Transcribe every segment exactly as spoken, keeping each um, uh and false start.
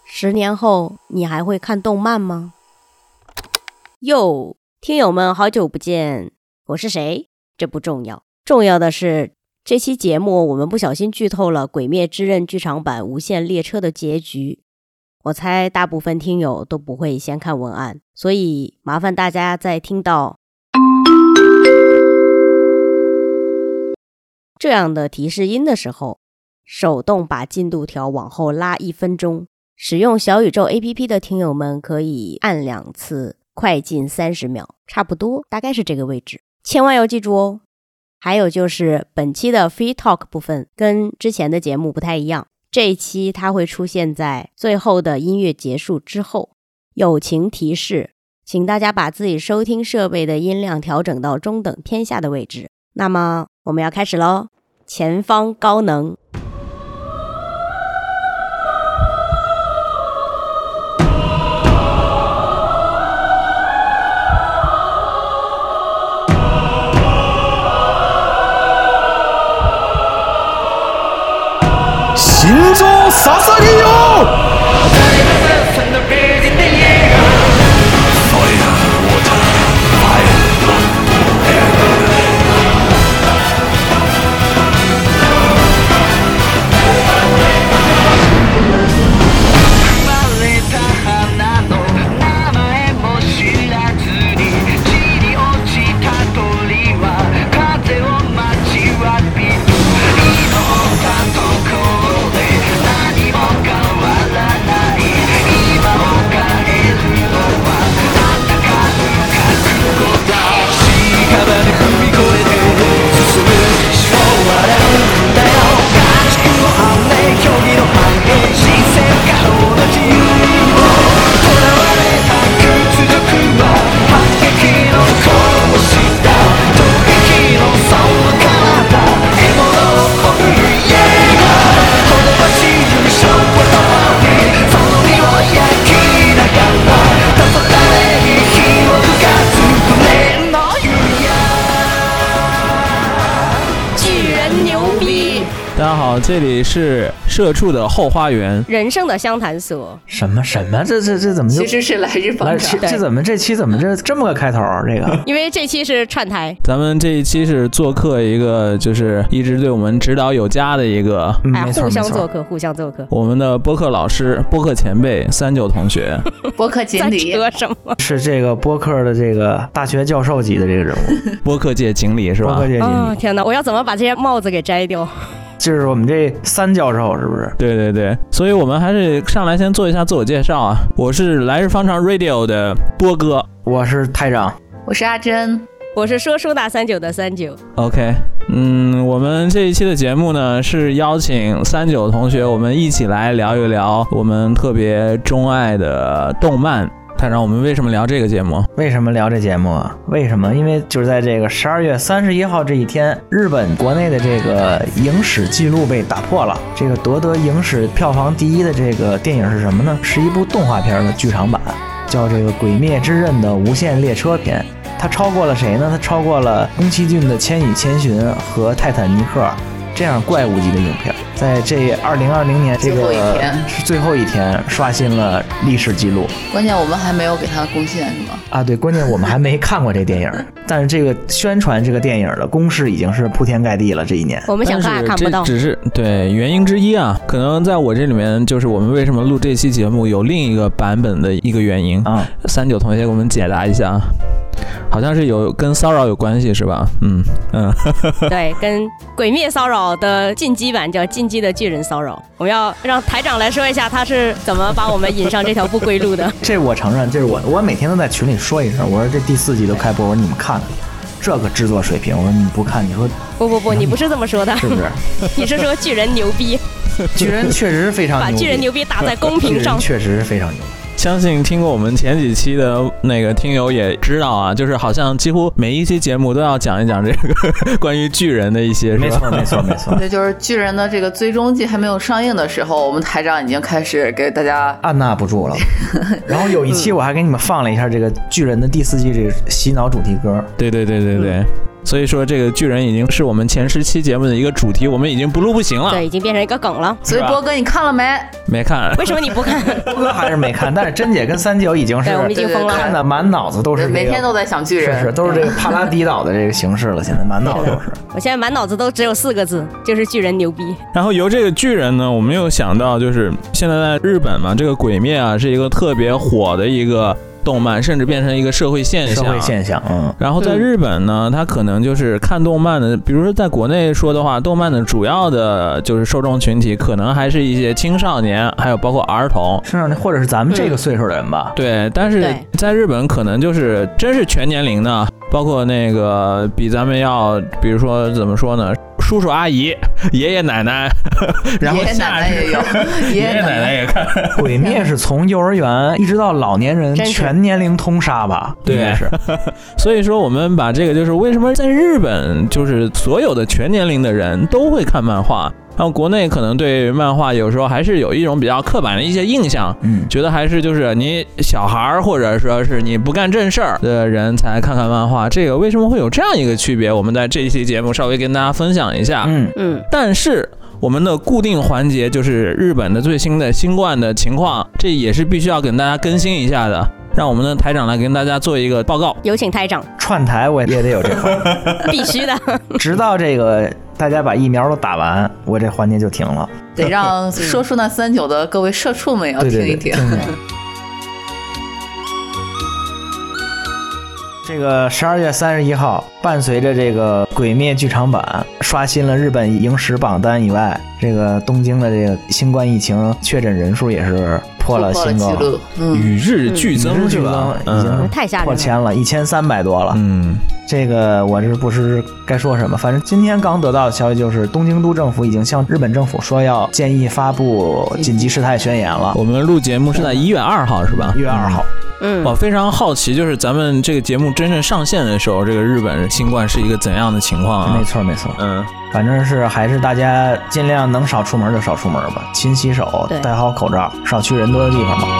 十年后你还会看动漫吗？哟，听友们好久不见，我是谁？这不重要，重要的是这期节目我们不小心剧透了《鬼灭之刃》剧场版无限列车的结局。我猜大部分听友都不会先看文案，所以麻烦大家在听到这样的提示音的时候，手动把进度条往后拉一分钟。使用小宇宙 A P P 的听友们可以按两次，快进三十秒，差不多大概是这个位置，千万要记住哦。还有就是本期的 Free Talk 部分跟之前的节目不太一样，这一期它会出现在最后的音乐结束之后。友情提示，请大家把自己收听设备的音量调整到中等偏下的位置。那么我们要开始咯，前方高能。 心臓捧げよう。 大家好，这里是社畜的后花园， 人生的相谈所。 什么什么？这这这怎么就？ 其实是来日方长。 这怎么这期怎么这这么个开头？这个， 因为这期是串台， 咱们这一期是做客一个就是一直对我们指导有加的一个， 嗯、 哎，互相做客， 互相做客。 我们的播客老师、播客前辈三九同学， 播客经理， 在扯什么？ 是这个播客的这个大学教授级的这个人物， 播客界经理是吧？ 播客界经理。 哦，天哪！我要怎么把这些帽子给摘掉？ 就是我们这三教授是不是？ 对对对，所以我们还是上来先做一下自我介绍啊。我是来日方长 Radio 的波哥， 我是台长， 我是阿珍， 我是说书大三九的三九。 OK， 嗯，我们这一期的节目呢是邀请三九同学，我们一起来聊一聊我们特别钟爱的动漫。台长，我们为什么聊这个节目？ 为什么聊这节目啊？为什么？因为就是在这个十二月三十一号这一天，日本国内的这个影史记录被打破了。这个夺得影史票房第一的这个电影是什么呢？是一部动画片的剧场版，叫这个《鬼灭之刃》的无限列车篇。它超过了谁呢？它超过了宫崎骏的《千与千寻》和《泰坦尼克》这样怪物级的影片。在这二零二零年这个是最后一天刷新了历史记录。 关键我们还没有给他贡献是吗？ 啊，对，关键我们还没看过这电影，但是这个宣传这个电影的攻势已经是铺天盖地了。这一年我们想看还看不到， 只是对原因之一啊。可能在我这里面，就是我们为什么录这期节目有另一个版本的一个原因啊。三九同学给我们解答一下。好像是有跟骚扰有关系是吧？嗯嗯， 对，跟鬼灭骚扰的进击版叫进击的巨人骚扰。我们要让台长来说一下他是怎么把我们引上这条不归路的。 这我承认，这是我我每天都在群里说一声，我说这第四季都开播，我说你们看看这个制作水平，我说你不看，你说不不不，你不是这么说的， 是不是？ 你是说巨人牛逼？ 巨人确实是非常牛逼， 把巨人牛逼打在公屏上， 确实是非常牛逼。 相信听过我们前几期的那个听友也知道啊，就是好像几乎每一期节目都要讲一讲这个关于巨人的一些， 没错没错没错。 对，就是巨人的这个最终季还没有上映的时候，我们台长已经开始给大家按捺不住了。然后有一期我还给你们放了一下这个巨人的第四季这个洗脑主题歌。 对对对对对。 所以说这个巨人已经是我们前十期节目的一个主题，我们已经不录不行了， 对，已经变成一个梗了。 所以波哥你看了没？ 没看。 为什么你不看？ 波哥还是没看，但是珍姐跟三九已经是， 对，我们已经疯了， 看的满脑子都是、这个， 每天都在想巨人， 是是，都是这个帕拉迪岛的这个形式了，现在满脑子都是。 我现在满脑子都只有四个字，就是巨人牛逼。 然后由这个巨人呢，我们又想到就是现在在日本嘛，这个鬼灭啊是一个特别火的一个动漫，甚至变成一个社会现象。 社会现象，嗯。 然后在日本呢，它可能就是看动漫的，比如说在国内说的话，动漫的主要的就是受众群体，可能还是一些青少年，还有包括儿童， 青少年或者是咱们这个岁数的人吧。 嗯、对，但是在日本可能就是真是全年龄的，包括那个比咱们要，比如说怎么说呢？叔叔阿姨、爷爷奶奶，然后爷爷奶奶也有， 爷爷奶奶也看。 鬼灭是从幼儿园一直到老年人全年龄通杀吧？ 对，是。所以说我们把这个就是为什么在日本就是所有的全年龄的人都会看漫画。然后国内可能对漫画有时候还是有一种比较刻板的一些印象，嗯，觉得还是就是你小孩或者说是你不干正事儿的人才看看漫画。这个为什么会有这样一个区别？我们在这一期节目稍微跟大家分享一下。嗯嗯。但是我们的固定环节就是日本的最新的新冠的情况，这也是必须要跟大家更新一下的。让我们的台长来跟大家做一个报告。 有请台长。 串台我也得有这个， 必须的。 直到这个大家把疫苗都打完，我这环节就停了。 得让说出那三九的各位社畜们要听一听。对对对， 这个十二月三十一号，伴随着这个《鬼灭》剧场版刷新了日本影史榜单以外，这个东京的这个新冠疫情确诊人数也是破了新高， 嗯， 与日俱增， 是吧？已经太吓人了， 破千了，一千三百多了。 嗯， 这个我是不是该说什么？反正今天刚得到的消息就是，东京都政府已经向日本政府说要建议发布紧急事态宣言了。 我们录节目是在一月二号，是吧？ 一月二号。 嗯， 我非常好奇，就是咱们这个节目真正上线的时候，这个日本新冠是一个怎样的情况啊？ 没错没错， 嗯， 反正是还是大家尽量能少出门就少出门吧，勤洗手，戴好口罩，少去人多的地方吧。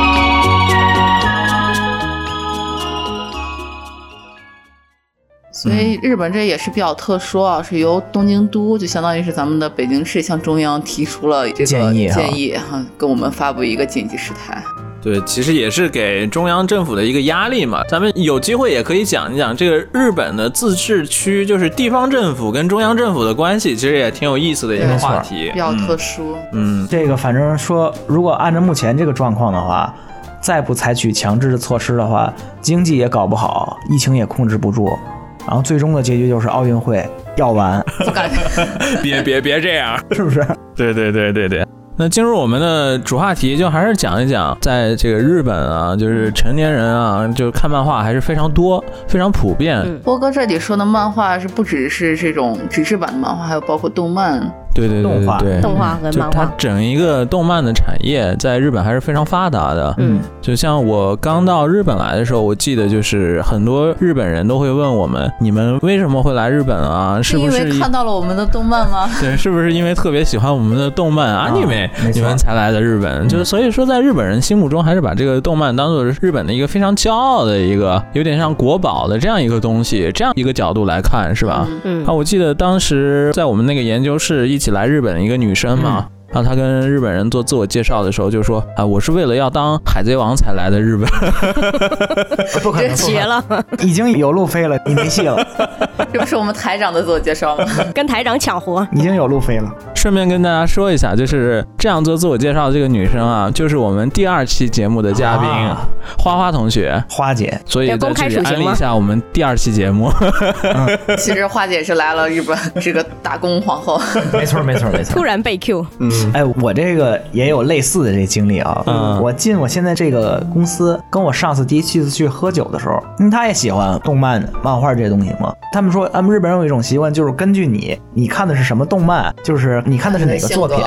所以日本这也是比较特殊啊，是由东京都就相当于是咱们的北京市向中央提出了这个建议建议哈，跟我们发布一个紧急事态。 对，其实也是给中央政府的一个压力嘛。咱们有机会也可以讲一讲这个日本的自治区，就是地方政府跟中央政府的关系，其实也挺有意思的一个话题， 比较特殊。 嗯， 这个反正说，如果按照目前这个状况的话，再不采取强制的措施的话，经济也搞不好，疫情也控制不住，然后最终的结局就是奥运会要完。 不敢， 别别别这样， 是不是？ 对对对对对。那进入我们的主话题，就还是讲一讲，在这个日本啊，就是成年人啊，就看漫画还是非常多、非常普遍。 嗯、波哥这里说的漫画是不只是这种纸质版的漫画，还有包括动漫。 对对对对对， 动画和漫画， 它整一个动漫的产业在日本还是非常发达的。嗯，就像我刚到日本来的时候，我记得就是很多日本人都会问我们：你们为什么会来日本啊？是不是因为看到了我们的动漫吗？ 对，是不是因为特别喜欢我们的动漫啊？你们你们才来的日本？就是所以说，在日本人心目中，还是把这个动漫当做是日本的一个非常骄傲的一个，有点像国宝的这样一个东西，这样一个角度来看，是吧？嗯。啊，我记得当时在我们那个研究室一起来日本的一个女生嘛，嗯、然后她跟日本人做自我介绍的时候就说啊，我是为了要当海贼王才来的日本。 不可能， 绝了， 已经有路飞了，你没戏了。 这不是我们台长的自我介绍吗？ 跟台长抢活， 已经有路飞了。 顺便跟大家说一下，就是这样做自我介绍的这个女生啊，就是我们第二期节目的嘉宾、啊、花花同学， 花姐。 所以在这里安利一下我们第二期节目。 嗯、其实花姐是来了日本这个打工皇后。 没错没错没错。 突然被 Q。 嗯，哎，我这个也有类似的这经历啊。嗯，我进我现在这个公司，跟我上司第一次去喝酒的时候，因为他也喜欢动漫、漫画这些东西嘛。他们说，他们日本人有一种习惯，就是根据你你看的是什么动漫，就是你看的是哪个作品，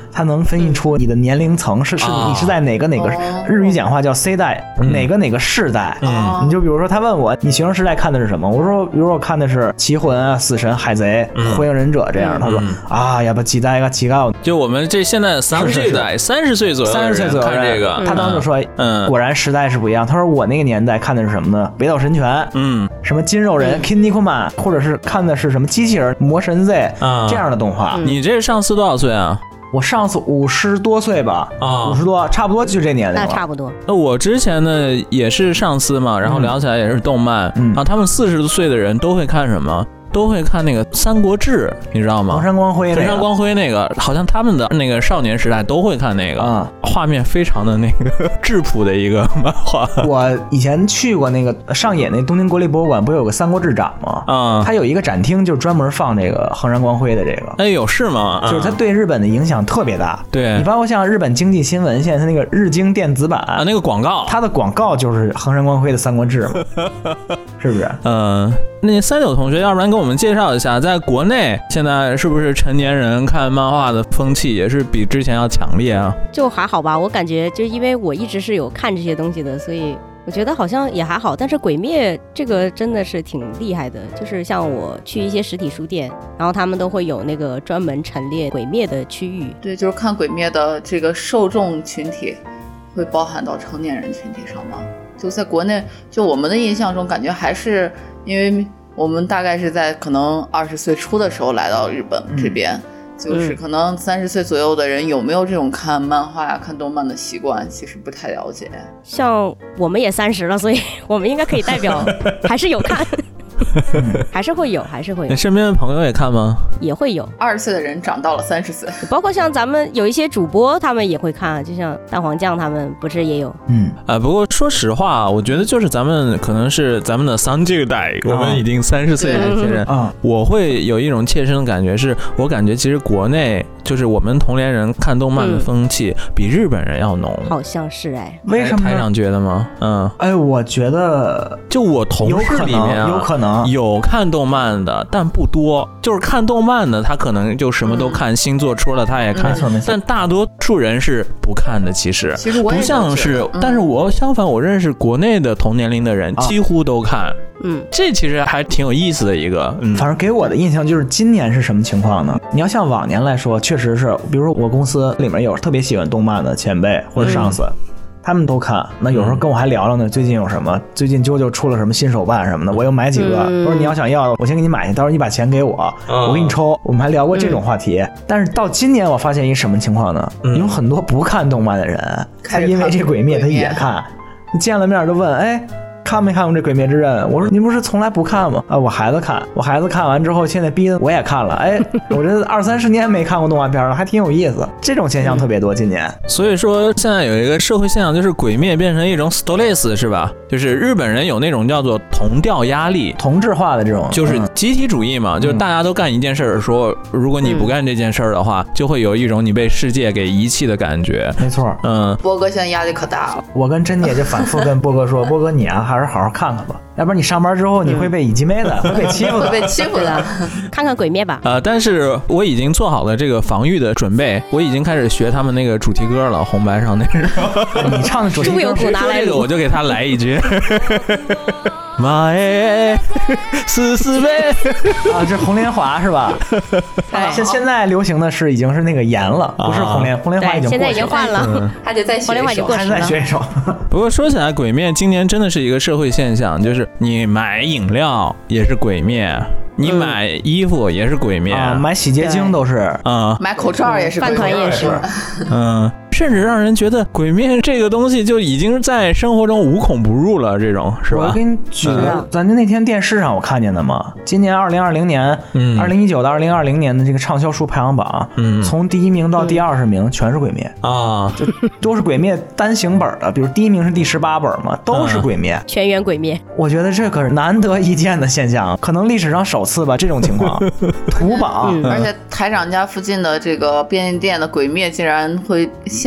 它能分析出你的年龄层是是你是在哪个哪个、哦、日语讲话叫 C 代、嗯、哪个哪个世代、嗯、你就比如说他问我你学生时代看的是什么，我说比如说我看的是棋魂啊、死神、海贼、嗯、火影忍者这样、嗯、他说、嗯、啊要不几代个几高， 就我们这现在三十代三十岁左右三十岁左右看这个、 嗯、他当时就说嗯果然时代是不一样，他说我那个年代看的是什么呢，北斗神拳，嗯，什么金肉人、嗯、Kinnikuman， 或者是看的是什么机器人魔神 Z、嗯、这样的动画、 嗯、你这上次多少岁啊？ 我上次五十多岁吧，啊，五十多，差不多就这年龄。 那差不多。 那我之前呢也是上司嘛，然后聊起来也是动漫，嗯、啊，他们四十多岁的人都会看什么？都会看那个《三国志》，你知道吗？ 衡山光辉、那个， 衡山光辉那个，好像他们的那个少年时代都会看那个，嗯，画面非常的那个质朴的一个漫画。 我以前去过那个上野那东京国立博物馆，不是有个三国志展吗？嗯，它有一个展厅就专门放这个衡山光辉的这个。 哎呦，是吗？ 就是它对日本的影响特别大。 对， 你包括像日本经济新闻，现在它那个日经电子版啊，那个广告， 它的广告就是衡山光辉的三国志嘛，是不是？ 嗯。那三九同学，要不然给我们介绍一下，在国内现在是不是成年人看漫画的风气也是比之前要强烈啊？ 就还好吧，我感觉就因为我一直是有看这些东西的，所以我觉得好像也还好。但是鬼灭这个真的是挺厉害的，就是像我去一些实体书店，然后他们都会有那个专门陈列鬼灭的区域。 对，就是看鬼灭的这个受众群体会包含到成年人群体上吗？就在国内，就我们的印象中，感觉还是因为我们大概是在可能二十岁初的时候来到日本这边，嗯、就是可能三十岁左右的人有没有这种看漫画呀、看动漫的习惯，其实不太了解。 像我们也三十了，所以我们应该可以代表，还是有看。还是会有，还是会有。 你身边的朋友也看吗？ 也会有。 二十岁的人长到了三十岁， 包括像咱们有一些主播，他们也会看，就像蛋黄酱他们不是也有？ 嗯，啊，不过说实话，我觉得就是咱们可能是咱们的三十代，我们已经三十岁的这些人，啊，我会有一种切身的感觉，是我感觉其实国内就是我们同龄人看动漫的风气比日本人要浓， 好像是哎， 为什么？ 台长觉得吗？嗯， 哎，我觉得就我同事里面啊， 有可能。 有看动漫的，但不多。就是看动漫的，他可能就什么都看，嗯、星座出了他也看，嗯、但大多数人是不看的。其实， 其实我不像是，嗯、但是我相反，我认识国内的同年龄的人，几乎都看。嗯，这其实还挺有意思的一个。嗯， 反正给我的印象就是今年是什么情况呢？你要像往年来说，确实是，比如说我公司里面有特别喜欢动漫的前辈或者上司。嗯，他们都看，那有时候跟我还聊聊呢，最近有什么？最近啾啾出了什么新手办什么的，我又买几个。嗯、我说你要想要，我先给你买去，到时候你把钱给我，嗯、我给你抽。我们还聊过这种话题。嗯、但是到今年，我发现一什么情况呢？嗯、有很多不看动漫的人，他因为这鬼灭他也看，见了面就问，哎。看没看过这《鬼灭之刃》？我说您不是从来不看吗？啊，我孩子看，我孩子看完之后，现在逼我也看了。哎，我这二三十年没看过动画片了，还挺有意思。这种现象特别多，今年。 所以说，现在有一个社会现象，就是鬼灭变成一种 stress， 是吧？就是日本人有那种叫做同调压力、 同质化的这种， 就是集体主义嘛，嗯、就是大家都干一件事儿，说如果你不干这件事儿的话，嗯、就会有一种你被世界给遗弃的感觉。 没错， 嗯。 波哥现在压力可大了。 我跟珍姐就反复跟波哥说，波哥你啊，还是好好看看吧。要不然你上班之后你会被以及妹的，会被欺负的， 会被欺负的。 看看鬼灭吧。 呃，但是我已经做好了这个防御的准备，我已经开始学他们那个主题歌了，红白上那个。 你唱的主题歌， 猪油股拿来这个我就给他来一句。妈哎，思思呗啊，这红莲华是吧？现现在流行的是已经是那个盐了，不是红莲，红莲华已经过去了， 现在已经换了， 嗯、还得再学一首， 还再学一首。 不过说起来，鬼灭今年真的是一个社会现象，就是你买饮料也是鬼灭。你买衣服也是鬼灭， 嗯啊、买洗洁精都是啊，嗯、 买口罩也是鬼灭， 饭团也是， 嗯，甚至让人觉得鬼灭这个东西就已经在生活中无孔不入了，这种是吧？ 我给你举个，嗯、咱那天电视上我看见的嘛，今年二零二零年，嗯，二零一九到二零二零年的这个畅销书排行榜，嗯，从第一名到第二十名全是鬼灭啊，就都是鬼灭单行本的，比如第一名是第十八本嘛，都是鬼灭， 嗯、全员鬼灭。 我觉得这可是难得一见的现象，可能历史上首次吧，这种情况，图榜， 嗯，而且台长家附近的这个便利店的鬼灭竟然会限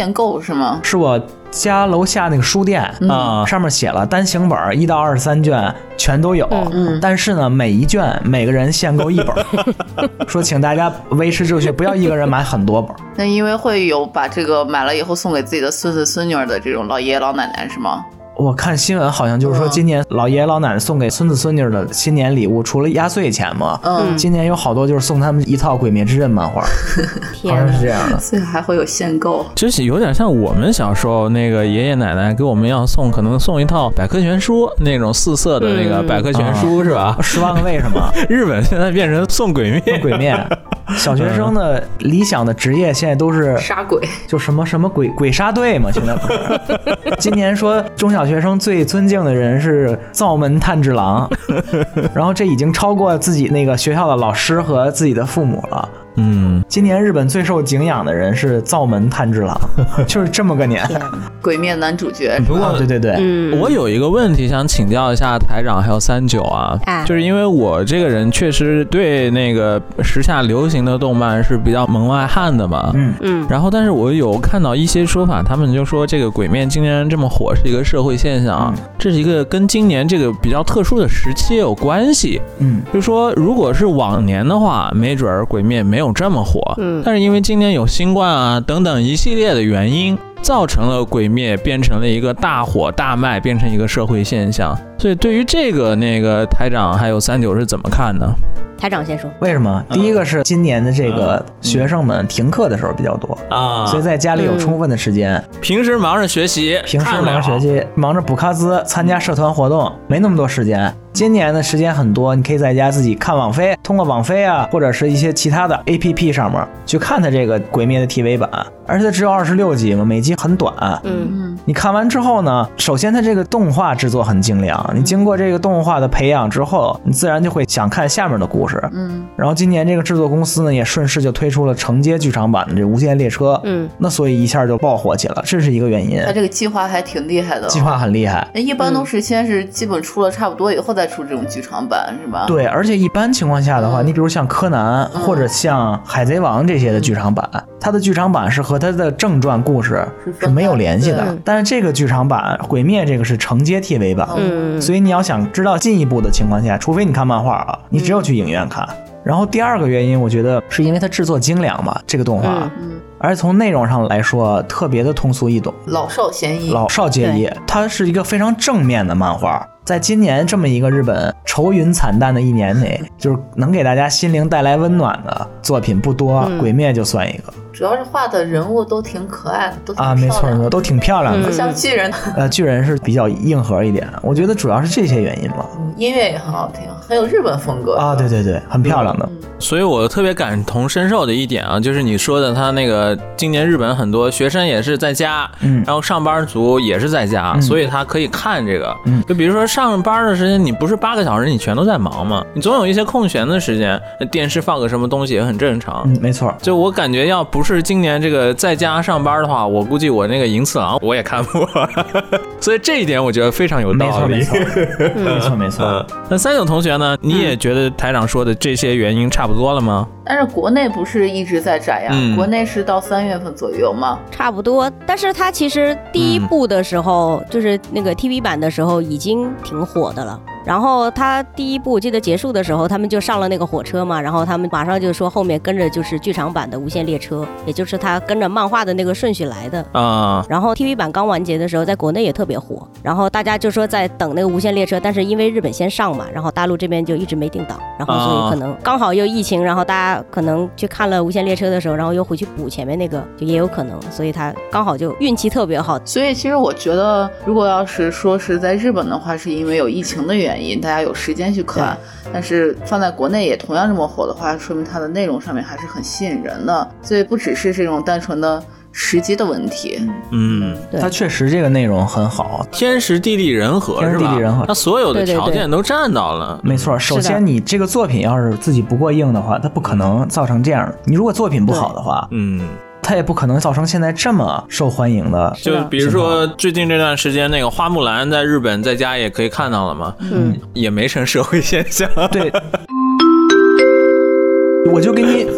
限购是吗？ 是我家楼下那个书店啊、嗯，上面写了单行本一到二十三卷全都有，嗯，但是呢，每一卷每个人限购一本，说请大家维持秩序，不要一个人买很多本。 那因为会有把这个买了以后送给自己的孙子孙女的这种老爷爷老奶奶是吗？ 我看新闻好像就是说，今年老爷爷老奶奶送给孙子孙女的新年礼物，除了压岁钱嘛，嗯，今年有好多就是送他们一套《鬼灭之刃》漫画，好像是这样的， 所以还会有限购， 就是有点像我们小时候那个爷爷奶奶给我们要送，可能送一套百科全书那种四色的那个百科全书、嗯、是吧？ 十万个为什么？日本现在变成送鬼灭， 鬼灭。小学生的理想的职业现在都是杀鬼， 就什么什么鬼鬼杀队嘛，现在不是。今年说中小学生最尊敬的人是灶门炭治郎，然后这已经超过自己那个学校的老师和自己的父母了。嗯，今年日本最受敬仰的人是灶门炭治郎，就是这么个年。 鬼灭男主角。 不过、 啊、对对对、 嗯，我有一个问题想请教一下台长还有三九啊，啊就是因为我这个人确实对那个时下流行的动漫是比较门外汉的嘛，嗯嗯，然后但是我有看到一些说法，他们就说这个鬼灭今年这么火是一个社会现象，嗯、这是一个跟今年这个比较特殊的时期有关系，嗯，就说如果是往年的话，没准儿鬼灭没有。没有这么火，嗯，但是因为今年有新冠啊等等一系列的原因，造成了鬼灭变成了一个大火大卖，变成一个社会现象。所以对于这个那个台长还有三九是怎么看呢？ 台长先说。 为什么？第一个是今年的这个学生们停课的时候比较多啊、嗯，所以在家里有充分的时间。 嗯、平时忙着学习， 平时忙着学习，忙着补课资，参加社团活动，没那么多时间。今年的时间很多，你可以在家自己看网飞，通过网飞啊，或者是一些其他的 A P P 上面去看它这个鬼灭的 T V 版，而且它只有二十六集嘛，每集很短。嗯嗯。你看完之后呢，首先它这个动画制作很精良，你经过这个动画的培养之后，你自然就会想看下面的故事。嗯。然后今年这个制作公司呢，也顺势就推出了承接剧场版的这无限列车。嗯。那所以一下就爆火起了，这是一个原因。 它这个计划还挺厉害的。 计划很厉害。 一般都是先是基本出了差不多以后再出这种剧场版是吧？ 对，而且一般情况下的话，嗯、你比如像柯南、嗯、或者像海贼王这些的剧场版，嗯、它的剧场版是和它的正传故事是没有联系的。但是这个剧场版《鬼灭》这个是承接 T V 版，嗯，所以你要想知道进一步的情况下，除非你看漫画啊，你只有去影院看。嗯、然后第二个原因，我觉得是因为它制作精良嘛，这个动画。嗯嗯，而从内容上来说特别的通俗易懂， 老少咸宜， 老少皆宜。它是一个非常正面的漫画，在今年这么一个日本愁云惨淡的一年内，就是能给大家心灵带来温暖的作品不多，嗯、鬼灭就算一个。 主要是画的人物都挺可爱的，都挺啊，没错，都挺漂亮的， 不像巨人。 呃，巨人是比较硬核一点，我觉得主要是这些原因吧。 嗯，音乐也很好听，很有日本风格啊，对对对，很漂亮的。 嗯、 所以我特别感同身受的一点啊，就是你说的他那个今年日本很多学生也是在家，嗯，然后上班族也是在家，嗯、所以他可以看这个。嗯，就比如说上班的时间，你不是八个小时，你全都在忙嘛，你总有一些空闲的时间，电视放个什么东西也很正常。 嗯，没错。 就我感觉，要不是今年这个在家上班的话，我估计我那个银次郎我也看不完，所以这一点我觉得非常有道理。 没错，没错，没错，没错。 嗯、那三九同学呢？你也觉得台长说的这些原因差不多了吗？ 但是国内不是一直在展呀、嗯，国内是到三月份左右吗？ 差不多。但是它其实第一部的时候，嗯、就是那个 T V 版的时候已经挺火的了。然后他第一部记得结束的时候，他们就上了那个火车嘛，然后他们马上就说后面跟着就是剧场版的无限列车，也就是他跟着漫画的那个顺序来的啊。然后 T V 版刚完结的时候，在国内也特别火，然后大家就说在等那个无限列车，但是因为日本先上嘛，然后大陆这边就一直没定档，然后所以可能刚好又疫情，然后大家可能去看了无限列车的时候，然后又回去补前面那个，就也有可能，所以他刚好就运气特别好。 所以其实我觉得，如果要是说是在日本的话，是因为有疫情的原因，大家有时间去看，但是放在国内也同样这么火的话，说明它的内容上面还是很吸引人的，所以不只是这种单纯的时机的问题。 嗯，它确实这个内容很好， 天时地利人和， 天时地利人和， 它所有的条件都占到了。 对对对，没错，首先你这个作品要是自己不过硬的话，它不可能造成这样的。你如果作品不好的话，嗯。它也不可能造成现在这么受欢迎的。 就比如说最近这段时间那个花木兰在日本在家也可以看到了嘛，嗯，也没成社会现象。 对。我就给你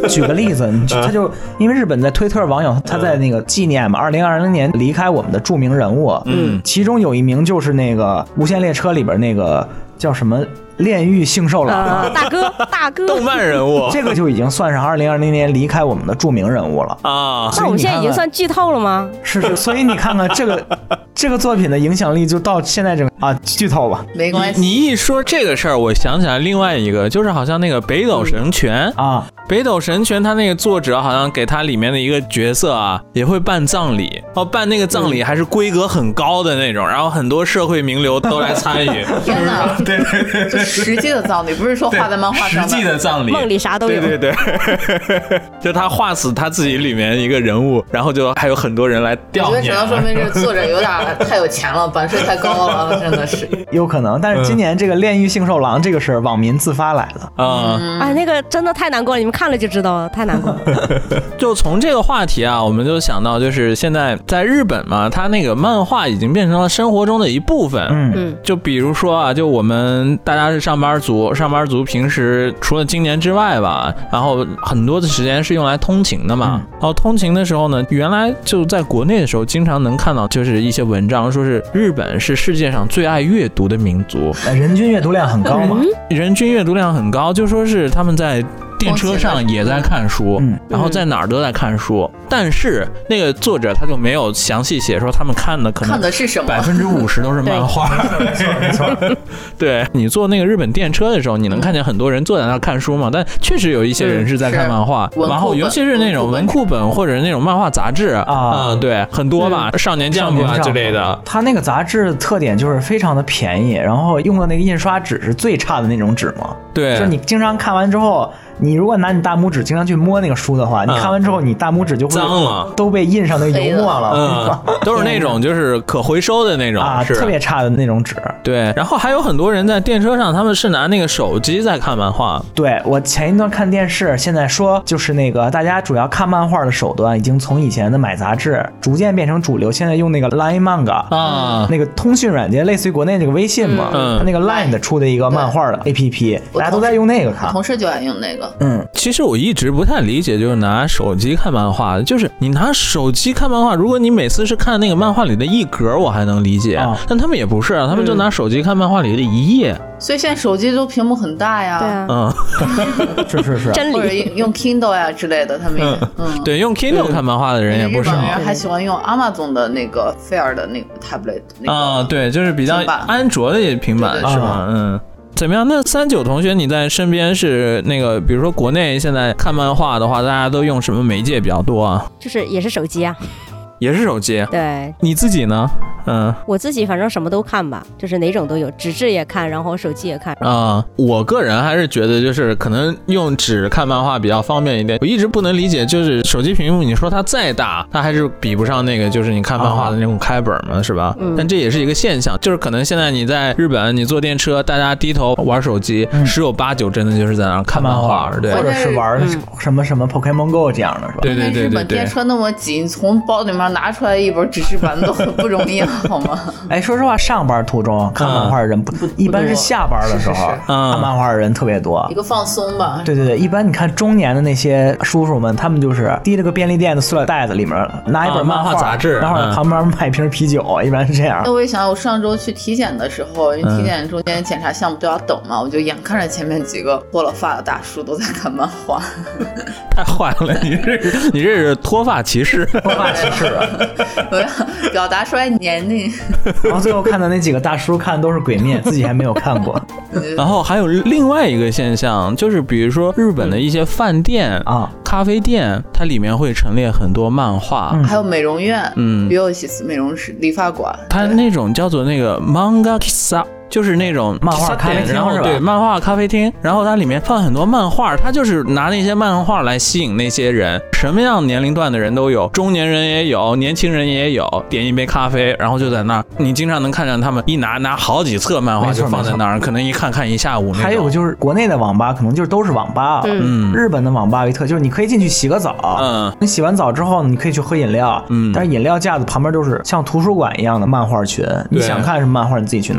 举个例子，他就因为日本在推特网友他在那个纪念嘛，二零二零年离开我们的著名人物，嗯，其中有一名就是那个《无限列车》里边那个叫什么炼狱杏寿郎、 呃、大哥大哥动漫人物， 这个就已经算上二零二零年离开我们的著名人物了啊。 那我们现在已经算剧透了吗？ 是是，所以你看看这个这个作品的影响力就到现在这个啊，剧透吧， 没关系。 你一说这个事儿，我想起来另外一个，就是好像那个北斗神拳、嗯、啊，北斗神拳他那个作者好像给他里面的一个角色啊，也会办葬礼，哦，办那个葬礼还是规格很高的那种，然后很多社会名流都来参与。 天哪， 对对对， 实际的葬礼不是说画在漫画上的， 实际的葬礼， 梦里啥都有。 对对对，就他画死他自己里面一个人物，然后就还有很多人来悼念。 我觉得只能说明这作者有点太有钱了，版税太高了，真的是。 有可能，但是今年这个炼狱杏寿郎这个是网民自发来的啊、 嗯！哎，那个真的太难过了，你们看了就知道了，太难过了。 就从这个话题啊，我们就想到，就是现在在日本嘛，它那个漫画已经变成了生活中的一部分。 嗯嗯， 就比如说啊，就我们大家是上班族，上班族平时除了今年之外吧，然后很多的时间是用来通勤的嘛。嗯、然后通勤的时候呢，原来就在国内的时候，经常能看到就是一些文章说是日本是世界上最爱阅读的民族， 人均阅读量很高嘛， 嗯、人均阅读量很高，就说是他们在电车上也在看书，嗯、然后在哪儿都在看书，嗯、但是那个作者他就没有详细写说他们看的可能看的是什么， 百分之五十都是漫画。没错没错，对，你坐那个日本电车的时候，你能看见很多人坐在那儿看书嘛？但确实有一些人是在看漫画，然后尤其是那种文库本或者那种漫画杂志啊、嗯，对，很多吧，嗯、少年将啊之类的。 他那个杂志特点就是非常的便宜，然后用的那个印刷纸是最差的那种纸嘛， 对， 就是你经常看完之后。你如果拿你大拇指经常去摸那个书的话，你看完之后你大拇指就会脏了， 都被印上那个油墨了， 嗯，都是那种就是可回收的那种啊，特别差的那种纸。 对，然后还有很多人在电车上，他们是拿那个手机在看漫画。 对，我前一段看电视，现在说就是那个大家主要看漫画的手段已经从以前的买杂志逐渐变成主流，现在用那个 Line Manga 啊，那个通讯软件类似于国内那个微信嘛，嗯，它那个 Line 的出的一个漫画的 A P P， 大家都在用那个看。 同事就爱用那个。 嗯， 其实我一直不太理解，就是拿手机看漫画，就是你拿手机看漫画，如果你每次是看那个漫画里的一格，我还能理解，啊、但他们也不是啊，他们就拿手机看漫画里的一页。 所以现在手机都屏幕很大呀， 对啊， 嗯， 是是是， 真理， 或者用 Kindle 呀之类的，他们也，嗯， 嗯对，用 Kindle 看漫画的人也不少。 日本人还喜欢用 Amazon 的那个 Fire 的那个 tablet， 那个啊，对，就是比较安卓的平板是吧？嗯。怎么样？那三九同学，你在身边是那个，比如说国内现在看漫画的话，大家都用什么媒介比较多啊？ 就是也是手机啊， 也是手机。 对， 你自己呢？嗯， 我自己反正什么都看吧，就是哪种都有，纸质也看，然后手机也看。 啊、呃，我个人还是觉得就是可能用纸看漫画比较方便一点。我一直不能理解，就是手机屏幕，你说它再大，它还是比不上那个就是你看漫画的那种开本嘛，是吧？嗯。但这也是一个现象，就是可能现在你在日本，你坐电车，大家低头玩手机，嗯、十有八九真的就是在那看漫画，对， 或者是玩什么什么 Pokemon Go 这样的，是吧？ 对对对对对。 日本电车那么紧，从包里面拿出来一本纸质版都很不容易。好吗？ 哎，说实话，上班途中看漫画的人不，嗯、一般是下班的时候是是是看漫画的人特别多， 一个放松吧。 对对对，一般你看中年的那些叔叔们，他们就是提了个便利店的塑料袋子，里面拿一本漫画、 啊、杂志， 然后旁边买一瓶啤酒，嗯、一般是这样。 那我也想，我上周去体检的时候，因为体检中间检查项目都要等嘛，嗯、我就眼看着前面几个脱了发的大叔都在看漫画。 太坏了，你这你这是脱发歧视， 脱发歧视啊！ 我要表达出来年龄。 然后最后看的那几个大叔看都是鬼灭，自己还没有看过。 然后还有另外一个现象，就是比如说日本的一些饭店啊、咖啡店，它里面会陈列很多漫画， 嗯、还有美容院，嗯，美容室、美容室、理发馆， 它那种叫做那个 manga kissa。就是那种漫画咖啡厅， 然后对漫画咖啡厅，然后它里面放很多漫画，它就是拿那些漫画来吸引那些人，什么样年龄段的人都有，中年人也有，年轻人也有，点一杯咖啡，然后就在那儿，你经常能看见他们一拿拿好几册漫画就放在那儿，可能一看看一下午那种。 还有就是国内的网吧可能就是都是网吧，嗯，日本的网吧有一特就是你可以进去洗个澡，嗯，你洗完澡之后你可以去喝饮料，嗯，但是饮料架子旁边都是像图书馆一样的漫画群，你想看什么漫画你自己去拿。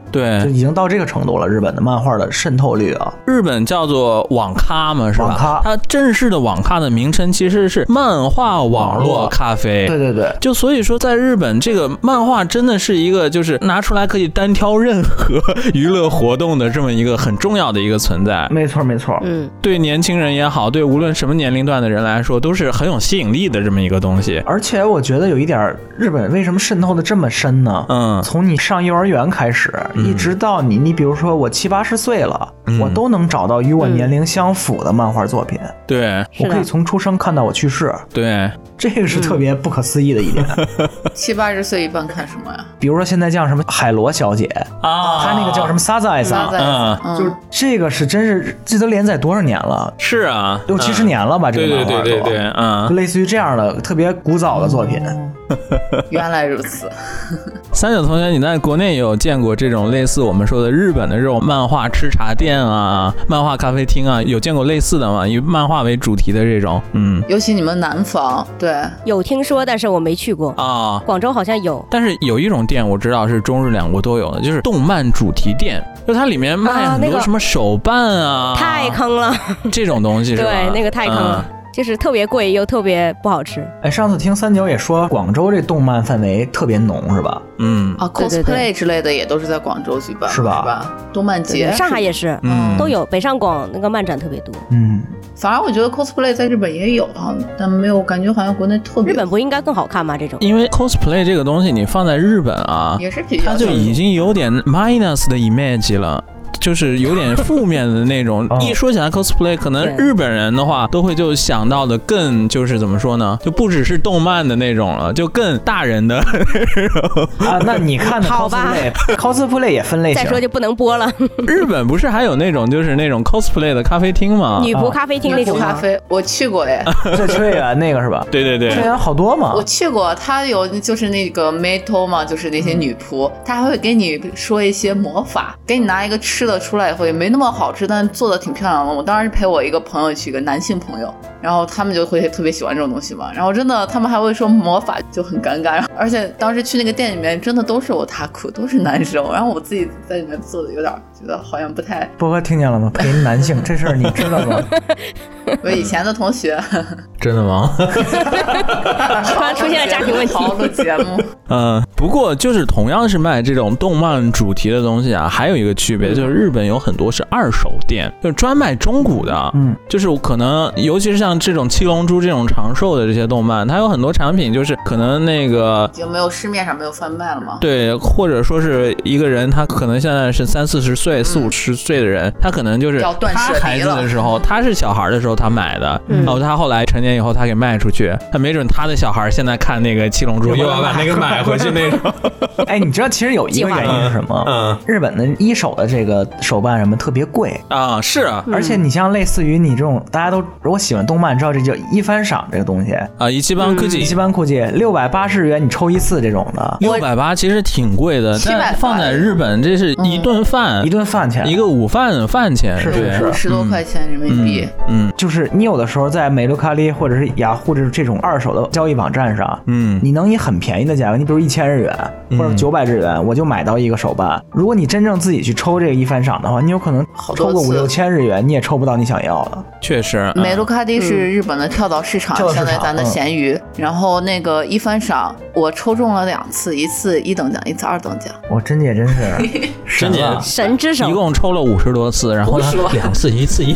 对， 就已经到这个程度了。日本的漫画的渗透率啊， 日本叫做网咖嘛，是吧？ 网咖， 它正式的网咖的名称其实是漫画网络咖啡。 对对对， 就所以说，在日本这个漫画真的是一个就是拿出来可以单挑任何娱乐活动的这么一个很重要的一个存在。 没错没错， 嗯， 对年轻人也好，对无论什么年龄段的人来说，都是很有吸引力的这么一个东西。 而且我觉得有一点，日本为什么渗透的这么深呢？ 嗯， 从你上幼儿园开始，嗯、一直到你，你比如说我七八十岁了、嗯，我都能找到与我年龄相符的漫画作品。嗯、 对， 我可以从出生看到我去世。 对， 这个是特别不可思议的一点。 嗯、七八十岁一般看什么呀？ 比如说现在叫什么海螺小姐啊， 她那个叫什么萨在桑， 嗯， 就是这个是真是这都连载多少年了？ 是啊， 六七十年了吧？嗯、这个漫画对对对对，嗯， 类似于这样的特别古早的作品。 嗯、原来如此。 三九同学，你在国内也有见过这种类似我们说的日本的这种漫画吃茶店啊、漫画咖啡厅啊，有见过类似的吗？以漫画为主题的这种，嗯， 尤其你们南方，对， 有听说，但是我没去过啊。 广州好像有， 但是有一种店我知道是中日两国都有的，就是动漫主题店，就它里面卖很多什么手办啊， 啊那个、太坑了， 这种东西是吧？ 对，那个太坑了。嗯，就是特别贵又特别不好吃。 哎，上次听三九也说广州这动漫氛围特别浓，是吧？ 嗯啊 ，cosplay 之类的也都是在广州举办， 是吧？ 是吧？动漫节， 上海也是，嗯，都有。北上广那个漫展特别多。 嗯， 反而我觉得 cosplay 在日本也有哈，但没有感觉好像国内特别。 日本不应该更好看吗？这种？ 因为 cosplay 这个东西你放在日本啊， 也是比较， 它就已经有点 minus 的 image 了。就是有点负面的那种，一说起来 cosplay， 可能日本人的话都会就想到的更就是怎么说呢，就不只是动漫的那种了，就更大人的那种啊。那你看的 cosplay，cosplay 也分类型。 再说就不能播了。 日本不是还有那种就是那种 cosplay 的咖啡厅吗？ 女仆咖啡厅那种咖啡，我去过哎。 在秋叶原那个是吧？ 对对对， 秋叶原好多嘛。 我去过，他有就是那个 Meto 嘛，就是那些女仆，他还会给你说一些魔法，给你拿一个吃的出来以后也没那么好吃，但做的挺漂亮的。我当时陪我一个朋友去，一个男性朋友，然后他们就会特别喜欢这种东西嘛。然后真的，他们还会说魔法，就很尴尬。而且当时去那个店里面，真的都是我塔库，都是男生。然后我自己在里面做的有点觉得好像不太。 波哥听见了吗？陪男性这事儿你知道吗？ 我以前的同学。 真的吗？ 突然出现了家庭问题。 好录节目。 嗯，不过就是同样是卖这种动漫主题的东西啊，还有一个区别就是日本有很多是二手店，就是专卖中古的。嗯，就是可能尤其是像这种七龙珠这种长寿的这些动漫，它有很多产品就是可能那个已经没有市面上没有贩卖了吗？ 对，或者说是一个人他可能现在是三四十岁、四五十岁的人，他可能就是他孩子的时候，他是小孩的时候他买的，嗯、然后他后来成年以后他给卖出去，他没准他的小孩现在看那个七龙珠又要把那个买回去那种。 哎，你知道其实有一个原因是什么？嗯，日本的一手的这个手办什么特别贵啊，是啊， 而且你像类似于你这种大家都如果喜欢动漫知道这叫一番赏这个东西啊，一七班科技， 一七班科技六百八十日元你抽一次这种的， 六百八其实挺贵的，但放在日本这是一顿饭， 一顿饭钱， 一个午饭饭钱， 是是是十多块钱人民币。 嗯，就是你有的时候在美卢卡利或者是雅虎这这种二手的交易网站上，嗯，你能以很便宜的价格，你比如一千日元或者九百日元，我就买到一个手办。如果你真正自己去抽这个一番赏的话，你有可能抽个五六千日元，你也抽不到你想要的。 确实， 美卢卡迪是日本的跳蚤市场，相当于咱的闲鱼。嗯、然后那个一番赏，我抽中了两次，一次一等奖，一次二等奖。 我珍姐真是神姐神之手， 一共抽了五十多次，然后呢两次一次一。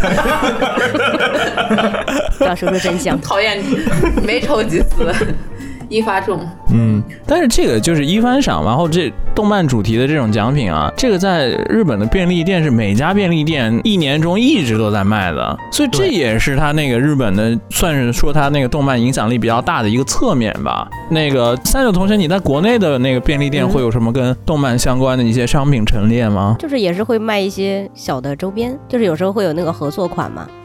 要说出真相， 讨厌你，没抽几次。一发中， 嗯，但是这个就是一番赏，然后这动漫主题的这种奖品啊，这个在日本的便利店是每家便利店一年中一直都在卖的，所以这也是他那个日本的算是说他那个动漫影响力比较大的一个侧面吧。那个三九同学，你在国内的那个便利店会有什么跟动漫相关的一些商品陈列吗？ 就是也是会卖一些小的周边，就是有时候会有那个合作款嘛。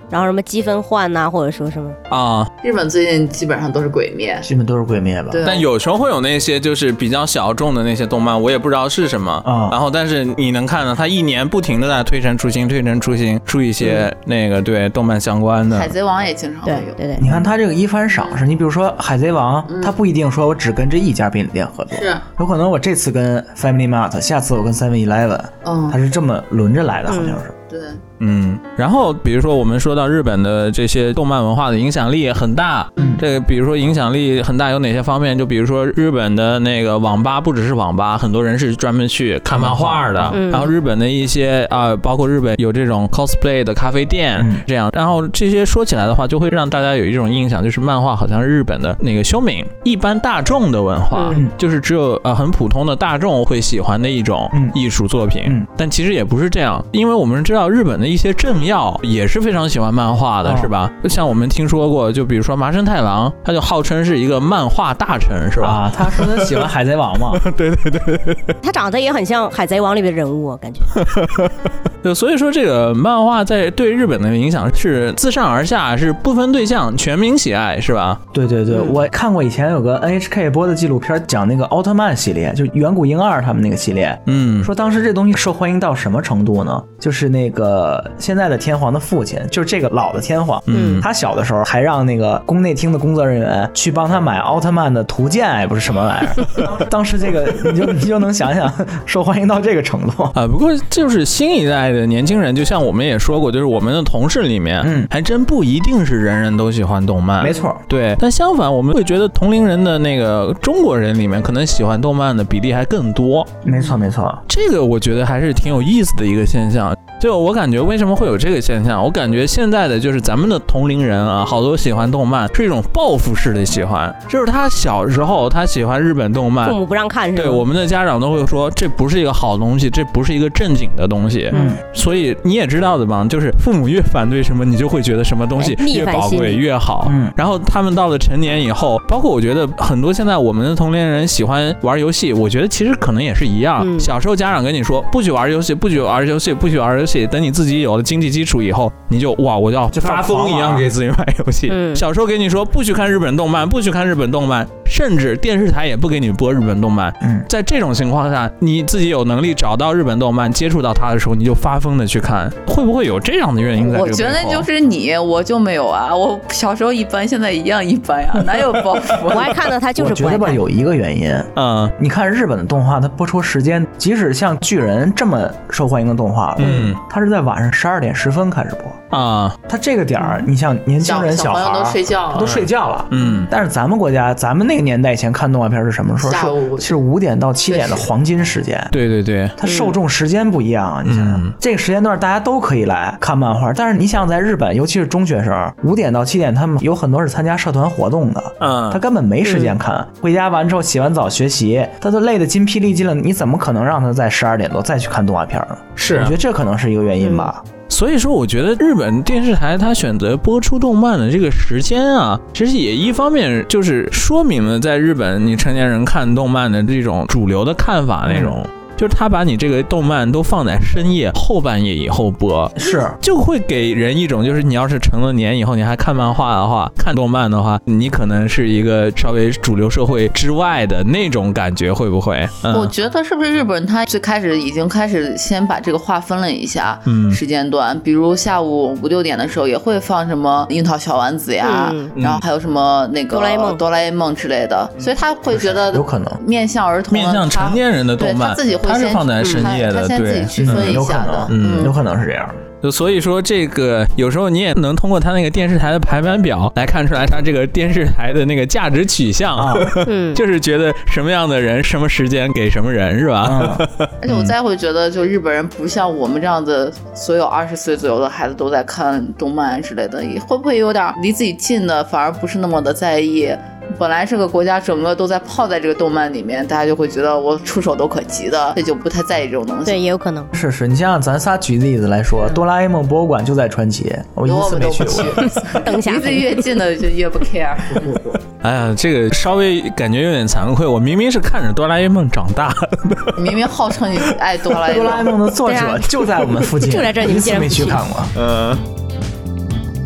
然后什么积分换呐、啊，或者说什么啊。 日本最近基本上都是鬼灭， 基本都是鬼灭吧。 对， 但有时候会有那些就是比较小众的那些动漫，我也不知道是什么啊。然后但是你能看到它一年不停的在推陈出新，推陈出新，出一些、嗯、那个对动漫相关的。 海贼王也经常会有。 对对对， 你看它这个一番赏识，你比如说海贼王，嗯、它不一定说我只跟这一家便利店合作， 是有可能我这次跟 Family Mart， 下次我跟 seven eleven， 嗯，它是这么轮着来的，好像是。 嗯对， 嗯，然后比如说我们说到日本的这些动漫文化的影响力很大，嗯，这个比如说影响力很大有哪些方面？就比如说日本的那个网吧不只是网吧，很多人是专门去看漫画的，嗯、然后日本的一些啊、呃，包括日本有这种 cosplay 的咖啡店、嗯、这样，然后这些说起来的话，就会让大家有一种印象，就是漫画好像是日本的那个休敏一般大众的文化，嗯、就是只有呃很普通的大众会喜欢的一种艺术作品，嗯、但其实也不是这样，因为我们知道。日本的一些政要也是非常喜欢漫画的、哦、是吧？就像我们听说过，就比如说麻生太郎，他就号称是一个漫画大臣，是吧？ 啊，他说他喜欢海贼王嘛。 对对对， 他长得也很像海贼王里面的人物，感觉。 对，所以说这个漫画在对日本的影响是自上而下，是不分对象，全民喜爱，是吧？ 对对对，嗯、我看过以前有个 N H K 播的纪录片，讲那个奥特曼系列，就远古婴儿他们那个系列。嗯，说当时这东西受欢迎到什么程度呢？就是那个现在的天皇的父亲，就是这个老的天皇，嗯，他小的时候还让那个宫内厅的工作人员去帮他买奥特曼的图鉴，也不是什么玩意儿。当时这个你就你就能想想，受欢迎到这个程度啊。不过就是新一代的年轻人，就像我们也说过，就是我们的同事里面，嗯，还真不一定是人人都喜欢动漫， 没错， 对。但相反，我们会觉得同龄人的那个中国人里面，可能喜欢动漫的比例还更多。 没错没错， 这个我觉得还是挺有意思的一个现象。就我感觉为什么会有这个现象，我感觉现在的就是咱们的同龄人啊，好多喜欢动漫是一种报复式的喜欢，就是他小时候他喜欢日本动漫， 父母不让看是吧？ 对，我们的家长都会说这不是一个好东西，这不是一个正经的东西。嗯，所以你也知道的吧，就是父母越反对什么，你就会觉得什么东西越宝贵越好。嗯，然后他们到了成年以后，包括我觉得很多现在我们的同龄人喜欢玩游戏，我觉得其实可能也是一样。嗯、小时候家长跟你说不许玩游戏，不许玩游戏，不许玩游戏，等你自己有了经济基础以后，你就哇，我要发疯一样给自己买游戏。嗯、小时候给你说不许看日本动漫，不许看日本动漫，甚至电视台也不给你播日本动漫。嗯，在这种情况下，你自己有能力找到日本动漫，接触到它的时候，你就发疯的去看，会不会有这样的原因在这个背后？ 我觉得就是你，我就没有啊。我小时候一般，现在一样一般呀、啊，哪有包袱？ 我爱看的他就是不爱看。 我觉得吧，有一个原因，嗯，你看日本的动画，它播出时间，即使像巨人这么受欢迎的动画，嗯，它是在晚上十二点十分开始播啊。它这个点儿，你像年轻人、小孩都睡觉了， 都睡觉了，嗯。但是咱们国家，咱们那个年代以前看动画片是什么时候？ 下午是五点到七点的黄金时间。 对对对， 它受众时间不一样啊。你想想，这个时间段大家都可以来看漫画，但是你想在日本，尤其是中学生，五点到七点，他们有很多是参加社团活动的，嗯，他根本没时间看。回家完之后洗完澡学习，他都累得筋疲力尽了，你怎么可能让他在十二点多再去看动画片呢？ 是， 我觉得这可能是一个原因吧。 嗯，所以说我觉得日本电视台它选择播出动漫的这个时间啊，其实也一方面就是说明了在日本你成年人看动漫的这种主流的看法那种。嗯，就是他把你这个动漫都放在深夜后半夜以后播， 是就会给人一种就是你要是成了年以后你还看漫画的话，看动漫的话，你可能是一个稍微主流社会之外的那种感觉，会不会？ 嗯、我觉得是不是日本他最开始已经开始先把这个划分了一下时间段，嗯、比如下午五六点的时候也会放什么樱桃小丸子呀，嗯、然后还有什么那个哆啦 A 梦、哆啦 A 梦之类的，所以他会觉得有可能面向儿童、 面向成年人的动漫， 他自己会。 它是放在深夜的， 对，他先自己区分一下的， 嗯，有可能是这样。 就所以说，这个有时候你也能通过他那个电视台的排版表来看出来，他这个电视台的那个价值取向啊，嗯，就是觉得什么样的人、什么时间给什么人，是吧？ 嗯、而且我再会觉得，就日本人不像我们这样子，所有二十岁左右的孩子都在看动漫之类的，会不会有点离自己近的，反而不是那么的在意？本来这个国家整个都在泡在这个动漫里面，大家就会觉得我触手都可及的，这就不太在意这种东西。 对，也有可能是是。你想想，咱仨举例子来说，哆啦 A 梦博物馆就在川崎，我一次没去过。 等一下， 离自己越近的就越不 care。 哎呀，这个稍微感觉有点惭愧，我明明是看着哆啦 A 梦长大的， 明明号称你爱哆啦 A 梦。 哆啦 A 梦的作者就在我们附近， 就在这，你一次没去看过。嗯。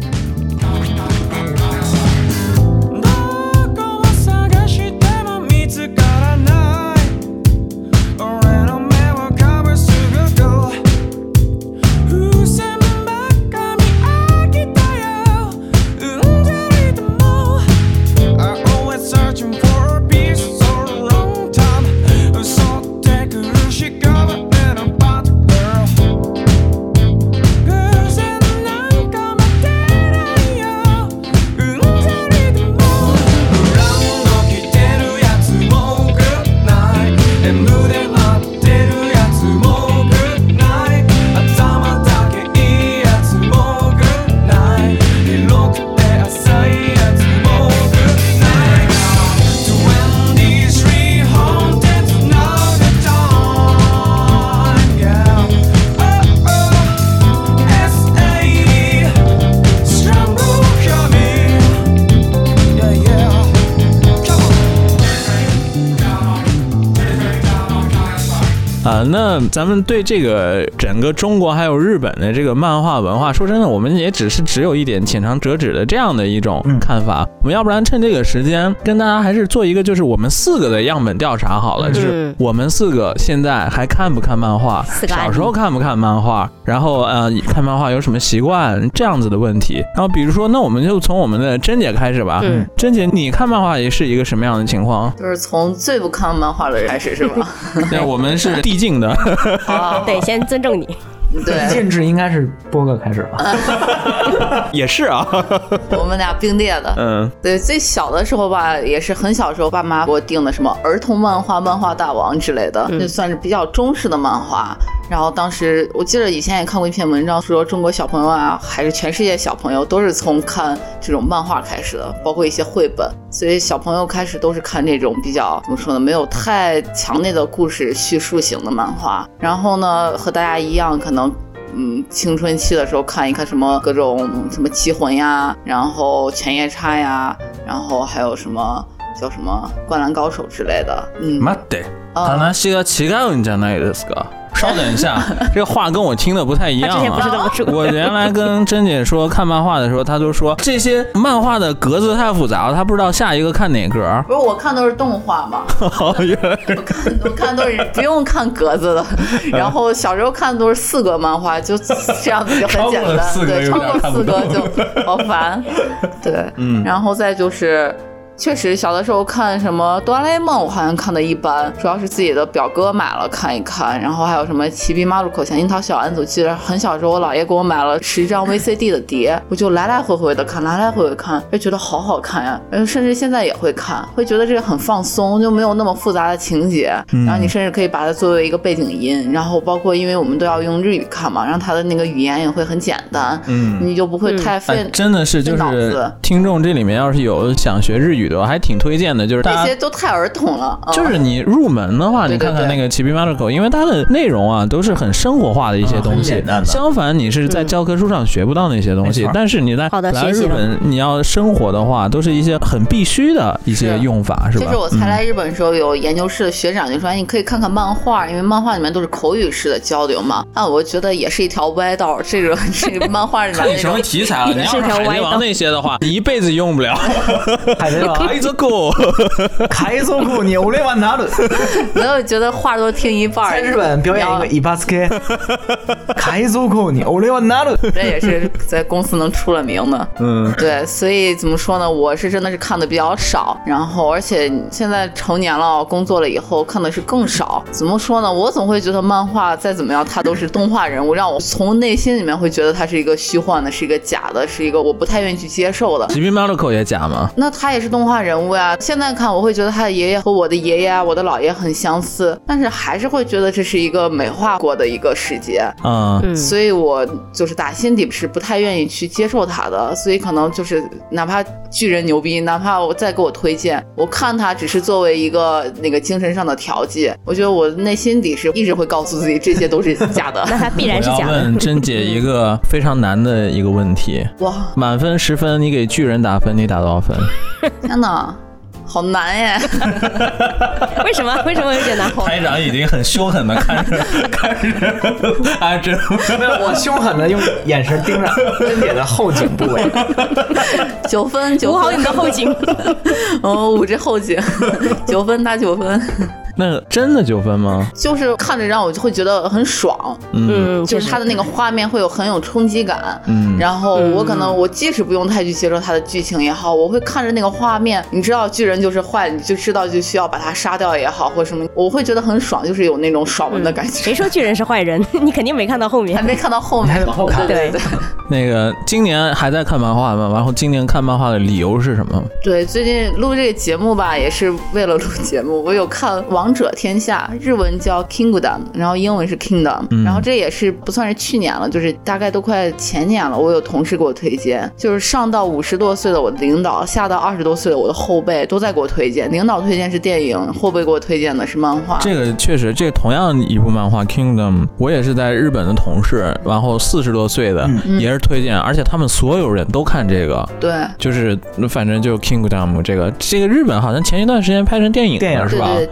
啊，那咱们对这个整个中国还有日本的这个漫画文化，说真的，我们也只是只有一点浅尝辄止的这样的一种看法。嗯、我们要不然趁这个时间跟大家还是做一个，就是我们四个的样本调查好了，嗯、就是我们四个现在还看不看漫画，小时候看不看漫画，然后呃看漫画有什么习惯这样子的问题。然后比如说，那我们就从我们的珍姐开始吧。嗯，珍姐，你看漫画也是一个什么样的情况？ 就是从最不看漫画的人开始是吧？ 对，我们是递进的。 啊，对，先尊重你。 对， 禁制应该是波哥开始吧？ 也是啊， 我们俩并列的。 嗯， 对，最小的时候吧，也是很小时候，爸妈给我订的什么儿童漫画、漫画大王之类的，嗯、就算是比较中式的漫画。然后当时我记得以前也看过一篇文章，说中国小朋友啊，还是全世界小朋友都是从看这种漫画开始的，包括一些绘本。所以小朋友开始都是看这种比较怎么说呢，没有太强烈的故事叙述型的漫画。然后呢，和大家一样，可能嗯，青春期的时候看一看什么各种什么棋魂呀，然后犬夜叉呀，然后还有什么叫什么灌篮高手之类的。嗯， 待って、話が違うんじゃないですか。稍等一下，这个话跟我听的不太一样、啊。 他之前不是这么说。 我原来跟珍姐说看漫画的时候，她就说这些漫画的格子太复杂了，她不知道下一个看哪格。 不是，我看都是动画嘛。我看我看都是不用看格子的。然后小时候看都是四格漫画，就这样子就很简单。对，超过四格就好烦。对，嗯。然后再就是。确实小的时候看什么哆啦 A 梦我好像看的一般，主要是自己的表哥买了看一看，然后还有什么奇比马鲁口响樱桃小丸子，记得很小时候我姥爷给我买了十张 V C D 的碟，我就来来回回的看来来回回看，就觉得好好看呀，甚至现在也会看，会觉得这个很放松，就没有那么复杂的情节，然后你甚至可以把它作为一个背景音，然后包括因为我们都要用日语看嘛，然后它的那个语言也会很简单，嗯，你就不会太费、嗯哎、真的是就是听众这里面要是有想学日语的还挺推荐的，就是这些都太儿童了、 嗯、就是你入门的话，你看看那个奇比马鲁口，因为它的内容啊都是很生活化的一些东西、嗯、相反你是在教科书上学不到那些东西、嗯、但是你在来日本你要生活的话都是一些很必须的一些用法， 是, 是吧？ 就是我才来日本的时候、嗯、有研究室的学长就说你可以看看漫画，因为漫画里面都是口语式的交流嘛，啊，我觉得也是一条歪道，这个这个漫画里面看你什么题材了，你要是海贼王那些的话你一辈子用不了。 海贼王开走库你欧雷万达的，然后觉得话都听一半。 在日本表演一个伊巴斯克，开走库你欧雷万达的， 这也是在公司能出了名的。嗯，对，所以怎么说呢？我是真的是看的比较少，然后而且现在成年了，工作了以后看的是更少。怎么说呢？我总会觉得漫画再怎么样，它都是动画人物，让我从内心里面会觉得它是一个虚幻的，是一个假的，是一个我不太愿意去接受的。 吉比马鲁口也假吗？ 那他也是动画人物呀。现在看我会觉得他的爷爷和我的爷爷啊，我的姥爷很相似，但是还是会觉得这是一个美化过的一个世界啊、嗯，所以我就是打心底是不太愿意去接受他的，所以可能就是哪怕巨人牛逼，哪怕我再给我推荐，我看他只是作为一个那个精神上的调剂，我觉得我内心底是一直会告诉自己这些都是假的。 那他必然是假的。 我要问珍姐一个非常难的一个问题，哇，满分十分，你给巨人打分，你打多少分？ 天哪！好难耶！ 为什么？为什么有点难？ 台长已经很凶狠的看着看着阿珍， 没有，我凶狠的用眼神盯着珍姐的后颈部位。 九分，九分， 捂好你的后颈。 哦，捂着后颈，九分打九分。 那真的九分吗？ 就是看着让我就会觉得很爽，嗯，就是它的那个画面会有很有冲击感，嗯，然后我可能我即使不用太去接受它的剧情也好，我会看着那个画面，你知道巨人就是坏，你就知道就需要把它杀掉也好，或什么，我会觉得很爽，就是有那种爽文的感觉。 谁说巨人是坏人？你肯定没看到后面， 还没看到后面， 还往后看。 对对。 那个今年还在看漫画吗？然后今年看漫画的理由是什么？ 对，最近录这个节目吧，也是为了录节目。我有看《王者天下》，日文叫 Kingdom， 然后英文是 Kingdom，、嗯、然后这也是不算是去年了，就是大概都快前年了。我有同事给我推荐，就是上到五十多岁的我的领导，下到二十多岁的我的后辈都在给我推荐。领导推荐是电影，后辈给我推荐的是漫画。 这个确实，这个同样一部漫画 Kingdom， 我也是在日本的同事，然后四十多岁的、嗯、也是推荐，而且他们所有人都看这个。 对， 就是反正就 Kingdom 这个，这个日本好像前一段时间拍成电影了， 电影是吧？对对对，电影、 嗯、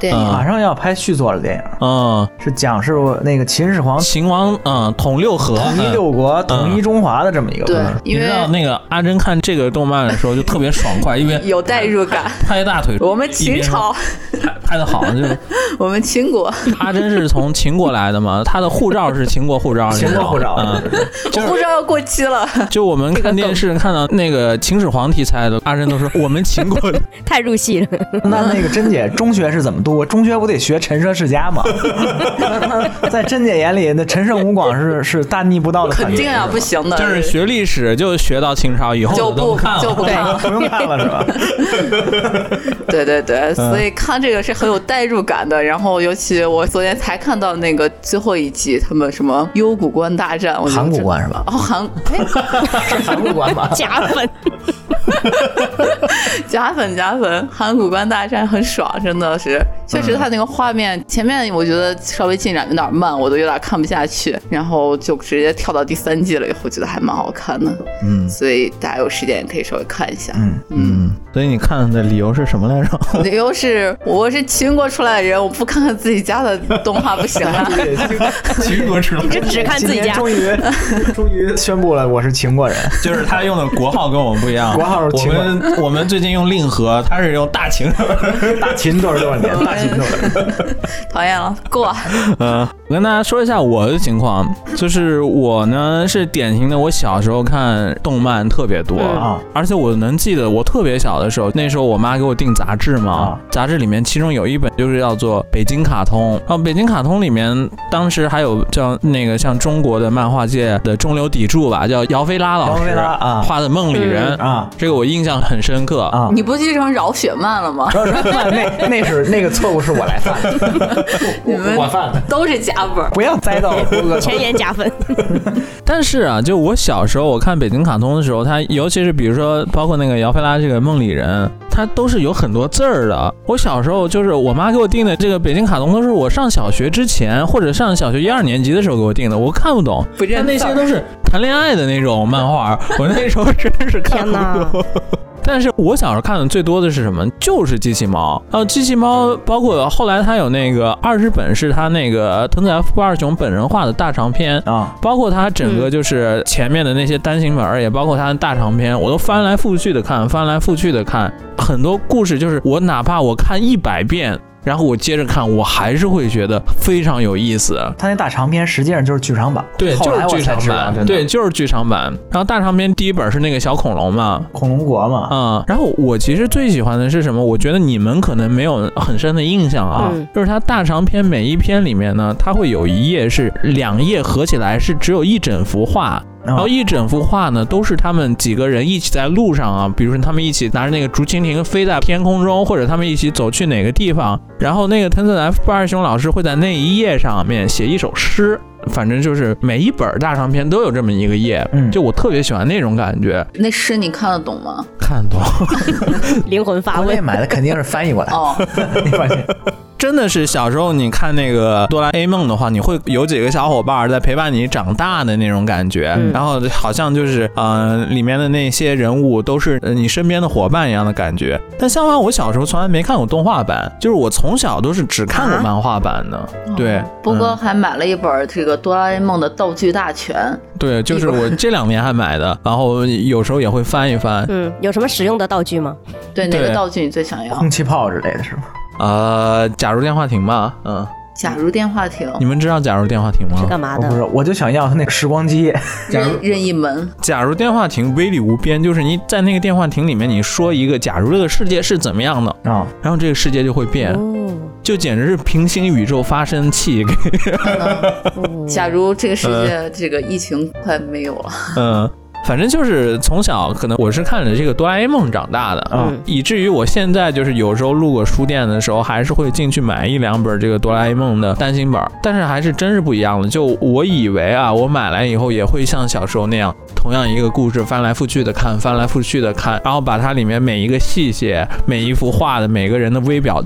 马上要拍续作的电影， 嗯， 是讲是那个秦始皇秦王嗯统六合， 统一六国、嗯、统一中华的这么一个。 对，因为你知道那个阿珍看这个动漫的时候就特别爽快，因为有代入感， 拍大腿。 我们秦朝拍拍的好，就是我们秦国。 阿珍是从秦国来的嘛，他的护照是秦国护照， 秦国护照， 嗯， 就是护照要过期了。 就我们看电视看到那个秦始皇题材的，阿珍都说我们秦国的， 太入戏了。 那那个珍姐中学是怎么读？中学不得学陈涉世家吗？在珍姐眼里，那陈胜吴广是是大逆不道的， 肯定啊，不行的。 就是学历史就学到秦朝以后就不看了，就不看了， 不用看了是吧？ 对对对，所以看这个是很有代入感的。然后尤其我昨天才看到那个最后一集，他们什么幽谷关大战，我函谷关是吧？ 哦，函哎， 是函谷关吧？ 假粉。 假粉假粉，函谷关大战很爽，真的是，确实他那个画面、嗯、前面我觉得稍微进展有点慢，我都有点看不下去，然后就直接跳到第三季了以后，觉得还蛮好看的，嗯，所以大家有时间也可以稍微看一下， 嗯嗯。所以你看的理由是什么来着？ 理由是我是秦国出来的人，我不看看自己家的动画不行啊。 秦国出来， 就只看自己家。 终于终于宣布了，我是秦国人， 就是他用的国号跟我们不一样， 国号是秦国。 我们我们最近用令和，他是用大秦， 大秦多少多少年，大秦多少年， 讨厌了，过。 嗯，我跟大家说一下我的情况，就是我呢是典型的，我小时候看动漫特别多啊、嗯，而且我能记得我特别小的时候，那时候我妈给我订杂志嘛，啊、杂志里面其中有一本就是叫做《北京卡通》，然后《北京卡通》里面当时还有叫那个像中国的漫画界的中流砥柱吧，叫姚菲拉老师啊画的梦里人、嗯、啊，这个我印象很深刻啊。 你不继承饶雪漫了吗？ 饶雪漫那那是那个错误是我来犯的， 你们我犯的都是假粉， 不要栽到波哥前沿假粉。 但是啊，就我小时候我看北京卡通的时候，它尤其是比如说包括那个姚菲拉这个梦里人，它都是有很多字儿的。我小时候就是我妈给我订的这个北京卡通，都是我上小学之前或者上小学一二年级的时候给我订的，我看不懂， 不认但那些都是谈恋爱的那种漫画，我那时候真是看不懂。但是我小时候看的最多的是什么？就是机器猫。然后机器猫包括后来它有那个二十本是它那个藤子 F 不二雄本人画的大长篇啊，包括它整个就是前面的那些单行本，也包括它的大长篇，我都翻来覆去的看，翻来覆去的看。很多故事就是我哪怕我看一百遍。然后我接着看，我还是会觉得非常有意思。 他那大长篇实际上就是剧场版， 对，就是剧场版，对，就是剧场版。然后大长篇第一本是那个小恐龙嘛， 恐龙国嘛， 嗯。然后我其实最喜欢的是什么？我觉得你们可能没有很深的印象啊，嗯、就是它大长篇每一篇里面呢，它会有一页是两页合起来是只有一整幅画。然后一整幅画呢，都是他们几个人一起在路上啊，比如说他们一起拿着那个竹蜻蜓飞在天空中，或者他们一起走去哪个地方，然后那个藤子 F 不二雄老师会在那一页上面写一首诗，反正就是每一本大长篇都有这么一个页，嗯，就我特别喜欢那种感觉。 那诗你看得懂吗？ 看得懂， 灵魂发问。 我买的肯定是翻译过来哦，你放心。 真的是小时候你看那个哆啦 A 梦的话，你会有几个小伙伴在陪伴你长大的那种感觉、嗯、然后好像就是呃里面的那些人物都是你身边的伙伴一样的感觉。但相反我小时候从来没看过动画版，就是我从小都是只看过漫画版的、啊、对。 波哥还买了一本这个哆啦 A 梦的道具大全， 对，就是我这两年还买的，然后有时候也会翻一翻。 嗯，有什么实用的道具吗？ 对，哪个道具你最想要？ 空气炮之类的是吗？ 呃，假如电话亭吧，嗯， 假如电话亭， 你们知道假如电话亭吗？ 是干嘛的？ 我不知道，我就想要他那个时光机。 假如任意门。 假如电话亭威力无边，就是你在那个电话亭里面，你说一个假如这个世界是怎么样的啊、哦，然后这个世界就会变，哦、就简直是平行宇宙发生器。 嗯、假如这个世界这个疫情快没有了， 嗯。反正就是从小可能我是看着这个哆啦 A 梦长大的，嗯，以至于我现在就是有时候路过书店的时候，还是会进去买一两本这个哆啦 A 梦的单行本，但是还是真是不一样的。就我以为啊，我买来以后也会像小时候那样，同样一个故事翻来覆去的看，翻来覆去的看，然后把它里面每一个细节、每一幅画的每个人的微表情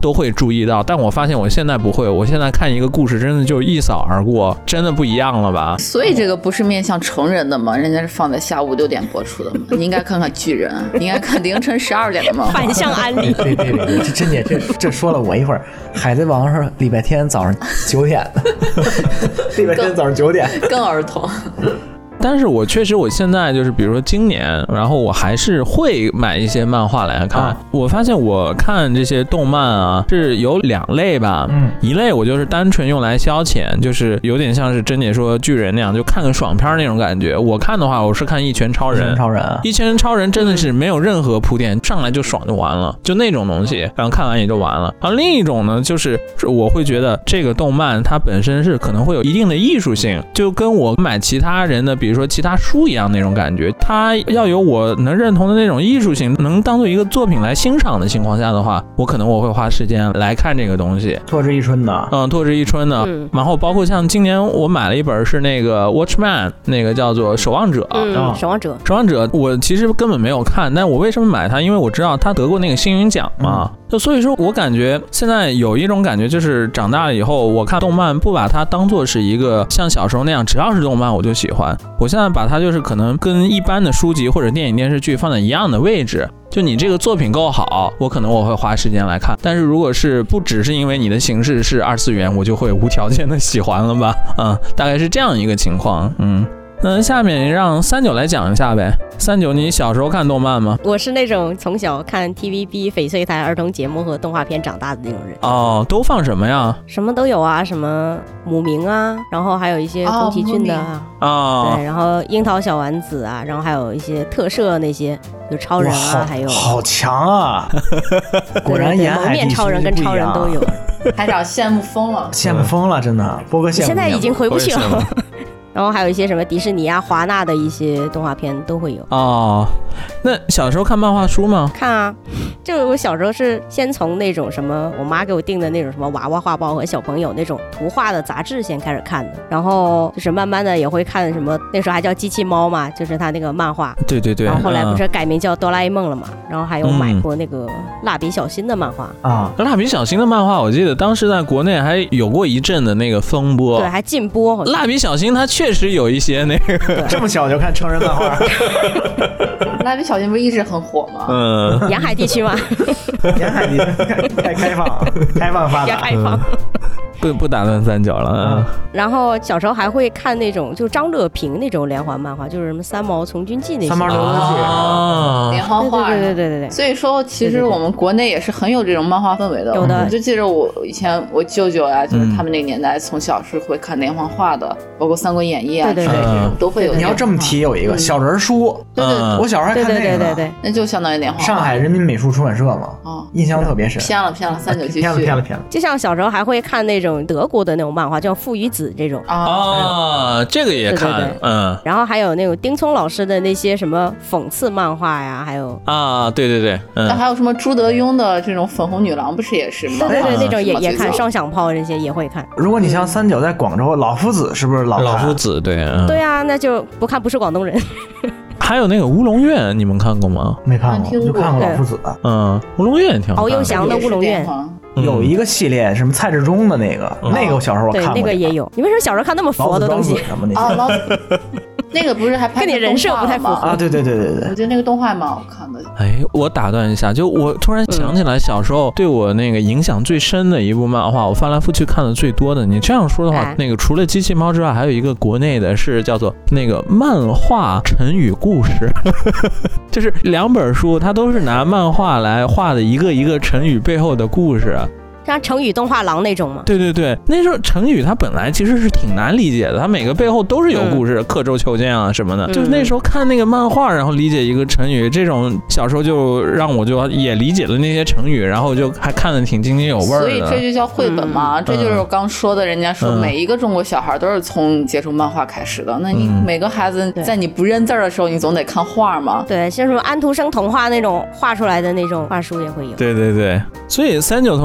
都会注意到，但我发现我现在不会，我现在看一个故事真的就一扫而过，真的不一样了吧？ 所以这个不是面向成人的吗？人家是放在下午六点播出的嘛，你应该看看巨人，你应该看凌晨十二点的嘛。 反向安利。 对对对，这真的这这说了我一会儿，海贼王是礼拜天早上九点，礼拜天早上九点， 更儿童。 但是我确实，我现在就是比如说今年，然后我还是会买一些漫画来看。啊、我发现我看这些动漫啊，是有两类吧。嗯，一类我就是单纯用来消遣，就是有点像是珍姐说巨人那样，就看个爽片那种感觉。我看的话，我是看一拳超人。一拳超人、啊，一拳超人真的是没有任何铺垫，上来就爽就完了，就那种东西，然后看完也就完了。然后另一种呢，就是我会觉得这个动漫它本身是可能会有一定的艺术性，就跟我买其他人的，比如。比如说其他书一样那种感觉，它要有我能认同的那种艺术性，能当做一个作品来欣赏的情况下的话，我可能我会花时间来看这个东西。 拓之一春的， 嗯，拓之一春的、嗯，然后包括像今年我买了一本是那个 Watchman， 那个叫做守望者， 嗯，守望者， 守望者，我其实根本没有看，但我为什么买它？因为我知道它得过那个星云奖嘛。嗯，就所以说我感觉现在有一种感觉，就是长大了以后，我看动漫不把它当做是一个像小时候那样，只要是动漫我就喜欢。我现在把它就是可能跟一般的书籍或者电影电视剧放在一样的位置。就你这个作品够好，我可能我会花时间来看。但是如果是不只是因为你的形式是二次元，我就会无条件的喜欢了吧？嗯，大概是这样一个情况。嗯。那下面让三九来讲一下呗。三九，你小时候看动漫吗？ 我是那种从小看 T V B 翡翠台儿童节目和动画片长大的那种人。 哦，都放什么呀？ 什么都有啊，什么姆明啊，然后还有一些宫崎骏的啊， 哦、 对，然后樱桃小丸子啊，然后还有一些特摄那些，就超人啊，还有好强啊！果然沿海蒙面超人跟超人都有。 台长羡慕疯了， 羡慕疯了，真的，波哥羡慕。 现在已经回不去了。然后还有一些什么迪士尼啊、华纳的一些动画片都会有哦。那小时候看漫画书吗？ 看啊，就我小时候是先从那种什么我妈给我订的那种什么娃娃画报和小朋友那种图画的杂志先开始看的，然后就是慢慢的也会看什么，那时候还叫机器猫嘛，就是他那个漫画。 对对对。 然后后来不是改名叫哆啦 A 梦了嘛，然后还有买过那个蜡笔小新的漫画啊。蜡笔小新的漫画，我记得当时在国内还有过一阵的那个风波， 对，还禁播。 蜡笔小新它确实有一些那个， 这么小就看成人漫画。 蜡笔小新不是一直很火吗？ 嗯， 沿海地区嘛， 沿海地区开开放，开放发达， 开放。 不不打断三角了啊、嗯！ 然后小时候还会看那种，就张乐平那种连环漫画，就是什么三毛从军记那些。 三毛流浪记啊，连环画。 对对对对对。 所以说，其实我们国内也是很有这种漫画氛围的。 有的。 我就记得我以前我舅舅啊，就是他们那个年代，从小是会看连环画的，包括《三国演义》啊， 对对对， 都会有。 你要这么提，有一个小人书， 对对， 我小时候还看那个， 对对对， 那就相当于连环画。 上海人民美术出版社嘛，啊，印象特别深。 偏了偏了，三九继续。 偏了偏了偏了。 就像小时候还会看那种德国的那种漫画，叫《父与子》这种啊，这个也看，嗯。 然后还有那种丁聪老师的那些什么讽刺漫画呀，还有啊，对对对， 嗯。那还有什么朱德庸的这种粉红女郎，不是也是吗？ 对对对，那种也也看，双响炮这些也会看。 如果你像三九在广州，老夫子是不是老老夫子？对，嗯。 对啊，那就不看不是广东人。 还有那个乌龙院，你们看过吗？ 没看过，就看过老夫子。 嗯，乌龙院挺好看。 敖幼祥的乌龙院。 有一个系列，什么蔡志忠的那个，嗯、那个我小时候我看过、 对，那个也有。你为什么小时候看那么佛的东西？ 什么那些？ 啊，老那个不是还拍跟你人设不太符合啊？对对对对对， 我觉得那个动画蛮好看的。 哎，我打断一下，就我突然想起来，小时候对我那个影响最深的一部漫画，我翻来覆去看的最多的。你这样说的话，哎、那个除了机器猫之外，还有一个国内的是叫做那个漫画成语故事，就是两本书，它都是拿漫画来画的一个一个成语背后的故事。 像成语动画廊那种吗？ 对对对，那时候成语它本来其实是挺难理解的，它每个背后都是有故事，嗯、刻舟求剑啊什么的。嗯、就是那时候看那个漫画，然后理解一个成语，这种小时候就让我就也理解了那些成语，然后就还看得挺津津有味的。 所以这就叫绘本嘛，嗯、这就是我刚说的，人家说每一个中国小孩都是从接触漫画开始的。嗯、那你每个孩子在你不认字的时候，你总得看画嘛。 对，像什么安徒生童话那种画出来的那种画书也会有。 对对对，所以三九同学现在。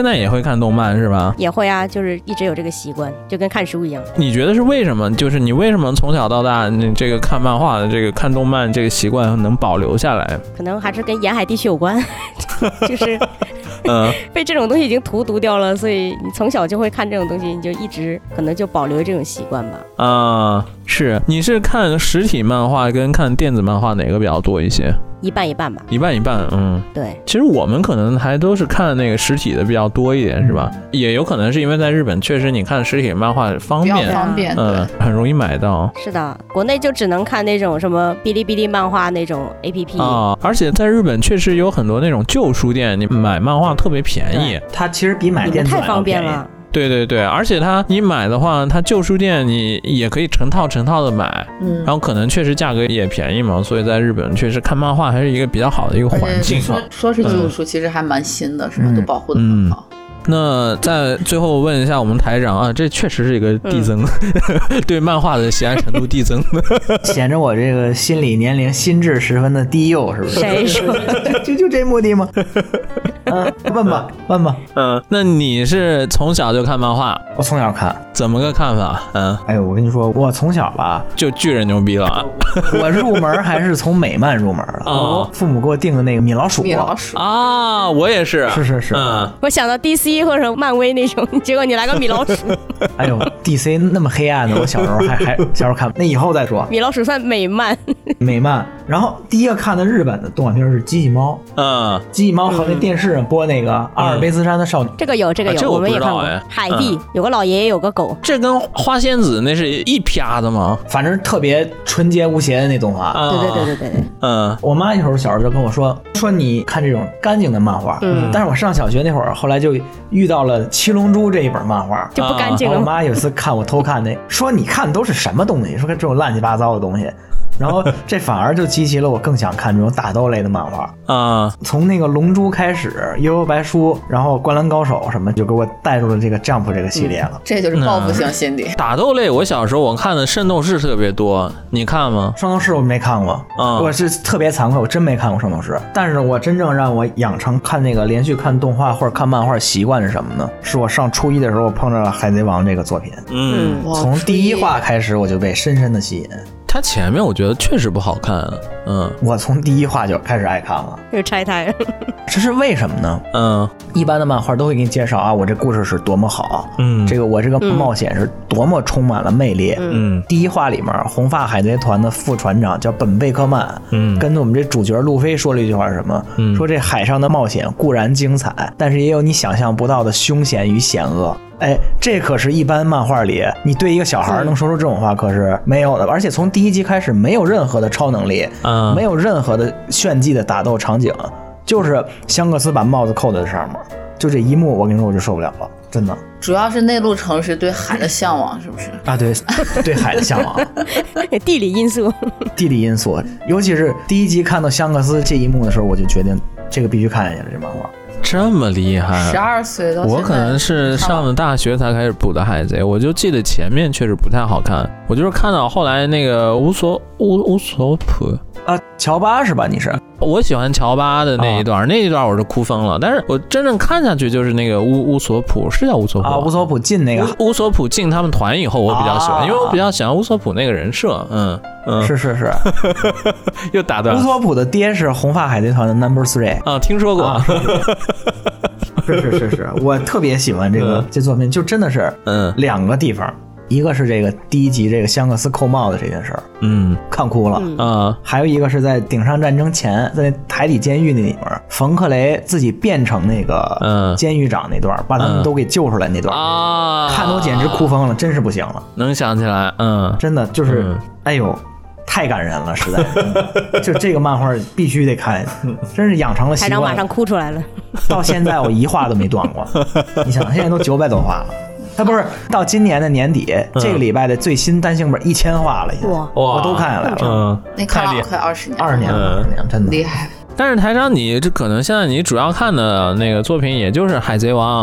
在也会看动漫是吧？ 也会啊，就是一直有这个习惯，就跟看书一样。 你觉得是为什么？就是你为什么从小到大，你这个看漫画的这个看动漫这个习惯能保留下来？ 可能还是跟沿海地区有关，就是嗯， 被这种东西已经荼毒掉了，所以你从小就会看这种东西，你就一直可能就保留这种习惯吧。 啊、呃，是，你是看实体漫画跟看电子漫画哪个比较多一些？ 一半一半吧， 一半一半，嗯， 对。 其实我们可能还都是看那个实体的比较多一点，是吧？也有可能是因为在日本，确实你看实体漫画方便， 比较方便， 嗯，很容易买到。 是的，国内就只能看那种什么哔哩哔哩漫画那种 A P P 啊，而且在日本确实有很多那种旧书店，你买漫画特别便宜， 它其实比买电子太方便了。 对对对，而且它你买的话，它旧书店你也可以成套成套的买，嗯，然后可能确实价格也便宜嘛，所以在日本确实看漫画还是一个比较好的一个环境。 说说是旧书，嗯、其实还蛮新的，是吧？嗯、都保护的很好。 嗯那在最后问一下我们台长啊，这确实是一个递增，嗯、对漫画的喜爱程度递增， 显着我这个心理年龄心智十分的低幼，是不是？ 谁说？ 就就这目的吗？嗯，问吧，问吧。 嗯，那你是从小就看漫画？ 我从小看， 怎么个看法？嗯， 哎呦，我跟你说，我从小吧就巨人牛逼了。 我入门还是从美漫入门的。哦，父母给我订的那个米老鼠。 米老鼠啊，我也是。 是是是。 嗯， 我想到 D C 或者漫威那种，结果你来个米老鼠。 哎呦 ，D C 那么黑暗的，我小时候还还小时候看，那以后再说。 米老鼠算美漫。 美漫，然后第一个看的日本的动画片是机器猫。 嗯， 机器猫和那电视上播那个阿尔卑斯山的少女。 这个有，这个有， 啊、 我们也看过。海蒂有个老爷爷，有个狗。 这跟花仙子那是一啪的吗？ 反正特别纯洁无邪的那动画。 对对对对对对。 嗯， 我妈那时候小时候就跟我说，说你看这种干净的漫画。嗯。但是我上小学那会儿，后来就遇到了《七龙珠》这一本漫画， 就不干净了。 我妈有一次看我偷看那，说你看都是什么东西？说这种乱七八糟的东西。然后这反而就激起了我更想看这种打斗类的漫画啊！ 从那个《龙珠》开始，《幽游白书》，然后《灌篮高手》什么，就给我带入了这个 Jump 这个系列了。嗯、 这就是报复性心理。 嗯、打斗类，我小时候我看的《圣斗士》特别多，你看吗？ 《圣斗士》我没看过，啊、嗯，我是特别惭愧，我真没看过《圣斗士》。但是我真正让我养成看那个连续看动画或者看漫画习惯是什么呢？是我上初一的时候，我碰着了《海贼王》这个作品。 嗯， 从第一话开始我就被深深的吸引。 它前面我觉得确实不好看，嗯， 我从第一话就开始爱看了， 又拆台， 这是为什么呢？ 嗯， 一般的漫画都会给你介绍啊，我这故事是多么好，嗯，这个我这个冒险是多么充满了魅力， 嗯， 第一话里面红发海贼团的副船长叫本贝克曼，嗯，跟我们这主角路飞说了一句话是什么？嗯，说这海上的冒险固然精彩，但是也有你想象不到的凶险与险恶。哎，这可是一般漫画里你对一个小孩能说出这种话可是没有的，而且从第一集开始没有任何的超能力，嗯，没有任何的炫技的打斗场景，就是香克斯把帽子扣在上面，就这一幕我跟你说我就受不了了，真的。 主要是内陆城市对海的向往，是不是？ 啊，对，对海的向往， 地理因素， 地理因素，尤其是第一集看到香克斯这一幕的时候，我就决定这个必须看下去了，这漫画。 这么厉害， 十二岁到现在， 我可能是上了大学才开始补的海贼，我就记得前面确实不太好看，我就是看到后来那个乌索乌乌索普啊，乔巴是吧？你是？ 我喜欢乔巴的那一段，啊、那一段我是哭疯了。但是我真正看下去就是那个乌乌索普，是叫乌索普啊，乌索普进那个乌索普进他们团以后，我比较喜欢，啊、因为我比较喜欢乌索普那个人设。嗯嗯， 是是是， 又打断了。 乌索普的爹是红发海贼团的 Number Three 啊，听说过。啊是是是是，我特别喜欢这个、嗯、这作品，就真的是嗯两个地方。一个是这个第一集这个香克斯扣帽子这件事儿，嗯，看哭了啊、嗯。还有一个是在顶上战争前，在那海底监狱那里面，冯克雷自己变成那个监狱长那段，嗯、把他们都给救出来那段啊，看都简直哭疯了，真是不行了。 能想起来，嗯， 真的就是，嗯、哎呦，太感人了，实在是。就这个漫画必须得看，真是养成了习惯。台长马上哭出来了。 到现在我一话都没断过，你想，现在都九百多话了。他不是到今年的年底，嗯、这个礼拜的最新单行本一千话了，已经，我都看下来了。 嗯，那看了快二十年， 二十年了，二十年，真的厉害。 但是台长，你这可能现在你主要看的那个作品，也就是《海贼王》，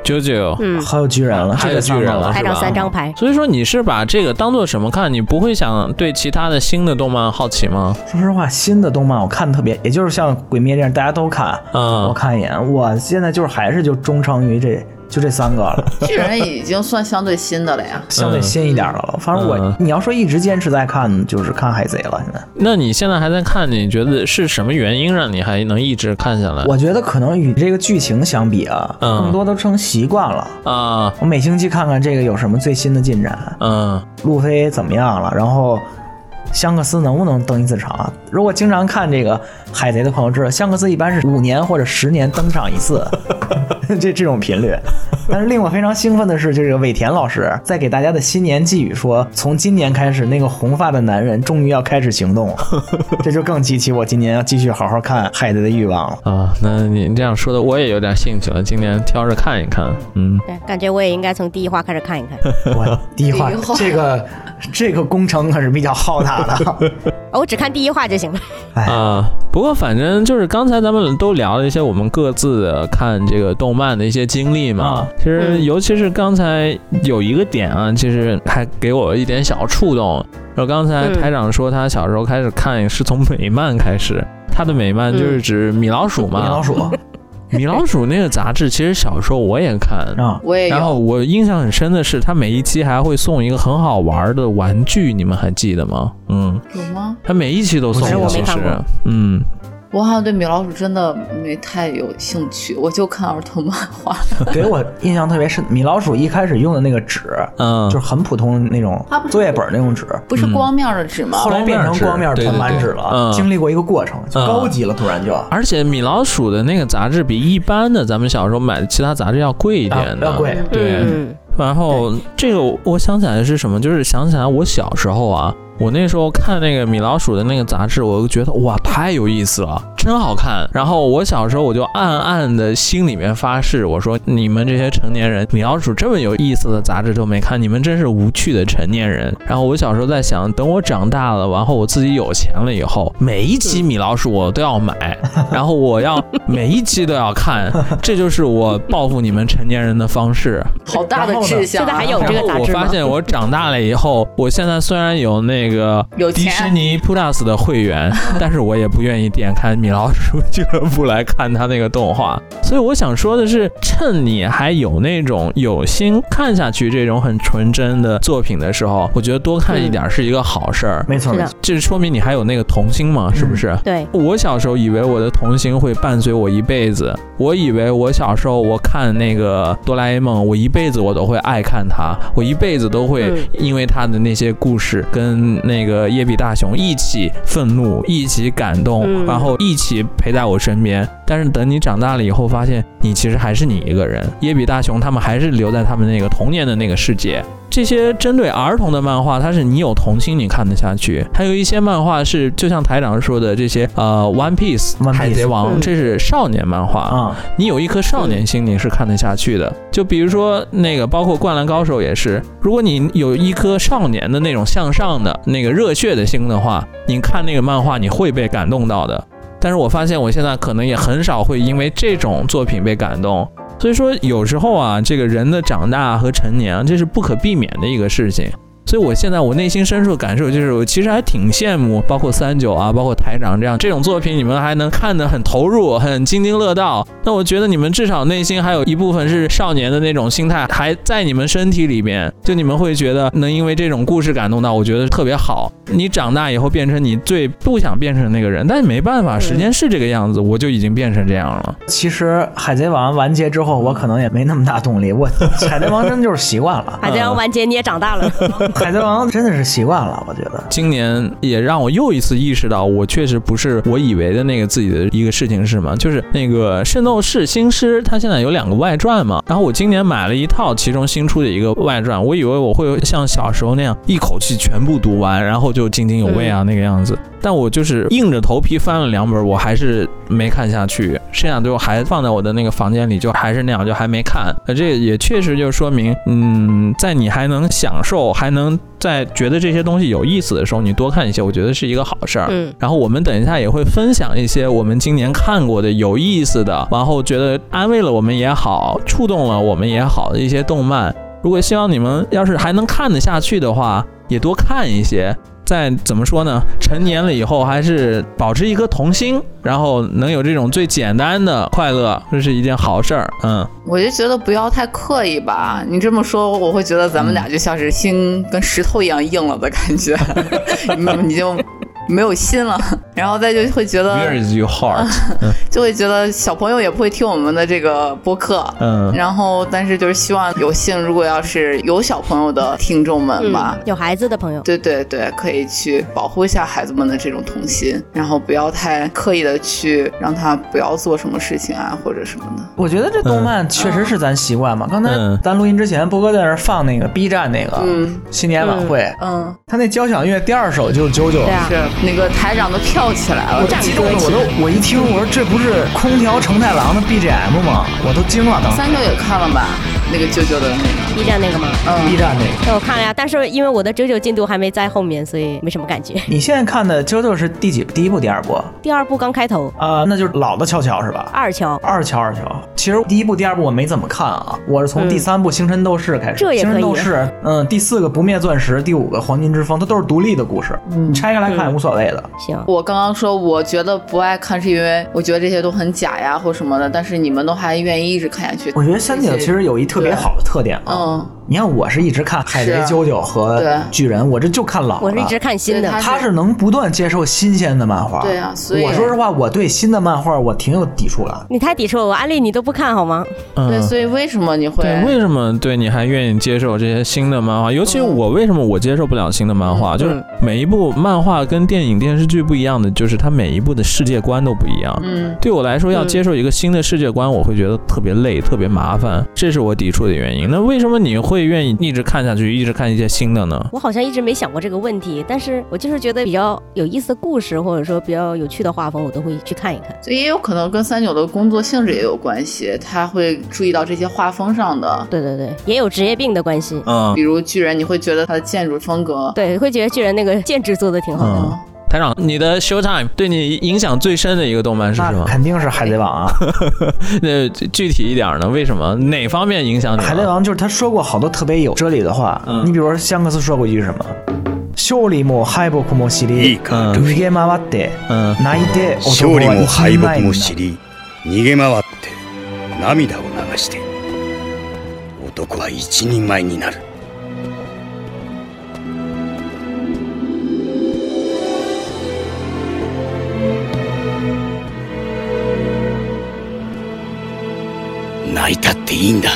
九九， 嗯， 还有巨人了， 还有巨人了， 台长三张牌。 所以说你是把这个当做什么看？你不会想对其他的新的动漫好奇吗？ 说实话，新的动漫我看特别，也就是像《鬼灭》这样，大家都看， 嗯， 我看一眼。我现在就是还是就忠诚于这。就这三个了， 巨人已经算相对新的了呀， 相对新一点的了。反正我， 嗯、 你要说一直坚持在看，就是看海贼了。现在， 那你现在还在看，你觉得是什么原因让你还能一直看下来？ 我觉得可能与这个剧情相比啊，嗯、更多都成习惯了啊。 我每星期看看这个有什么最新的进展， 嗯， 路飞怎么样了，然后。香克斯能不能登一次场？如果经常看这个海贼的朋友知道，香克斯一般是五年或者十年登场一次，这这种频率。但是令我非常兴奋的是，这个尾田老师在给大家的新年寄语说，从今年开始，那个红发的男人终于要开始行动了，这就更激起我今年要继续好好看海贼的欲望了啊！那你这样说的，我也有点兴趣了，今年挑着看一看。嗯， 对，感觉我也应该从第一话开始看一看。 我第一话这个这个工程可是比较浩大。 哦，我只看第一话就行了。 啊，不过反正就是刚才咱们都聊了一些我们各自的看这个动漫的一些经历嘛。啊、其实尤其是刚才有一个点啊，其实还给我一点小触动。然后刚才台长说他小时候开始看是从美漫开始，他的美漫就是指米老鼠嘛。 米老鼠。 米老鼠那个杂志，其实小时候我也看啊，我也有。 然后我印象很深的是，它每一期还会送一个很好玩的玩具，你们还记得吗？嗯， 有吗？ 它每一期都送， 我没看过。 嗯。 我好像对米老鼠真的没太有兴趣，我就看儿童漫画。 给我印象特别深，米老鼠一开始用的那个纸，嗯，就是很普通的那种作业本那种纸， 不是光面的纸吗？ 后来变成光面团版纸了， 嗯、 经历过一个过程，就高级了，突然就。 而且米老鼠的那个杂志比一般的咱们小时候买的其他杂志要贵一点的， 啊、要贵， 对。嗯、然后这个我想起来是什么，就是想起来我小时候啊。我那时候看那个米老鼠的那个杂志，我就觉得哇，太有意思了，真好看。然后我小时候我就暗暗的心里面发誓，我说你们这些成年人，米老鼠这么有意思的杂志都没看，你们真是无趣的成年人。然后我小时候在想，等我长大了，然后我自己有钱了以后，每一期米老鼠我都要买，然后我要每一期都要看，这就是我报复你们成年人的方式。 好大的志向、啊！ 现在还有这个杂志吗？ 我发现我长大了以后，我现在虽然有那个。那个迪士尼 Plus 的会员，但是我也不愿意点开米老鼠俱乐部来看他那个动画。所以我想说的是，趁你还有那种有心看下去这种很纯真的作品的时候，我觉得多看一点是一个好事儿。 没错， 这说明你还有那个童心嘛，是不是？ 嗯、对。 我小时候以为我的童心会伴随我一辈子，我以为我小时候我看那个哆啦 A 梦，我一辈子我都会爱看它，我一辈子都会因为它的那些故事跟那个耶比大雄一起愤怒，一起感动，嗯、然后一起陪在我身边。但是等你长大了以后，发现你其实还是你一个人，耶比大雄他们还是留在他们那个童年的那个世界。这些针对儿童的漫画，它是你有童心你看得下去，还有一些漫画是就像台长说的这些呃 One Piece, One Piece 海贼王、嗯、这是少年漫画、嗯、你有一颗少年心你是看得下去的。就比如说那个包括灌篮高手也是，如果你有一颗少年的那种向上的那个热血的心的话，你看那个漫画你会被感动到的。但是我发现我现在可能也很少会因为这种作品被感动。所以说有时候啊，这个人的长大和成年啊，这是不可避免的一个事情。所以我现在我内心深处的感受就是，我其实还挺羡慕，包括三九啊，包括台长这样这种作品，你们还能看得很投入，很津津乐道。那我觉得你们至少内心还有一部分是少年的那种心态，还在你们身体里边，就你们会觉得能因为这种故事感动到，我觉得特别好。你长大以后变成你最不想变成那个人，但是没办法，时间是这个样子，我就已经变成这样了。 其实海贼王完结之后，我可能也没那么大动力，我海贼王真的就是习惯了。 海贼王完结你也长大了。 海贼王真的是习惯了，我觉得今年也让我又一次意识到，我确实不是我以为的那个自己的一个事情是什么，就是那个圣斗士新诗，它现在有两个外传嘛，然后我今年买了一套其中新出的一个外传，我以为我会像小时候那样一口气全部读完，然后就津津有味啊、嗯、那个样子，但我就是硬着头皮翻了两本，我还是没看下去，剩下最后还放在我的那个房间里，就还是那样，就还没看。这也确实就说明，嗯，在你还能享受，还能在觉得这些东西有意思的时候，你多看一些，我觉得是一个好事儿。 嗯， 然后我们等一下也会分享一些我们今年看过的有意思的，然后觉得安慰了我们也好，触动了我们也好的一些动漫。如果希望你们要是还能看得下去的话，也多看一些。在怎么说呢？成年了以后还是保持一颗童心，然后能有这种最简单的快乐，这是一件好事儿。嗯， 我就觉得不要太刻意吧。你这么说，我会觉得咱们俩就像是心跟石头一样硬了的感觉，你就没有心了。然后再就会觉得 Where is your heart？ 就会觉得小朋友也不会听我们的这个播客。嗯，然后但是就是希望有幸，如果要是有小朋友的听众们吧、 嗯，有孩子的朋友， 对对对，可以去保护一下孩子们的这种童心，然后不要太刻意的去让他不要做什么事情啊或者什么的。 我觉得这动漫确实是咱习惯嘛。嗯、刚才咱录音之前，波哥在那放那个 B 站那个新年晚会，嗯，嗯他那交响乐第二首就是啾啾， 对啊，是那个台长都跳起来了， 我激动的我都我一听我说这不是空调承太郎的 B G M 吗？我都惊了。 三九也看了吧？那个啾啾的那个 B 站那个吗？ 嗯 ，B 站那个。 对，我看了呀，但是因为我的啾啾进度还没在后面，所以没什么感觉。 你现在看的啾啾是第几？第一部、第二部？ 第二部刚开头啊、呃，那就是老的乔乔是吧？ 二乔， 二乔，二乔。其实第一部、第二部我没怎么看啊，我是从第三部《星辰斗士》开始。 这也可以。 星辰斗士，嗯，第四个《不灭钻石》，第五个《黄金之风》，它都是独立的故事，嗯、你拆开来看也无所谓的。 行， 我刚刚说我觉得不爱看是因为我觉得这些都很假呀或什么的，但是你们都还愿意一直看下去。 我觉得三井其实有一特别好的特点啊。嗯，你看我是一直看海贼、啾啾和巨人，我这就看老的， 我是一直看新的。 他是能不断接受新鲜的漫画。 对啊，所以我说实话，我对新的漫画我挺有抵触的。 你太抵触了，我安利你都不看好吗？ 嗯、对，所以为什么你会？ 对，为什么对你还愿意接受这些新的漫画？尤其我为什么我接受不了新的漫画？嗯、就是每一部漫画跟电影、电视剧不一样的，就是它每一部的世界观都不一样。嗯，对我来说，要接受一个新的世界观，我会觉得特别累、特别麻烦，这是我抵触的原因。那为什么你会愿意一直看下去，一直看一些新的呢？ 我好像一直没想过这个问题，但是我就是觉得比较有意思的故事，或者说比较有趣的画风，我都会去看一看。 所以也有可能跟三九的工作性质也有关系，他会注意到这些画风上的。 对对对，也有职业病的关系。 嗯，比如巨人，你会觉得他的建筑风格， 对，会觉得巨人那个建制做的挺好的。嗯， 台长，你的 Showtime 对你影响最深的一个动漫是什么？ 肯定是海贼王啊。 那具体一点呢？为什么？哪方面影响你？ 海贼王就是他说过好多特别有哲理的话。嗯，你比如说香克斯说过一句什么？勝利も敗北も知り、逃げ回って、泣いて男は一人前になる。 逃げ回って涙を流して男は一人前になる。泣いたっていいんだ。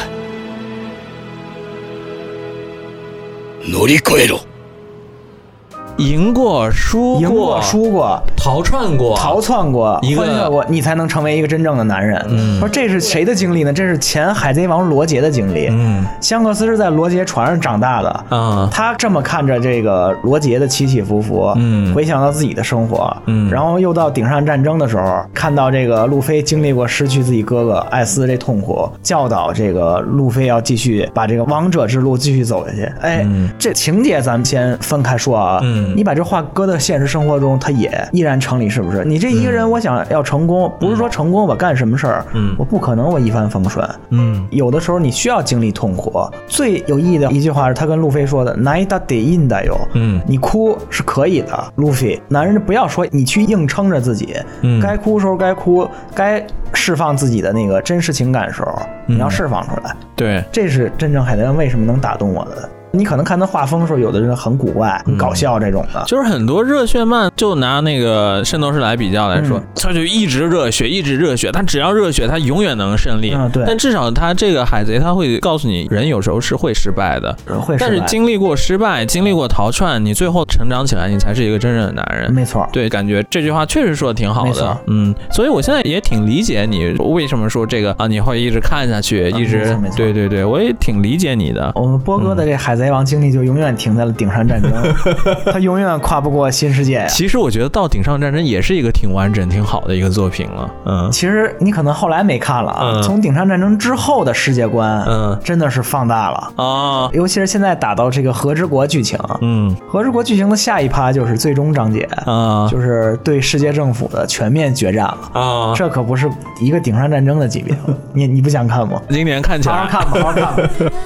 乗り越えろ。 赢过，输过， 赢过，输过， 逃窜过， 逃窜过，欢笑过，你才能成为一个真正的男人。嗯，说这是谁的经历呢？这是前海贼王罗杰的经历。嗯，香克斯是在罗杰船上长大的。啊、嗯，他这么看着这个罗杰的起起伏伏，嗯，回想到自己的生活，嗯，然后又到顶上战争的时候，看到这个路飞经历过失去自己哥哥艾斯这痛苦，教导这个路飞要继续把这个王者之路继续走下去。哎，嗯、这情节咱们先分开说啊。嗯。你把这话搁到现实生活中，它也依然成立，是不是？你这一个人，我想要成功，嗯、不是说成功我干什么事儿，嗯，我不可能我一帆风顺，嗯，有的时候你需要经历痛苦。最有意义的一句话是他跟路飞说的：“泣いたっていいんだよ。”嗯，你哭是可以的，路飞，男人不要说你去硬撑着自己，嗯，该哭时候该哭，该释放自己的那个真实情感的时候，嗯、你要释放出来。 对， 这是真正海贼王为什么能打动我的。你可能看他画风的时候，有的人很古怪、很搞笑这种的， 嗯、就是很多热血漫，就拿那个圣斗士来比较来说，嗯、他就一直热血，一直热血，他只要热血，他永远能胜利。嗯，对。但至少他这个海贼，他会告诉你，人有时候是会失败的， 会失败。 但是经历过失败，经历过逃窜，你最后成长起来，你才是一个真正的男人。 没错。 对，感觉这句话确实说的挺好的。没错。嗯，所以我现在也挺理解你为什么说这个啊，你会一直看下去，一直。 啊、没错没错对对对，我也挺理解你的。 我们波哥的这海贼王经历就永远停在了顶上战争，他永远跨不过新世界呀。 其实我觉得到顶上战争也是一个挺完整挺好的一个作品了。嗯， 其实你可能后来没看了啊，嗯、从顶上战争之后的世界观，嗯，真的是放大了啊，尤其是现在打到这个和之国剧情，嗯，和之国剧情的下一趴就是最终章节啊，就是对世界政府的全面决战了啊，这可不是一个顶上战争的级别，你你不想看吗？ 今年看起来， 好好看吧，好好看吧。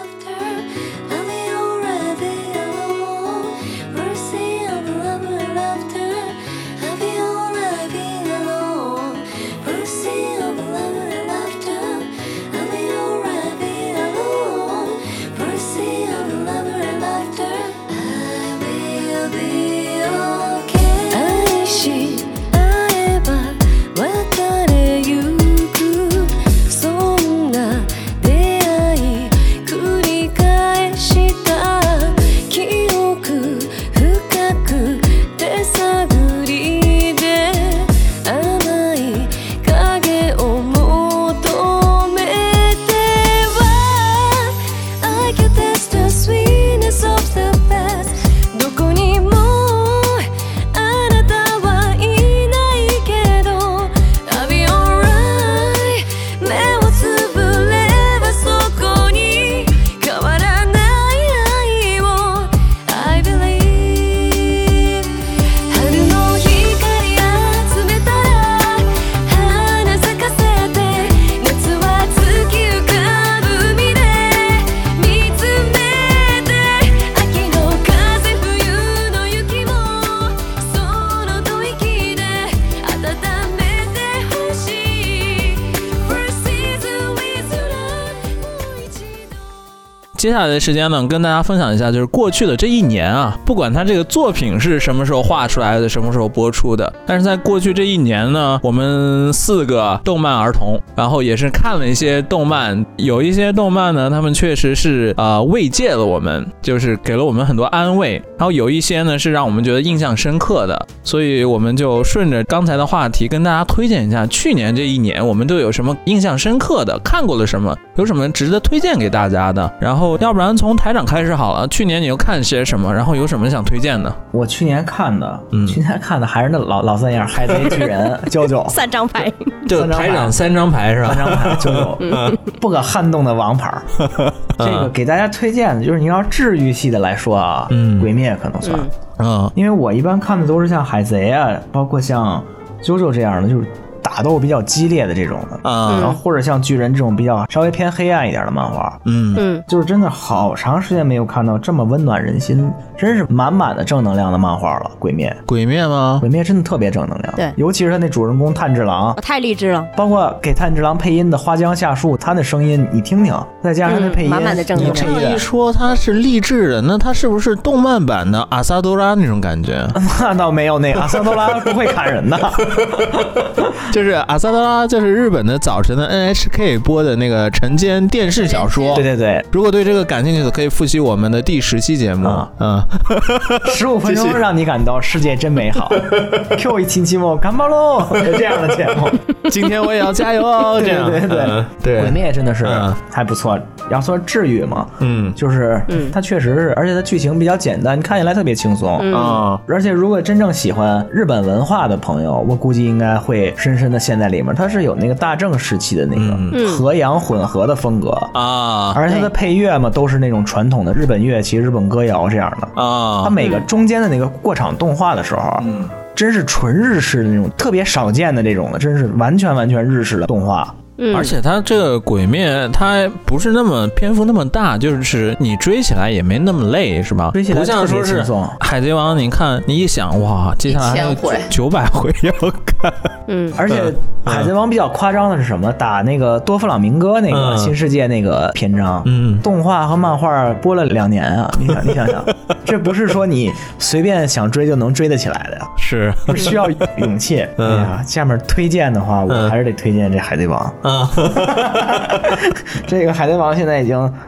接下来的时间呢，跟大家分享一下，就是过去的这一年啊，不管它这个作品是什么时候画出来的，什么时候播出的，但是在过去这一年呢，我们四个动漫儿童，然后也是看了一些动漫，有一些动漫呢，他们确实是呃慰藉了我们，就是给了我们很多安慰，然后有一些呢是让我们觉得印象深刻的，所以我们就顺着刚才的话题跟大家推荐一下，去年这一年我们都有什么印象深刻的，看过了什么，有什么值得推荐给大家的，然后要不然从台长开始好了，去年你又看些什么，然后有什么想推荐的？ 我去年看的，嗯，去年看的还是那老老三样，海贼巨人、啾啾三张牌， 就台长三张牌是吧？ 三张牌，啾啾，嗯，不可撼动的王牌。这个给大家推荐的就是你要治愈系的来说啊，嗯，鬼灭可能算，嗯，因为我一般看的都是像海贼啊，包括像啾啾这样的，就是打斗比较激烈的这种的啊、嗯，然后或者像巨人这种比较稍微偏黑暗一点的漫画，嗯嗯，就是真的好长时间没有看到这么温暖人心，真是满满的正能量的漫画了。鬼灭， 鬼灭吗？ 鬼灭真的特别正能量， 对， 尤其是他那主人公炭治郎， 太励志了。 包括给炭治郎配音的花江夏树，他的声音你听听，再加上他的配音， 嗯、满满的正能量。 你这一说他是励志的，那他是不是动漫版的阿萨多拉那种感觉？ 那倒没有，那阿萨多拉不会砍人的， 就是阿萨多拉就是日本的早晨的 N H K 播的那个晨间电视小说。 对对对， 如果对这个感兴趣的，可以复习我们的第十期节目。嗯， 十五分钟让你感到世界真美好。Q 一期期末干巴喽，这样的节目。 今天我也要加油哦，这样。 对对对、嗯、对，鬼灭真的是还不错。要说治愈嘛，嗯，就是它确实是，而且它剧情比较简单，你看起来特别轻松啊、嗯嗯。而且如果真正喜欢日本文化的朋友，我估计应该会深深的陷在里面。它是有那个大正时期的那个和洋混合的风格啊，而且它的配乐嘛都是那种传统的日本乐器、日本歌谣这样的啊。它每个中间的那个过场动画的时候，嗯，真是纯日式的那种，特别少见的这种的，真是完全完全日式的动画。 嗯、而且它这个鬼灭它不是那么篇幅那么大，就是你追起来也没那么累，是吧？ 追起来不像说是海贼王，你看你一想哇，接下来还有九百回要看。 嗯，而且海贼王比较夸张的是什么？打那个多弗朗明哥那个新世界那个篇章，嗯，动画和漫画播了两年啊！你想，你想想，这不是说你随便想追就能追得起来的呀， 是需要勇气。哎呀，下面推荐的话，我还是得推荐这海贼王。啊，这个海贼王现在已经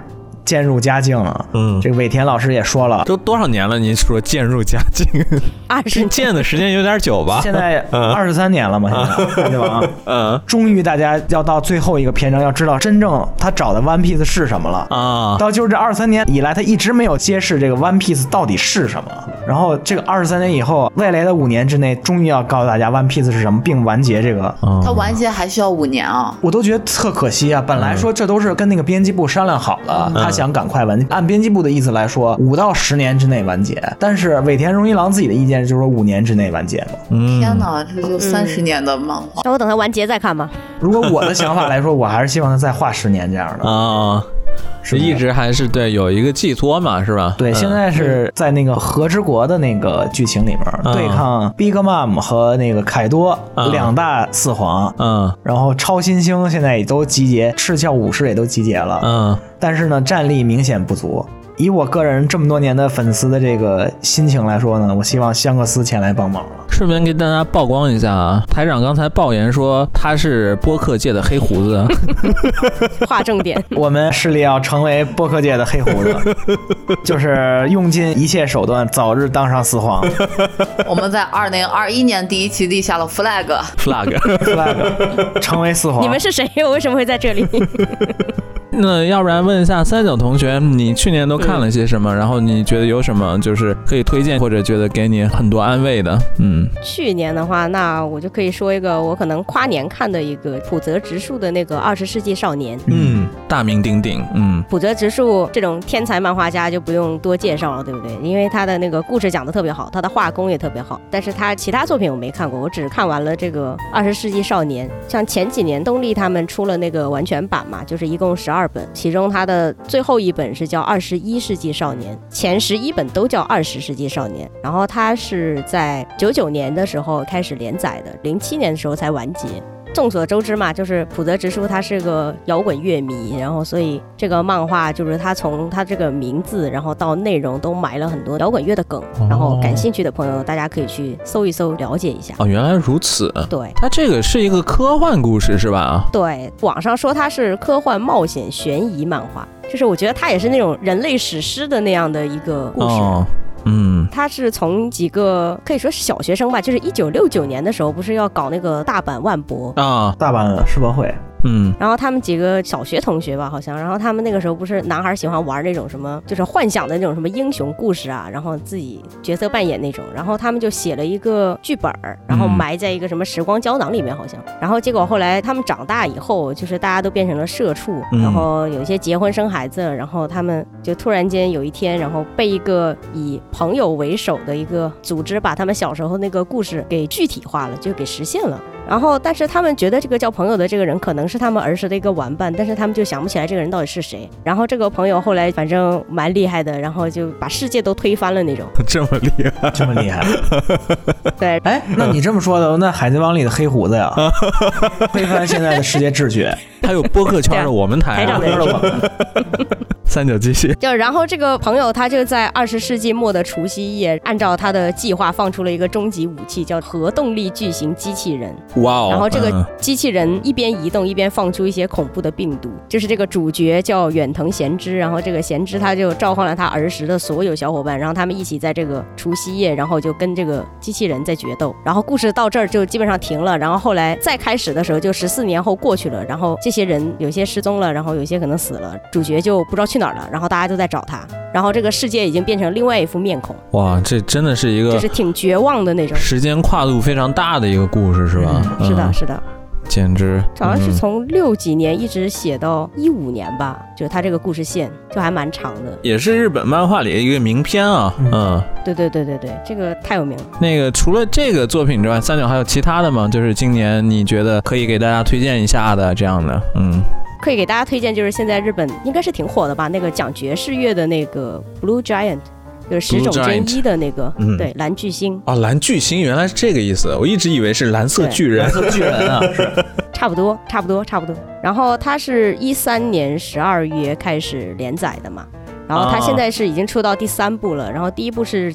渐入佳境了。 嗯， 这个尾田老师也说了， 都多少年了？您说渐入佳境， 二十渐的时间有点久吧？ 现在二十三年了嘛，现在对吧？嗯，终于大家要到最后一个篇章，要知道真正他找的 One Piece 是什么了啊！到就是这二十三年以来，他一直没有揭示这个 One Piece 到底是什么。然后这个二十三年以后，未来的五年之内，终于要告诉大家 One Piece 是什么，并完结这个。 它完结还需要五年啊！ 我都觉得特可惜啊！本来说这都是跟那个编辑部商量好了， 嗯、 他想赶快完结。按编辑部的意思来说，五到十年之内完结。但是尾田荣一郎自己的意见就是说五年之内完结嘛。 嗯、天哪，这就三十年的漫画。 那、嗯、我等它完结再看吧。 如果我的想法来说，我还是希望他再画十年这样的啊。是一直还是对有一个寄托嘛，是吧？ 对，嗯、现在是在那个和之国的那个剧情里面、嗯、对抗 Big Mom 和那个凯多、嗯、两大四皇，嗯，然后超新星现在也都集结，赤鞘武士也都集结了，嗯，但是呢，战力明显不足。以我个人这么多年的粉丝的这个心情来说呢，我希望香克斯前来帮忙了。 顺便给大家曝光一下啊，台长刚才爆言说他是播客界的黑胡子， 划重点。 我们势力要成为播客界的黑胡子，就是用尽一切手段，早日当上四皇。 我们在二零二一年第一期立下了 flag flag flag， 成为四皇。 你们是谁？我为什么会在这里？ 那要不然问一下三九同学，你去年都看了些什么？然后你觉得有什么就是可以推荐，或者觉得给你很多安慰的？嗯， 去年的话，那我就可以说一个我可能跨年看的一个浦泽直树的那个《二十世纪少年》。 嗯，大名鼎鼎。嗯， 浦泽直树这种天才漫画家就不用多介绍了，对不对？因为他的那个故事讲得特别好，他的画工也特别好。但是他其他作品我没看过，我只看完了这个《二十世纪少年》。像前几年东立他们出了那个完全版嘛，就是一共十二本，其中他的最后一本是叫《二十一世纪少年》，前十一本都叫《二十世纪少年》。然后他是在九九年的时候开始连载的，零七年的时候才完结。众所周知嘛，就是浦泽直树他是个摇滚乐迷，然后所以这个漫画就是他从他这个名字然后到内容都埋了很多摇滚乐的梗，然后感兴趣的朋友大家可以去搜一搜了解一下。 哦，原来如此。 对， 他这个是一个科幻故事是吧？ 对，网上说它是科幻冒险悬疑漫画，就是我觉得它也是那种人类史诗的那样的一个故事。哦，嗯，他是从几个可以说是小学生吧，就是一九六九年的时候，不是要搞那个大阪万博啊， 大阪世博会。 嗯， 然后他们几个小学同学吧，好像，然后他们那个时候不是男孩喜欢玩那种什么，就是幻想的那种什么英雄故事啊，然后自己角色扮演那种，然后他们就写了一个剧本，然后埋在一个什么时光胶囊里面好像，然后结果后来他们长大以后，就是大家都变成了社畜，然后有一些结婚生孩子，然后他们就突然间有一天，然后被一个以朋友为首的一个组织把他们小时候那个故事给具体化了，就给实现了。然后但是他们觉得这个叫朋友的这个人可能是他们儿时的一个玩伴，但是他们就想不起来这个人到底是谁。然后这个朋友后来反正蛮厉害的，然后就把世界都推翻了那种。 这么厉害， 这么厉害。 对， 哎，那你这么说的，那海贼王里的黑胡子呀，推翻现在的世界秩序。 还有播客圈的我们台、啊、 台长的人三九继续。 就然后这个朋友他就在二十世纪末的除夕夜，按照他的计划放出了一个终极武器，叫核动力巨型机器人。 哇哦！ 然后这个机器人一边移动一边放出一些恐怖的病毒，就是这个主角叫远藤贤之，然后这个贤之他就召唤了他儿时的所有小伙伴，然后他们一起在这个除夕夜，然后就跟这个机器人在决斗。然后故事到这儿就基本上停了，然后后来再开始的时候就十四年后过去了，然后这些人有些失踪了，然后有些可能死了，主角就不知道去哪儿了，然后大家都在找他，然后这个世界已经变成另外一副面孔。 哇，这真的是一个就是挺绝望的那种， 时间跨度非常大的一个故事是吧？ 嗯嗯、是的是的， 简直好像是从六几年一直写到一五年吧，就是他这个故事线就还蛮长的， 也是日本漫画里的一个名篇啊。嗯，嗯对对对对对，这个太有名了。 那个除了这个作品之外，三九还有其他的吗？就是今年你觉得可以给大家推荐一下的这样的？嗯， 可以给大家推荐，就是现在日本应该是挺火的吧，那个讲爵士乐的那个 Blue Giant。就是十种真一的那个，嗯、对，蓝巨星啊，蓝巨星原来是这个意思，我一直以为是蓝色巨人， 蓝色巨人啊，是差不多，差不多，差不多。然后它是一三年十二月开始连载的嘛，然后它现在是已经出到第三部了，然后第一部是讲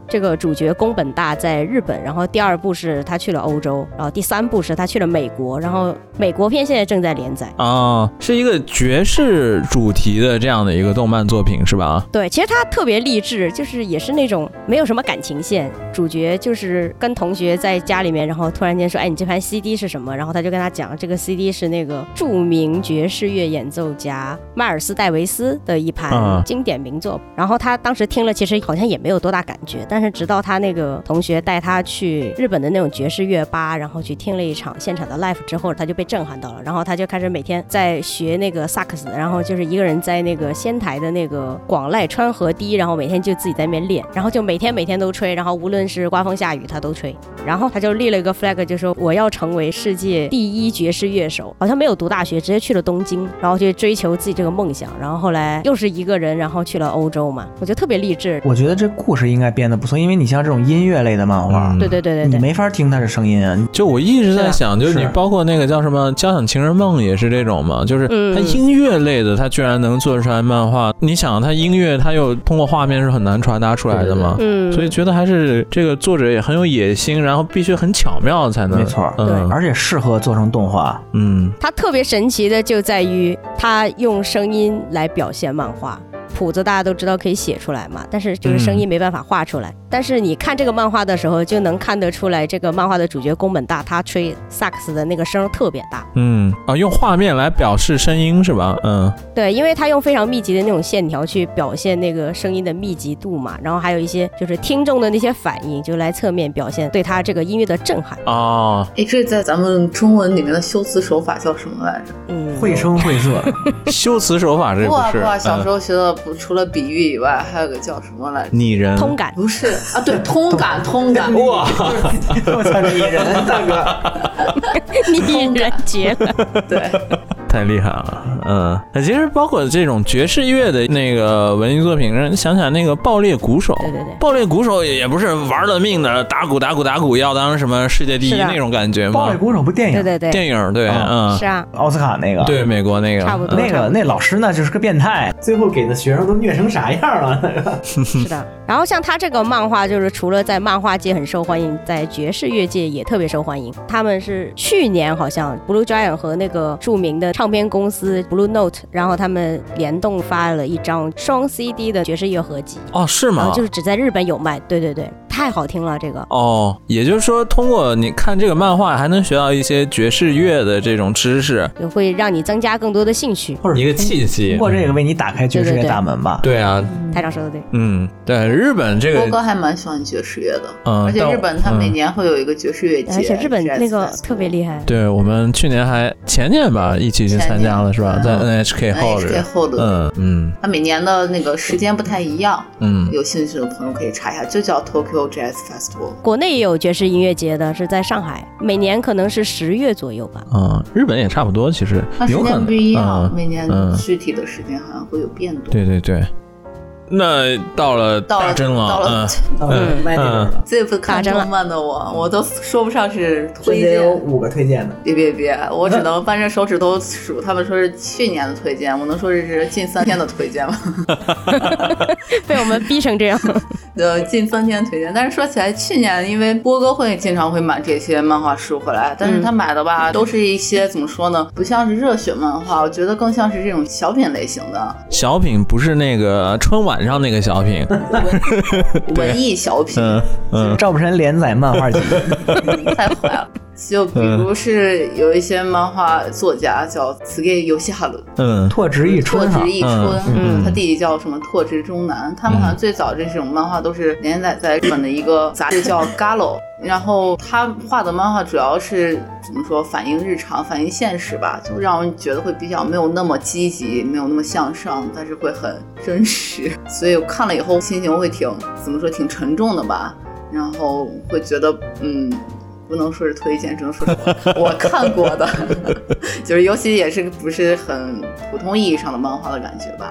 这个主角宫本大在日本，然后第二部是他去了欧洲，然后第三部是他去了美国，然后美国片现在正在连载啊，是一个爵士主题的这样的一个动漫作品是吧？ 对，其实他特别励志，就是也是那种没有什么感情线，主角就是跟同学在家里面，然后突然间说，哎，你这盘 C D 是什么？然后他就跟他讲，这个 C D 是那个著名爵士乐演奏家迈尔斯戴维斯的一盘经典名作，然后他当时听了其实好像也没有多大感觉，但是直到他那个同学带他去日本的那种爵士乐吧，然后去听了一场现场的 live 之后，他就被震撼到了，然后他就开始每天在学那个萨克斯，然后就是一个人在那个仙台的那个广濑川河堤，然后每天就自己在那边练，然后就每天每天都吹，然后无论是刮风下雨他都吹，然后他就立了一个 flag， 就说我要成为世界第一爵士乐手，好像没有读大学，直接去了东京，然后去追求自己这个梦想，然后后来又是一个人，然后去了欧洲嘛，我觉得特别励志。 我觉得这故事应该编得不错，因为你像这种音乐类的漫画， 嗯、对对对对对， 你没法听他的声音啊。 就我一直在想，就是你包括那个叫什么《交响情人梦》也是这种嘛，就是他音乐类的，他居然能做出来漫画。你想，他音乐他又通过画面是很难传达出来的嘛，嗯，所以觉得还是这个作者也很有野心，然后必须很巧妙才能， 没错， 嗯、 对，而且适合做成动画。 嗯， 他特别神奇的就在于他用声音来表现漫画。谱子大家都知道可以写出来嘛，但是就是声音没办法画出来、嗯、但是你看这个漫画的时候就能看得出来，这个漫画的主角宫本大他吹萨克斯的那个声特别大。 嗯啊，用画面来表示声音是吧？嗯， 对，因为他用非常密集的那种线条去表现那个声音的密集度嘛，然后还有一些就是听众的那些反应，就来侧面表现对他这个音乐的震撼。 哦， 哎，这在咱们中文里面的修辞手法叫什么来着？ 嗯， 绘声绘色。 修辞手法这不是？ 哇哇，小时候学的。除了比喻以外，还有个叫什么来着？ 拟人。 通感。 不是啊，对，通感，通感。 哇， 我操，拟人，大哥， 拟人绝了。 对。 太厉害了，嗯，其实包括这种爵士乐的那个文艺作品，让人想起来那个爆裂鼓手， 对对对， 爆裂鼓手也不是玩了命的打鼓打鼓打鼓，要当什么世界第一那种感觉吗？ 爆裂鼓手不电影？ 对对对， 电影对，嗯， 是啊， 奥斯卡那个， 对，美国那个， 差不多， 那个那老师呢就是个变态，最后给的学生都虐成啥样了？那个是的。然后像他这个漫画，就是除了在漫画界很受欢迎，在爵士乐界也特别受欢迎。他们是去年好像 Blue Giant 和那个著名的唱片公司 Blue Note， 然后他们联动发了一张双 C D 的爵士乐合集。 哦，是吗？ 就是只在日本有卖。对对对，太好听了这个。 哦，也就是说，通过你看这个漫画，还能学到一些爵士乐的这种知识， 也会让你增加更多的兴趣， 一个契机。 通过这个为你打开爵士乐大门吧。 对, 对, 对, 对啊， 台长说的对。 嗯，对，日本这个波哥还蛮喜欢爵士乐的， 嗯， 而且日本他每年会有一个爵士乐节， 而且日本那个特别厉害。 对，我们去年还前年吧一起去参加了是吧？在 N H K 后的 N H K 后的， 嗯嗯， 他每年的那个时间不太一样， 嗯， 有兴趣的朋友可以查一下，就叫 Tokyo Jazz Festival。 国内也有爵士音乐节的，是在上海，每年可能是十月左右吧。 嗯，日本也差不多，其实有可能不一样，嗯、每年具体的时间好像会有变动。 对对对。那到了大真了， 到了， 嗯嗯， 这部看动漫的我，我都说不上是推荐， 有五个推荐的， 别别别，我只能扳着手指头数。他们说是去年的推荐，我能说是近三天的推荐吗？ 被我们逼成这样。 呃，近三天推荐，但是说起来，去年因为波哥会经常会买这些漫画书回来，但是他买的吧，嗯、都是一些怎么说呢，不像是热血漫画，我觉得更像是这种小品类型的。 小品不是那个春晚上那个小品， 文艺小品， 嗯嗯， 赵本山连载漫画集， 太坏了。就比如是有一些漫画作家叫此给游戏哈鲁， 嗯， 拓殖一春， 拓殖一春， 嗯， 他弟弟叫什么拓殖中南，他们好像最早这种漫画都是连载在日本的一个杂志叫 Galo， 然后他画的漫画主要是怎么说反映日常、反映现实吧，就让人觉得会比较没有那么积极，没有那么向上，但是会很真实，所以我看了以后心情会挺怎么说挺沉重的吧，然后会觉得嗯。不能说是推荐，只能说是我我看过的，就是尤其也是不是很普通意义上的漫画的感觉吧。 嗯，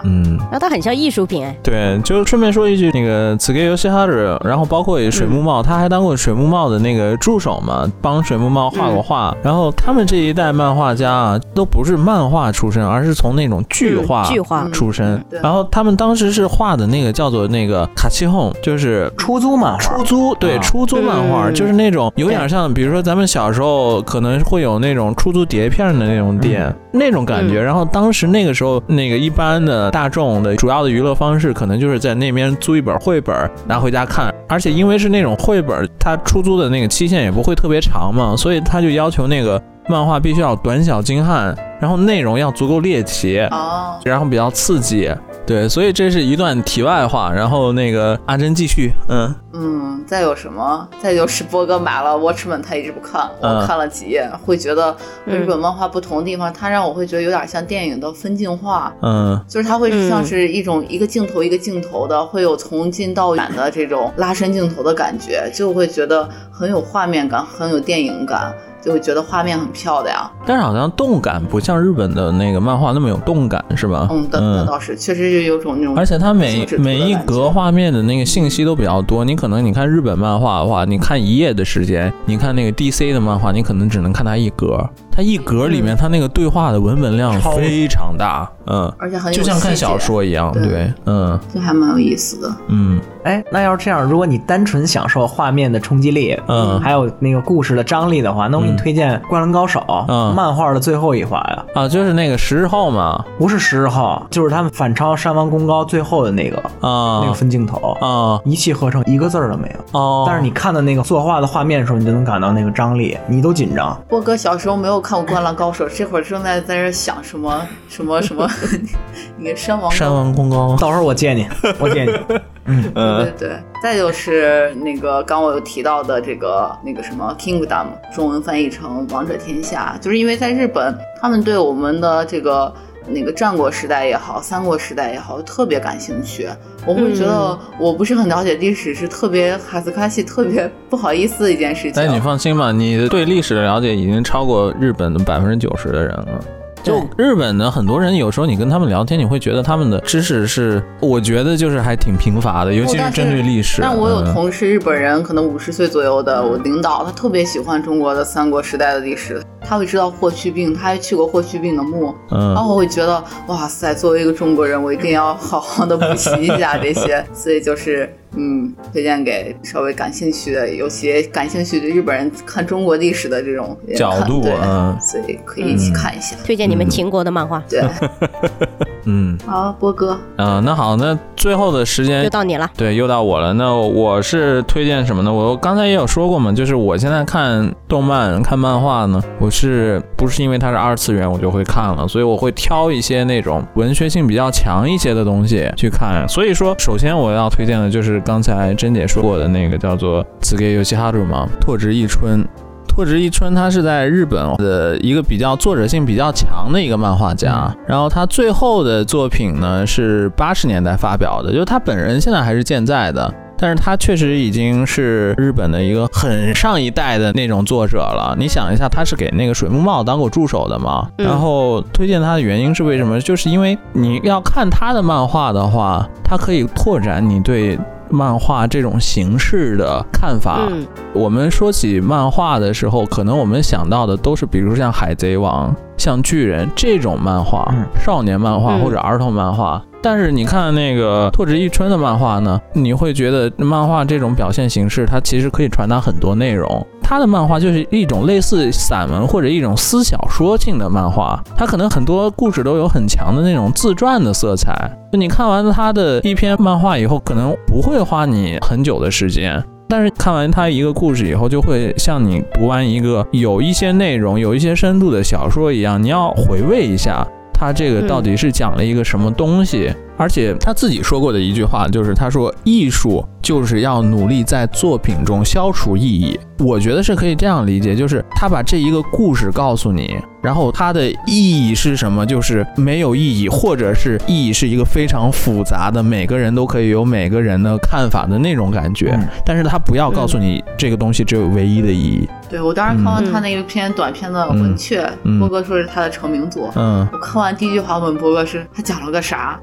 然后它很像艺术品哎。 对，就顺便说一句，那个此给游戏哈日，然后包括水木茂、嗯，他还当过水木茂的那个助手嘛，帮水木茂画过画、嗯。然后他们这一代漫画家啊，都不是漫画出身，而是从那种剧画、 嗯、剧画出身、嗯。然后他们当时是画的那个叫做那个卡西哄，就是出租漫画。 出租对、啊、出租漫画、嗯，就是那种有点像，比如说咱们小时候可能会有那种出租碟片的那种店、嗯、那种感觉、嗯。然后当时那个时候，那个一般的大众的主要的娱乐方式，可能就是在那边租一本绘本拿回家看，而且因为是那种绘本，它出租的那个期限也不会特别长嘛，所以他就要求那个漫画必须要短小精悍，然后内容要足够猎奇，哦，然后比较刺激。对，所以这是一段题外话，然后那个阿珍继续，嗯嗯，再有什么？再就是波哥买了 Watchmen， 他一直不看，我看了几页，嗯、会觉得日本漫画不同的地方，它让我会觉得有点像电影的分镜化， 嗯， 就是它会像是一种一个镜头一个镜头的，会有从近到远的这种拉伸镜头的感觉，就会觉得很有画面感，很有电影感。就会觉得画面很漂亮， 但是好像动感不像日本的那个漫画那么有动感，是吧？ 嗯，那倒是，确实就有种那种， 而且它每每一格画面的那个信息都比较多。你可能你看日本漫画的话，你看一页的时间；你看那个 D C 的漫画，你可能只能看它一格。它一格里面，它那个对话的文本量非常大，嗯， 而且很有就像看小说一样， 对, 对，嗯， 这还蛮有意思的， 嗯， 哎，那要是这样，如果你单纯享受画面的冲击力， 嗯， 还有那个故事的张力的话，那我给你推荐《灌篮高手》 嗯， 漫画的最后一话呀， 啊，就是那个十日后嘛， 不是十日后，就是他们反超山王功高最后的那个啊， 那个分镜头啊， 一气呵成，一个字儿都没有哦， 但是你看的那个作画的画面的时候，你就能感到那个张力，你都紧张。 波哥小时候没有看过《灌篮高手》，这会儿正在在这想什么什么什么，你山王山王功高， 到时候我借你，我借你。 嗯，对对对。再就是那个刚我有提到的这个那个什么 Kingdom， 中文翻译成王者天下，就是因为在日本，他们对我们的这个那个战国时代也好，三国时代也好，特别感兴趣。我会觉得我不是很了解历史，是特别哈斯卡西特别不好意思的一件事情。 但你放心吧，你对历史的了解已经超过日本的百分之九十的人了。就日本的很多人，有时候你跟他们聊天，你会觉得他们的知识是，我觉得就是还挺贫乏的，尤其是针对历史。 但我有同事日本人，可能五十岁左右的我领导，他特别喜欢中国的三国时代的历史，他会知道霍去病，他还去过霍去病的墓， 嗯， 然后我会觉得哇塞，作为一个中国人，我一定要好好的补习一下这些，所以就是嗯，推荐给稍微感兴趣的，尤其感兴趣的日本人看中国历史的这种角度， 嗯，所以可以一起看一下。 嗯、推荐你们秦国的漫画。 对， 嗯， 好，波哥， 啊、呃，那好，那最后的时间又到你了， 对，又到我了。那我是推荐什么呢？我刚才也有说过嘛，就是我现在看动漫、看漫画呢，我是不是因为它是二次元我就会看了，所以我会挑一些那种文学性比较强一些的东西去看。所以说，首先我要推荐的就是刚才珍姐说过的那个叫做此给游戏哈鲁嘛，拓殖一春。拓殖一春他是在日本的一个比较作者性比较强的一个漫画家，然后他最后的作品呢是八十年代发表的，就是他本人现在还是健在的，但是他确实已经是日本的一个很上一代的那种作者了。你想一下，他是给那个水木茂当过助手的嘛，然后推荐他的原因是为什么？就是因为你要看他的漫画的话，他可以拓展你对漫画这种形式的看法、嗯、我们说起漫画的时候，可能我们想到的都是比如像海贼王、像巨人这种漫画、嗯、少年漫画或者儿童漫画、嗯，但是你看那个拓殖一春的漫画呢，你会觉得漫画这种表现形式它其实可以传达很多内容。他的漫画就是一种类似散文或者一种私小说性的漫画，他可能很多故事都有很强的那种自传的色彩，就你看完他的一篇漫画以后可能不会花你很久的时间，但是看完他一个故事以后，就会像你读完一个有一些内容有一些深度的小说一样，你要回味一下他这个到底是讲了一个什么东西、嗯、而且他自己说过的一句话就是他说艺术就是要努力在作品中消除意义。我觉得是可以这样理解，就是他把这一个故事告诉你，然后它的意义是什么，就是没有意义，或者是意义是一个非常复杂的，每个人都可以有每个人的看法的那种感觉、嗯、但是他不要告诉你这个东西只有唯一的意义。 对，我当时看完他那一篇短篇的文雀、嗯、波哥说是他的成名作， 嗯， 我看完第一句话问波哥是他讲了个啥， 嗯，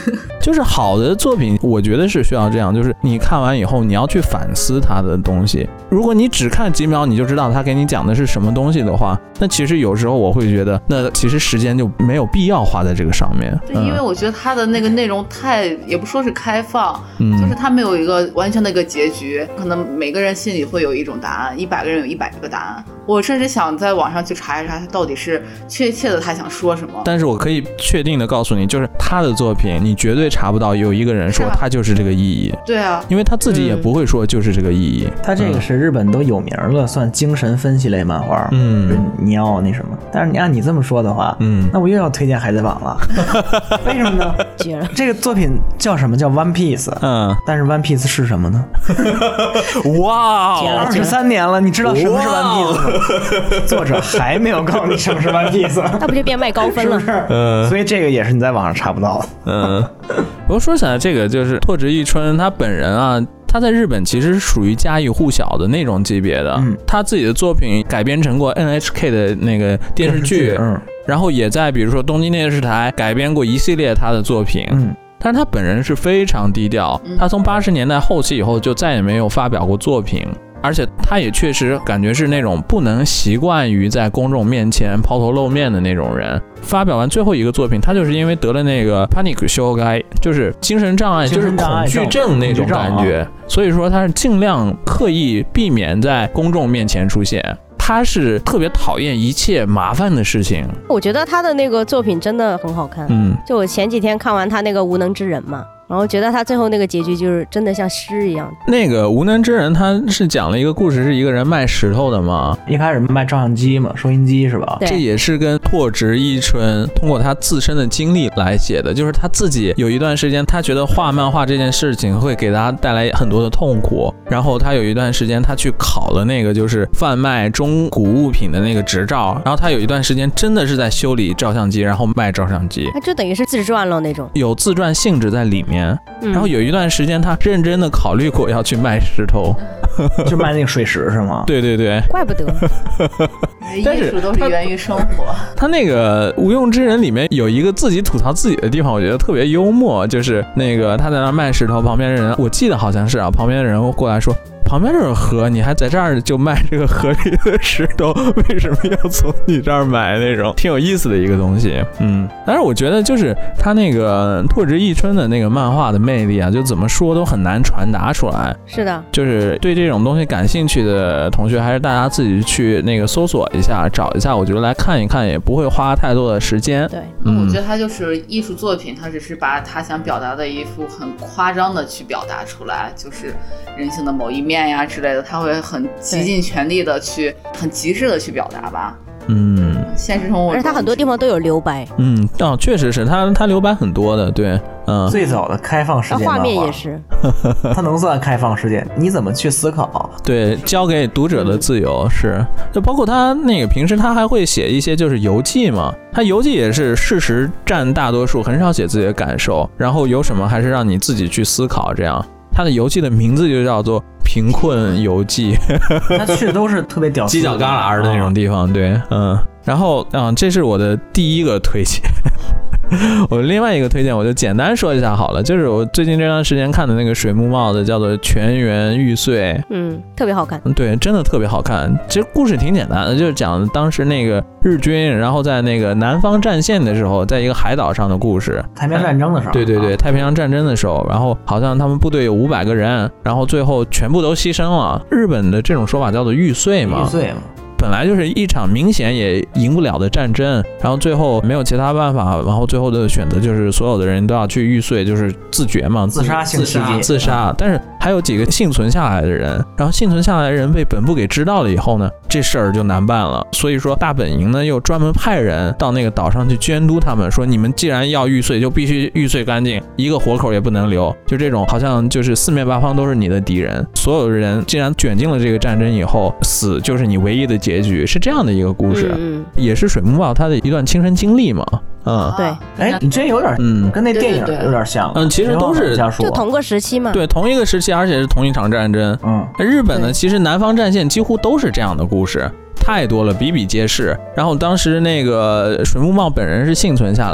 就是好的作品我觉得是需要这样，就是你看完以后你要去反思它的东西，如果你只看几秒你就知道他给你讲的是什么东西的话，那其实有时候我会觉得那其实时间就没有必要花在这个上面。 对，因为我觉得他的那个内容太也不说是开放、 嗯、 就是他没有一个完全的一个结局，可能每个人心里会有一种答案，一百个人有一百个答案。我甚至想在网上去查一查他到底是确切的他想说什么， 但是我可以确定的告诉你，就是他的作品你绝对查不到有一个人说他就是这个意义。 对啊， 因为他自己也不会说就是这个意义、嗯、 他这个是日本都有名了，算精神分析类漫画，嗯，你要那什么。但是你按你这么说的话，嗯，那我又要推荐海贼王了。为什么呢？这个作品叫什么？叫 One Piece。嗯，但是 One Piece 是什么呢？哇，二十三年了，你知道什么是 One Piece 吗？作者还没有告诉你什么是 One Piece， 那不就变卖高分了？是不是？ 嗯，所以这个也是你在网上查不到的。 嗯，不过说起来，这个就是拓殖一春他本人啊。他在日本其实是属于家喻户晓的那种级别的、嗯、他自己的作品改编成过 N H K 的那个电视剧、嗯、然后也在比如说东京电视台改编过一系列他的作品、嗯、但是他本人是非常低调、嗯、他从八十年代后期以后就再也没有发表过作品，而且他也确实感觉是那种不能习惯于在公众面前抛头露面的那种人。发表完最后一个作品，他就是因为得了那个 panic 障碍，就是精神障碍，就是恐惧症那种感觉，所以说他是尽量刻意避免在公众面前出现。他是特别讨厌一切麻烦的事情。 我觉得他的那个作品真的很好看，嗯，就我前几天看完他那个无能之人嘛，然后觉得他最后那个结局就是真的像诗一样。 那个无能之人他是讲了一个故事，是一个人卖石头的嘛， 一开始卖照相机嘛，收音机是吧？ 这也是跟拓殖一春通过他自身的经历来写的，就是他自己有一段时间他觉得画漫画这件事情会给他带来很多的痛苦，然后他有一段时间他去考了那个就是贩卖中古物品的那个执照，然后他有一段时间真的是在修理照相机，然后卖照相机， 那就等于是自传了那种， 有自传性质在里面。然后有一段时间他认真的考虑过要去卖石头， 就卖那个水石是吗？ 对对对， 怪不得。 艺术都是源于生活。 他那个无用之人里面有一个自己吐槽自己的地方，我觉得特别幽默，就是那个他在那卖石头，旁边的人我记得好像是啊，旁边的人过来说，旁边这是河，你还在这儿就卖这个河里的石头，为什么要从你这儿买？那种挺有意思的一个东西。嗯，但是我觉得就是他那个拓殖一春的那个漫画的魅力啊，就怎么说都很难传达出来。 是的， 就是对这种东西感兴趣的同学，还是大家自己去那个搜索一下，找一下，我觉得来看一看也不会花太多的时间。 对，嗯，我觉得他就是艺术作品，他只是把他想表达的一幅很夸张的去表达出来，就是人性的某一面呀之类的，他会很极尽全力的去，很极致的去表达吧。 嗯， 现实中， 而且他很多地方都有留白。 嗯，哦，确实是他他留白很多的，对，嗯， 最早的开放世界漫画， 画面也是， 它能算开放世界？你怎么去思考？ 对，交给读者的自由、嗯、是，就包括他那个平时他还会写一些就是游记嘛，他游记也是事实占大多数，很少写自己的感受，然后有什么还是让你自己去思考这样。他的游记的名字就叫做贫困游记， 他去的都是特别屌犄角旮旯的那种地方，对，嗯，然后嗯，这是我的第一个推荐。我另外一个推荐我就简单说一下好了，就是我最近这段时间看的那个水木茂的叫做《泉源玉碎》， 嗯，特别好看， 对，真的特别好看。其实故事挺简单的，就是讲当时那个日军，然后在那个南方战线的时候，在一个海岛上的故事， 太平洋战争的时候， 对对对，太平洋战争的时候，然后好像他们部队有五百个人，然后最后全部都牺牲了。日本的这种说法叫做玉碎嘛， 玉碎嘛。 本来就是一场明显也赢不了的战争，然后最后没有其他办法，然后最后的选择就是所有的人都要去玉碎，就是自决嘛， 自杀性袭击， 自杀。但是还有几个幸存下来的人，然后幸存下来的人被本部给知道了以后呢，这事儿就难办了。所以说大本营呢又专门派人到那个岛上去监督他们，说你们既然要玉碎，就必须玉碎干净，一个活口也不能留。就这种好像就是四面八方都是你的敌人，所有的人既然卷进了这个战争以后，死就是你唯一的结局，是这样的一个故事，嗯嗯，也是水木茂他的一段亲身经历嘛。嗯， 对， 哎，你这有点，嗯，跟那电影有点像， 嗯，其实都是就同个时期嘛， 对，同一个时期，而且是同一场战争。嗯，日本呢，其实南方战线几乎都是这样的故事，太多了，比比皆是。然后当时那个水木茂本人是幸存下来，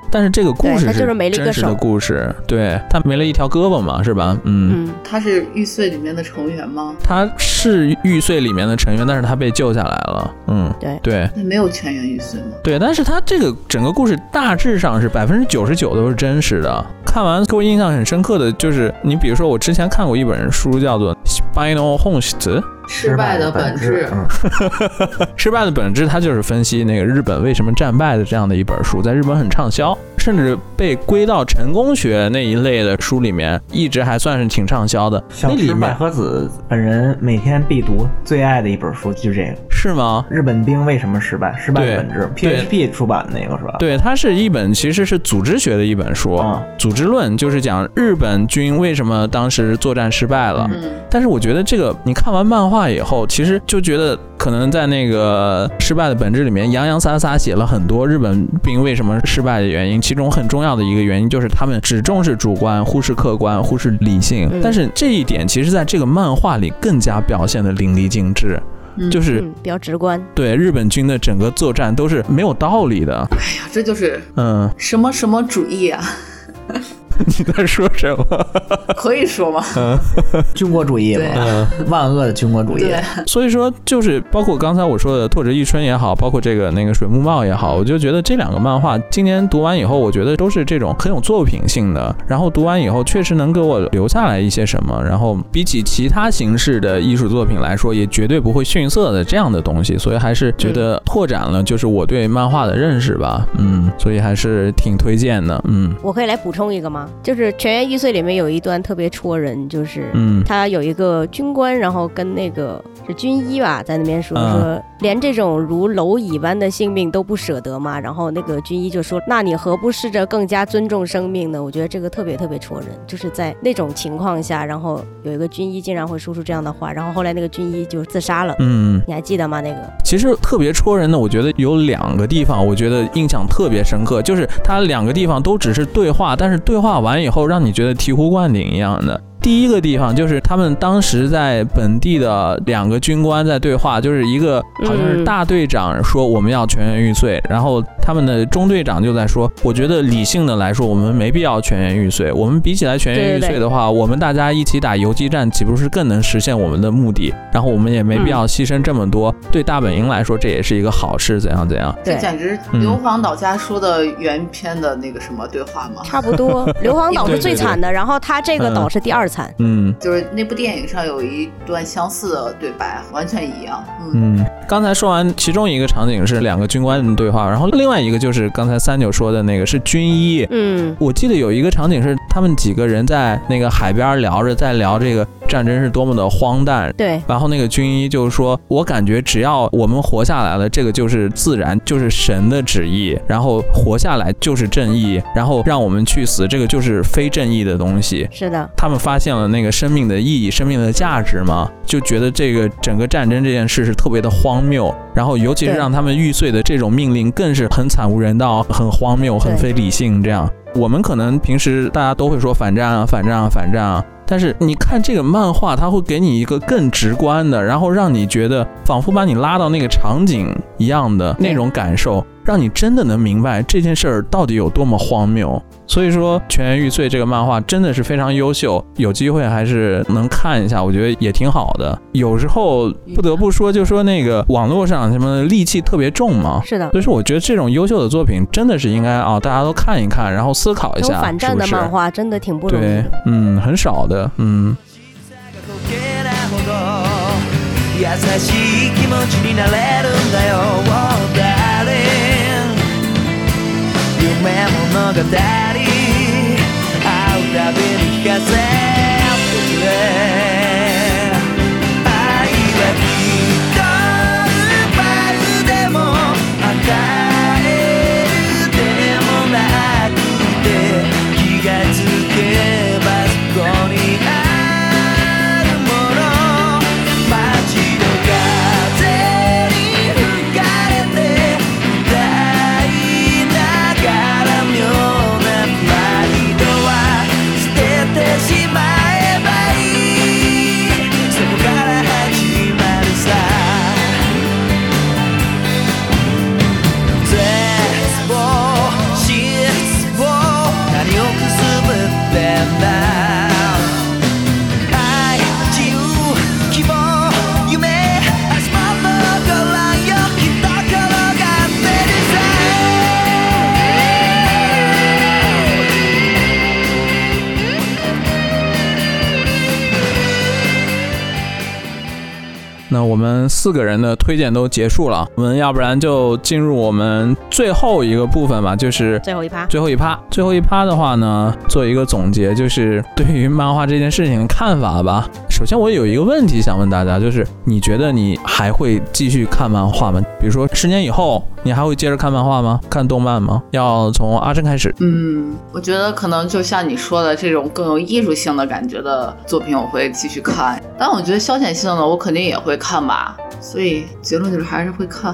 但是这个故事是真实的故事，对，他没了一条胳膊嘛，是吧？嗯， 嗯，他是玉碎里面的成员吗？ 他是玉碎里面的成员，但是他被救下来了。嗯， 对对， 那没有全员玉碎吗？ 对，但是他这个整个故事大致上是百分之九十九都是真实的。看完给我印象很深刻的就是，你比如说我之前看过一本书叫做《Spinal Honest》。 失败的本质， 失败的本质，它就是分析那个日本为什么战败的这样的一本书，在日本很畅销，甚至被归到成功学那一类的书里面，一直还算是挺畅销的。 小池百合子本人每天必读最爱的一本书就是这个， 是吗？ 日本兵为什么失败？失败的本质 ，P H P 出版的那个是吧？ 对，它是一本其实是组织学的一本书，嗯、组织论就是讲日本军为什么当时作战失败了。嗯、但是我觉得这个你看完漫画以后，其实就觉得可能在那个失败的本质里面洋洋洒洒写了很多日本兵为什么失败的原因，其中很重要的一个原因就是他们只重视主观，忽视客观，忽视理性。嗯、但是这一点其实在这个漫画里更加表现的淋漓尽致。 嗯、 就是、 嗯、比较直观， 对日本军的整个作战都是没有道理的。 哎呀，这就是嗯什么什么主义啊！ 你在说什么？ 可以说吗？ 嗯， 军国主义嘛， 嗯， 万恶的军国主义。 所以说，就是包括刚才我说的拓殖一春也好，包括这个那个水木茂也好，我就觉得这两个漫画今年读完以后，我觉得都是这种很有作品性的。然后读完以后，确实能给我留下来一些什么。然后比起其他形式的艺术作品来说，也绝对不会逊色的这样的东西。所以还是觉得拓展了就是我对漫画的认识吧。嗯，所以还是挺推荐的。嗯， 我可以来补充一个吗？就是《全员玉碎》里面有一段特别戳人，就是嗯， 他有一个军官，然后跟那个是军医吧，在那边说、嗯、说连这种如蝼蚁般的性命都不舍得嘛，然后那个军医就说，那你何不试着更加尊重生命呢？我觉得这个特别特别戳人，就是在那种情况下，然后有一个军医竟然会说出这样的话，然后后来那个军医就自杀了。 嗯， 你还记得吗？那个其实特别戳人的，我觉得有两个地方，我觉得印象特别深刻，就是他两个地方都只是对话，但是对话完以后让你觉得醍醐灌顶一样的。第一个地方就是他们当时在本地的两个军官在对话，就是一个好像是大队长说我们要全员玉碎、嗯、然后他们的中队长就在说，我觉得理性的来说我们没必要全员玉碎，我们比起来全员玉碎的话，对对对，我们大家一起打游击战岂不是更能实现我们的目的，然后我们也没必要牺牲这么多、嗯、对大本营来说这也是一个好事，怎样怎样。 这简直硫磺岛家说的原篇的那个什么对话吗？ 差不多，硫磺岛是最惨的，对对对，然后他这个岛是第二惨。 嗯， 就是那部电影上有一段相似的对白，完全一样。 嗯，嗯刚才说完其中一个场景是两个军官的对话，然后另外一个就是刚才三九说的那个是军医。 嗯， 我记得有一个场景是他们几个人在那个海边聊着，在聊这个战争是多么的荒诞。 对， 然后那个军医就是说，我感觉只要我们活下来了，这个就是自然，就是神的旨意，然后活下来就是正义，然后让我们去死，这个就是非正义的东西。 是的， 他们发现了那个生命的意义，生命的价值嘛，就觉得这个整个战争这件事是特别的荒谬，然后尤其是让他们玉碎的这种命令更是很惨无人道，很荒谬，很非理性。这样我们可能平时大家都会说反战啊反战啊反战啊，但是你看这个漫画，它会给你一个更直观的，然后让你觉得仿佛把你拉到那个场景一样的那种感受，让你真的能明白这件事儿到底有多么荒谬。所以说全员玉碎这个漫画真的是非常优秀，有机会还是能看一下，我觉得也挺好的。有时候不得不说，就说那个网络上什么戾气特别重嘛， 是的， 所以说我觉得这种优秀的作品真的是应该啊，大家都看一看，然后思考一下。 反战的漫画真的挺不容易的， 对，嗯，很少的，嗯。 優しい気持ちになれるんだよ、oh, darling 夢物語会うたびに聞かせてくれ、愛はきっと奪うでも与えるでもなくて、気がつけばそこにあるしま那我们四个人的推荐都结束了，我们要不然就进入我们最后一个部分吧，就是最后一趴。 最后一趴，最后一趴的话呢，做一个总结，就是对于漫画这件事情的看法吧。首先，我有一个问题想问大家，就是你觉得你还会继续看漫画吗？比如说十年以后，你还会接着看漫画吗？看动漫吗？要从阿珍开始。 嗯，我觉得可能就像你说的这种更有艺术性的感觉的作品，我会继续看。但我觉得消遣性的，我肯定也会看吧。所以结论就是还是会看。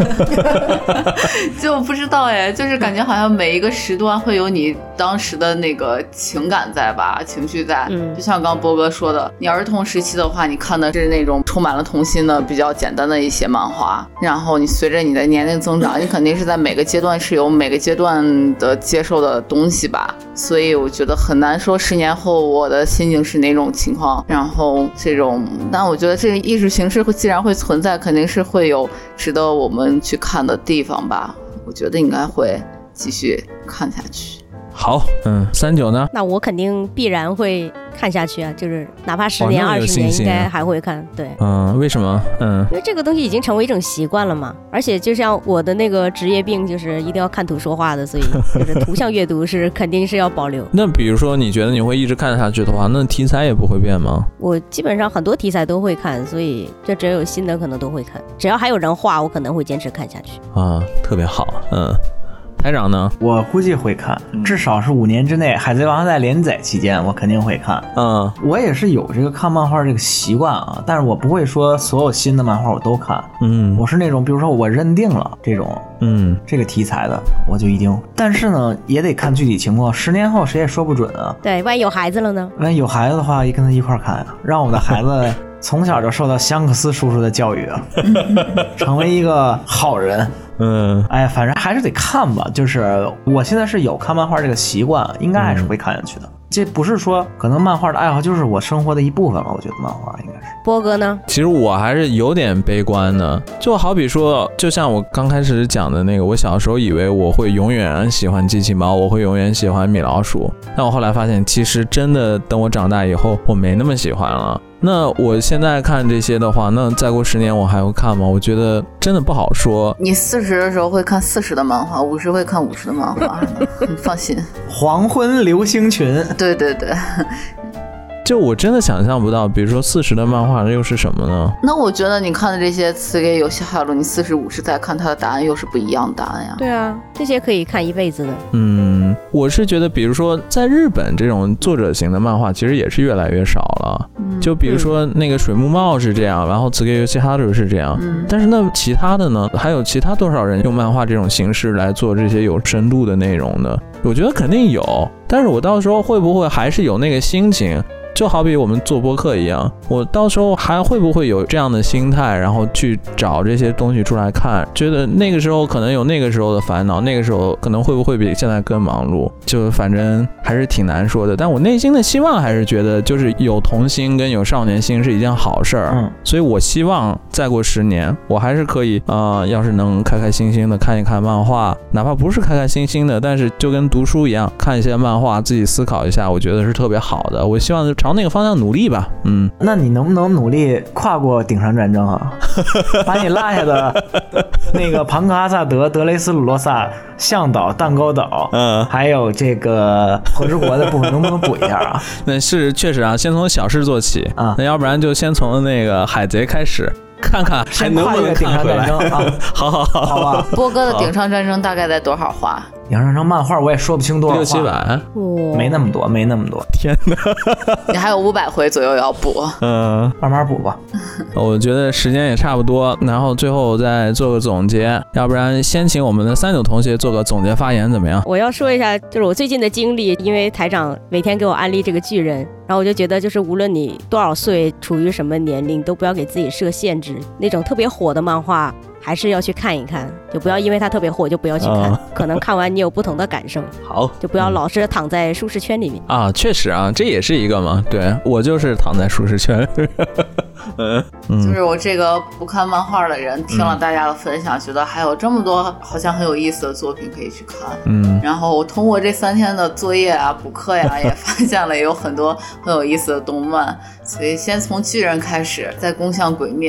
就不知道哎，就是感觉好像每一个时段会有你当时的那个情感在吧，情绪在。嗯，就像刚刚波哥说的，你儿童时期的话，你看的是那种充满了童心的比较简单的一些漫画，然后你随着你的年龄增长，你肯定是在每个阶段是有每个阶段的接受的东西吧。所以我觉得很难说十年后我的心情是哪种情况，然后这种，但我觉得这个艺术形式会既然会存在，肯定是会有值得我们去看的地方吧。我觉得应该会继续看下去。 好，嗯，三九呢？ 那我肯定必然会看下去啊，就是哪怕十年、二十年，应该还会看。对， 嗯，为什么？嗯， 因为这个东西已经成为一种习惯了嘛。而且就像我的那个职业病，就是一定要看图说话的，所以就是图像阅读是肯定是要保留。 那比如说，你觉得你会一直看下去的话，那题材也不会变吗？ 我基本上很多题材都会看，所以就只要有新的可能都会看，只要还有人画，我可能会坚持看下去。 啊，特别好，嗯。台长呢？ 我估计会看，至少是五年之内，海贼王在连载期间，我肯定会看。 嗯， 我也是有这个看漫画这个习惯啊，但是我不会说所有新的漫画我都看。 嗯， 我是那种，比如说我认定了这种，嗯，这个题材的，我就一定。但是呢，也得看具体情况，十年后谁也说不准啊。 对，万一有孩子了呢？ 万一有孩子的话，一跟他一块看啊，让我的孩子从小就受到香克斯叔叔的教育啊，成为一个好人。 嗯， 哎，反正还是得看吧。就是我现在是有看漫画这个习惯，应该还是会看下去的。嗯，这不是说可能漫画的爱好就是我生活的一部分了，我觉得漫画应该是。 波哥呢？ 其实我还是有点悲观的，就好比说，就像我刚开始讲的那个，我小时候以为我会永远喜欢机器猫，我会永远喜欢米老鼠，但我后来发现，其实真的等我长大以后，我没那么喜欢了。那我现在看这些的话，那再过十年我还会看吗？我觉得真的不好说。 你四十的时候会看四十的漫画，五十会看五十的漫画，你放心。 黄昏流星群， 对对对。 就我真的想象不到，比如说四十的漫画又是什么呢？ 那我觉得你看的这些词给游戏海路，你四十五十再看它的答案又是不一样的答案呀。 对啊，这些可以看一辈子的。 嗯，我是觉得，比如说在日本这种作者型的漫画，其实也是越来越少了。嗯、就比如说那个水木茂是这样，然后此给游戏哈鲁是这样。嗯、但是那其他的呢？还有其他多少人用漫画这种形式来做这些有深度的内容呢？我觉得肯定有，但是我到时候会不会还是有那个心情？就好比我们做播客一样，我到时候还会不会有这样的心态，然后去找这些东西出来看，觉得那个时候可能有那个时候的烦恼，那个时候可能会不会比现在更忙碌，就反正还是挺难说的。但我内心的希望还是觉得就是有童心跟有少年心是一件好事儿。嗯，所以我希望再过十年我还是可以呃，要是能开开心心的看一看漫画，哪怕不是开开心心的，但是就跟读书一样，看一些漫画自己思考一下，我觉得是特别好的。我希望朝那个方向努力吧。嗯， 那你能不能努力跨过顶上战争啊？把你落下的那个庞克阿萨德、德雷斯鲁洛萨、向导、蛋糕岛，嗯，还有这个和之国的部分，能不能补一下啊？ 那是确实啊，先从小事做起啊。那要不然就先从那个海贼开始。看看还能不能看回来啊？好好好， 好吧。 波哥的顶上战争大概在多少话？ 顶上战争漫画我也说不清多少话， 六七百， 没那么多，没那么多。 天哪！ 你还有五百回左右要补， 嗯， 慢慢补吧。 我觉得时间也差不多，然后最后再做个总结，要不然先请我们的三九同学做个总结发言，怎么样？ 我要说一下，就是我最近的经历，因为台长每天给我安利这个巨人。然后我就觉得，就是无论你多少岁，处于什么年龄，都不要给自己设限制。那种特别火的漫画，还是要去看一看，就不要因为它特别火就不要去看，哦、可能看完你有不同的感受。 好， 就不要老是躺在舒适圈里面、 嗯、啊，确实啊，这也是一个嘛。对，我就是躺在舒适圈。嗯， 就是我这个不看漫画的人，听了大家的分享，嗯、觉得还有这么多好像很有意思的作品可以去看。嗯，然后我通过这三天的作业啊、补课呀，也发现了有很多很有意思的动漫。所以先从巨人开始，再攻向鬼灭，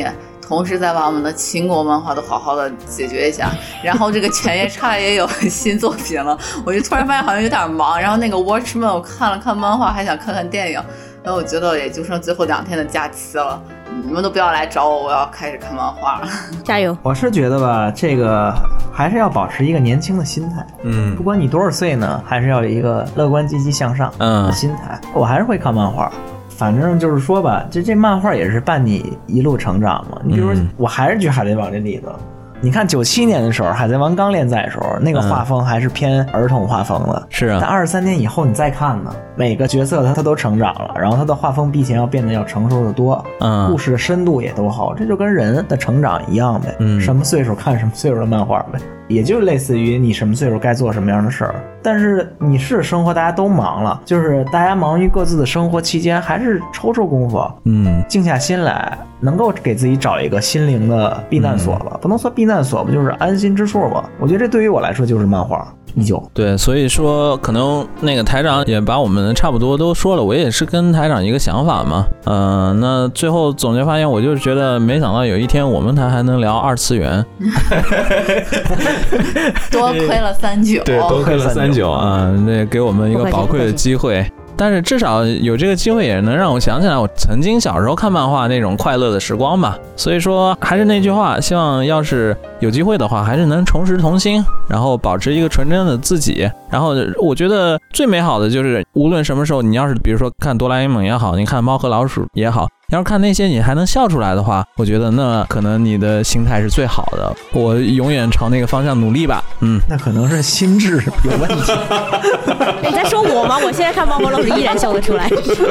同时再把我们的秦国漫画都好好的解决一下。然后这个犬夜叉也有新作品了，我就突然发现好像有点忙。然后那个 Watchmen 我看了看漫画，还想看看电影，然后我觉得也就剩最后两天的假期了。你们都不要来找我，我要开始看漫画了。 加油！ 我是觉得吧，这个还是要保持一个年轻的心态。嗯，不管你多少岁呢，还是要有一个乐观积极向上的心态。嗯、我还是会看漫画，反正就是说吧，这这漫画也是伴你一路成长嘛。你比如说，嗯、我还是举海贼王这例子。你看九七年的时候，海贼王刚连载的时候，那个画风还是偏儿童画风的。 是啊。 但二十三年以后你再看呢，每个角色他他都成长了，然后他的画风比以前要变得要成熟的多，嗯，故事的深度也都好，这就跟人的成长一样呗。嗯，什么岁数看什么岁数的漫画呗，也就类似于你什么岁数该做什么样的事儿。但是你是生活大家都忙了，就是大家忙于各自的生活期间，还是抽抽功夫，嗯，静下心来，能够给自己找一个心灵的避难所吧，嗯、不能说避难所吧，就是安心之处吧。我觉得这对于我来说就是漫画。依旧对，所以说可能那个台长也把我们差不多都说了，我也是跟台长一个想法嘛。嗯、呃，那最后总结发现，我就是觉得没想到有一天我们台还能聊二次元， 多亏了三九， 对，多亏了三九啊，那给我们一个宝贵的机会。但是至少有这个机会也能让我想起来我曾经小时候看漫画那种快乐的时光吧。所以说还是那句话，希望要是有机会的话还是能重拾童心，然后保持一个纯真的自己。然后我觉得最美好的就是无论什么时候你要是比如说看哆啦 A 梦也好，你看猫和老鼠也好，要是看那些你还能笑出来的话，我觉得那可能你的心态是最好的。我永远朝那个方向努力吧。嗯， 那可能是心智有问题。 你在说我吗？我现在看猫和老鼠依然笑得出来。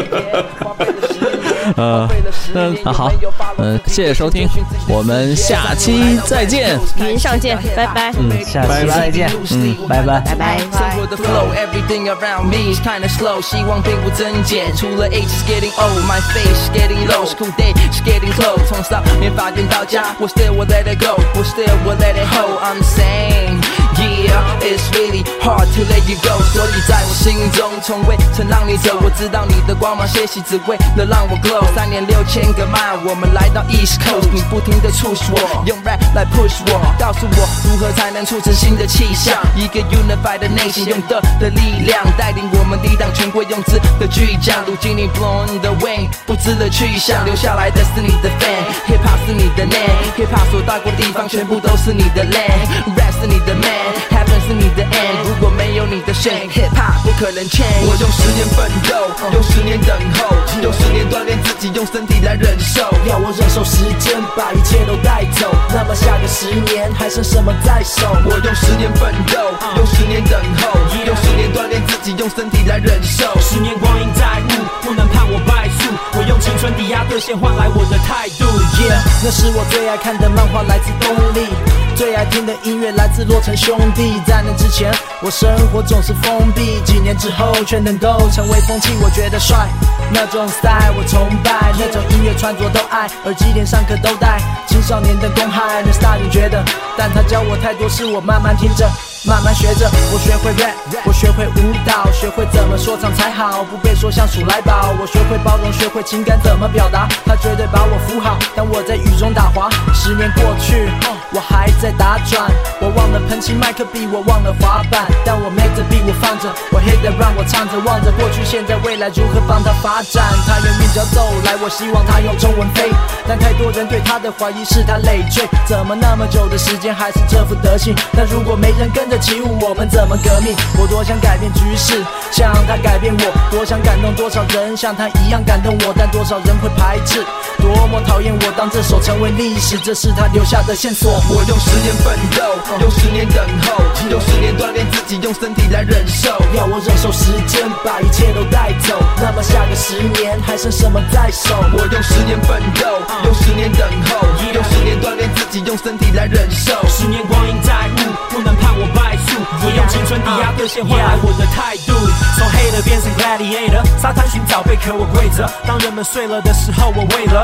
呃，那那好，嗯、呃，谢谢收听，我们下期再见， 云上见，拜拜。 嗯，下期再见，嗯，拜拜， 拜拜。 生活的 flow everything around me is kinda slow， 希望并不增减，除了 age is getting old， my face is getting low， school day is getting close， 从上面发现到家，我 still will let it go， 我 still will let it hold， I'm saying。Yeah, it's really hard to let you go， 所以在我心中从未曾让你走，我知道你的光芒歇息只为了让我 glow， 三年六千个 mile， 我们来到 East Coast， 你不停地促使我，用 rap 来 push 我，告诉我如何才能促成新的气象，一个 unified nation， 用的的力量带领我们抵挡权贵用字的巨匠，如今你 blowing the wind， 不知的去向，留下来的是你的 fan，hip hop 是你的 name，hip hop 所到过地方全部都是你的 land，rap 是你的 man。Heaven 是你的 end， 如果没有你的 shame， hip hop 不可能 change。我用十年奋斗，用十年等候，用十年锻炼自己，用身体来忍受。 要我忍受时间把一切都带走，那么下个十年还剩什么在手？ 我用十年奋斗，用十年等候，用十年锻炼自己，用身体来忍受。 十年光阴在目，不能判我败诉。我用青春抵押兑现，换来我的态度。Yeah， 那是我最爱看的漫画，来自动力。最爱听的音乐来自洛城兄弟，在那之前我生活总是封闭，几年之后却能够成为风气，我觉得帅，那种 style 我崇拜，那种音乐穿着都爱，耳机连上课都戴，青少年的公害，那 style 你觉得，但他教我太多事，我慢慢听着，慢慢学着，我学会 rap， 我学会舞蹈，学会怎么说唱才好，不被说像鼠来宝，我学会包容，学会情感怎么表达，他绝对把我扶好，当我在雨中打滑，十年过去，我还在打转，我忘了喷漆麦克笔，我忘了滑板，但我 make the beat 我放着，我 hit the run 我唱着，望着过去现在未来如何帮他发展，他用韵脚走来，我希望他用中文飞，但太多人对他的怀疑是他累赘，怎么那么久的时间还是这副德行，但如果没人跟着起舞，我们怎么革命？我多想改变局势，像他改变我，多想感动多少人像他一样感动我，但多少人会排斥，多么讨厌我，当这首成为历史，这是他留下的线索。 我用十年奋斗，用十年等候，用十年锻炼自己，用身体来忍受。 要我忍受时间把一切都带走，那么下个十年还剩什么在手？ 我用十年奋斗，用十年等候，用十年锻炼自己，用身体来忍受。 十年光阴在目，不能判我败诉。我用青春抵押兑现，换来我的态度。从 hater 变成 gladiator， 沙滩寻找贝壳我跪着。当人们睡了的时候，我为了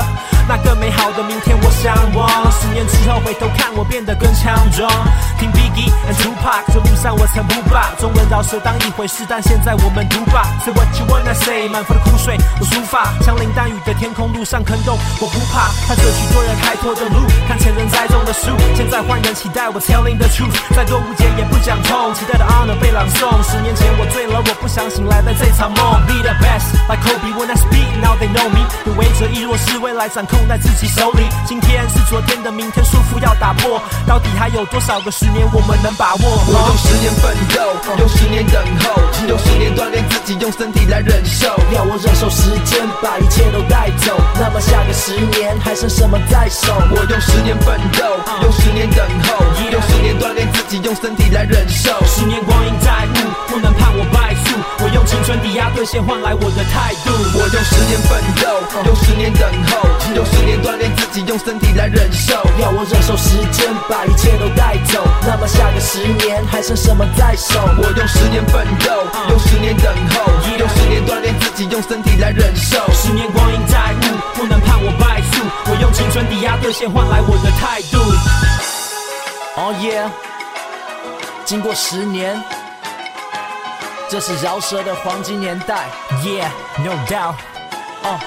那个美好的明天我向往。十年之后回头看，我变得更强壮。听 Biggie and Tupac， 这路上我曾不把中文饶舌当一回事，但现在我们读吧。Say what you wanna say， 满腹的苦水我抒发，枪林弹雨的天空路上坑洞我不怕，看着许多人开拓的路，看前人栽种的树，现在换人期待我 telling the truth， 再多误解也不讲痛，期待的 honor 被朗诵。十年前我醉了，我不想醒来在这场梦。Be the best like Kobe when I speak now they know me， 有为者亦若是未来掌控在自己手里，今天是昨天的明天束缚要打破，到底还有多少个十年我们能把握？ 我用十年奋斗，用十年等候，用十年锻炼自己，用身体来忍受。 要我忍受时间把一切都带走，那么下个十年还剩什么在手？ 我用十年奋斗，用十年等候，用十年锻炼自己，用身体来忍受。 十年光阴债务不能判我败诉，我用青春抵押兑现换来我的态度。 我用十年奋斗，用十年等候，用十年锻炼自己，用身体来忍受。 要我忍受时间把一切都带走，那么下个十年还剩什么在手？ 我用十年奋斗，用十年等候，用十年锻炼自己，用身体来忍受。 十年光阴债务不能判我败诉，我用青春抵押兑现换来我的态度。Oh yeah， 经过十年，这是饶舌的黄金年代。Yeah, no doubt. Uh,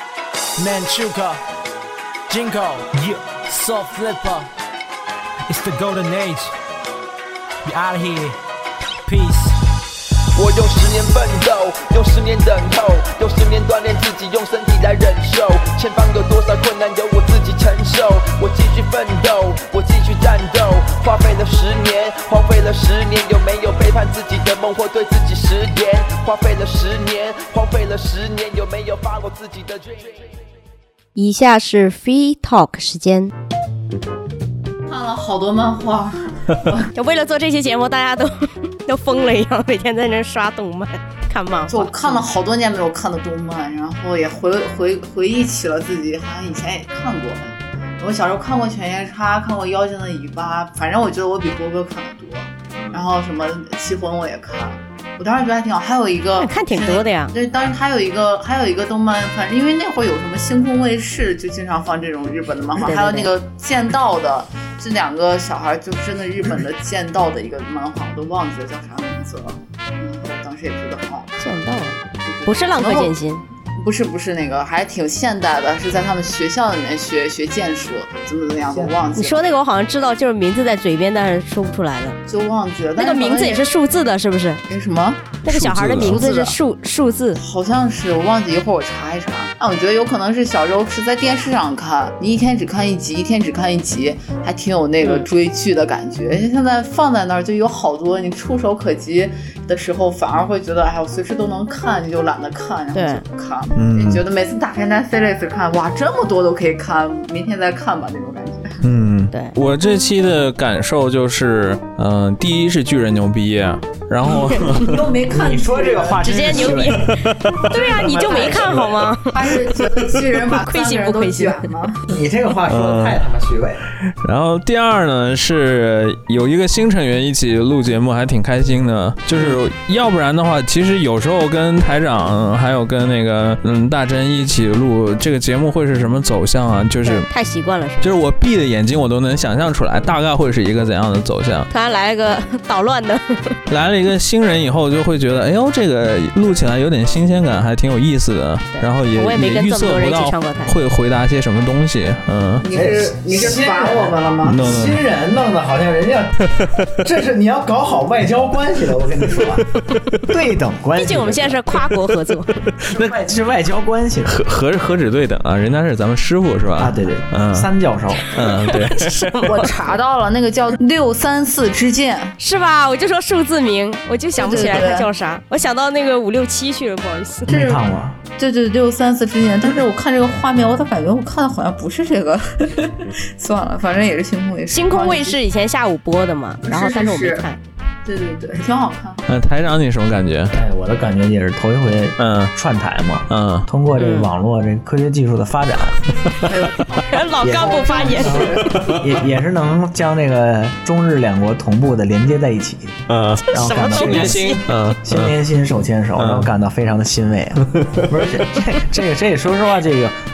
Manchuka, Jinko, yeah, Soul Flipper. It's the golden age. We out of here. Peace. 我用十年奋斗，用十年等候，用十年锻炼自己，用身体来忍受。前方有多少困难由我自己承受，我继续奋斗，我继续战斗。花费了十年，荒废了十年，有没有背叛自己的梦或对自己食言？花费了十年，荒废了十年，有没有发我自己的 dream？ 以下是 Free Talk 时间。 看了好多漫画， 就为了做这期节目，大家都都疯了一样，每天在那刷动漫、看漫画。 就看了好多年没有看的动漫，然后也回回回忆起了自己好像以前也看过。我小时候看过《犬夜叉》，看过《妖精的尾巴》，反正我觉得我比波哥看的多。然后什么《棋魂》我也看，我当时觉得还挺好。还有一个看挺多的呀。 对，当时还有一个还有一个动漫，反正因为那会儿有什么星空卫视，就经常放这种日本的漫画，还有那个剑道的。这两个小孩就真的日本的剑道的一个漫画，我都忘记了叫啥名字了。然后当时也觉得很好看。 剑道不是浪客剑心， 不是不是那个，还挺现代的，是在他们学校里面学学剑术，怎么怎么样，我忘记了。 你说那个我好像知道，就是名字在嘴边，但是说不出来了， 就忘记了。 那个名字也是数字的，是不是？ 哎什么？ 那个小孩的名字是数数字， 好像是，我忘记，一会儿我查一查。啊，我觉得有可能是小时候是在电视上看，你一天只看一集，一天只看一集，还挺有那个追剧的感觉。嗯、现在放在那儿就有好多，你触手可及的时候，反而会觉得，哎，我随时都能看，你就懒得看，然后就不看。嗯，你觉得每次打开 Netflix 看，哇，这么多都可以看，明天再看吧那种感觉。 嗯， 对。 我这期的感受就是，嗯、呃，第一是巨人牛逼，然后你又没看， 你说这个话直接牛逼，对呀、啊，你就没看好吗？ 他是觉得巨人把亏心不亏心吗？ 你这个话说的太他妈虚伪了。 然后第二呢是有一个新成员一起录节目，还挺开心的。就是要不然的话，其实有时候跟台长还有跟那个嗯大珍一起录这个节目会是什么走向啊？就是太习惯了，是吧？ 就是我闭着眼睛我都能想象出来，大概会是一个怎样的走向。 突然来了个捣乱的， 来了一个新人以后，就会觉得哎呦这个录起来有点新鲜感，还挺有意思的。然后也我也没跟预测不到会回答些什么东西。嗯， 你是你是罚我们了吗？ no, no, no. 新人弄得好像人家，这是你要搞好外交关系的，我跟你说，对等关系。 毕竟我们现在是跨国合作， 那是外交关系， 何何何止对等啊？人家是咱们师傅是吧？ 啊，对对， 嗯， 三教授， 嗯，对。 我查到了，那个叫六三四之剑， 是吧？我就说数字名，我就想不起来它叫啥，我想到那个五六七去了，不好意思。 没看过。 对对，六三四之剑，但是我看这个画面，我咋感觉我看的好像不是这个？算了，反正也是星空卫视。 星空卫视以前下午播的嘛，然后但是我没看。 对对对，挺好看。 嗯，台长你什么感觉？ 哎，我的感觉也是头一回，嗯，串台嘛，嗯，通过这个网络这科学技术的发展， 老干部发言， 也也是能将这个中日两国同步的连接在一起，嗯，然后感到心连心，嗯， 心连心，手牵手，然后感到非常的欣慰啊。不是这这这个这说实话，这个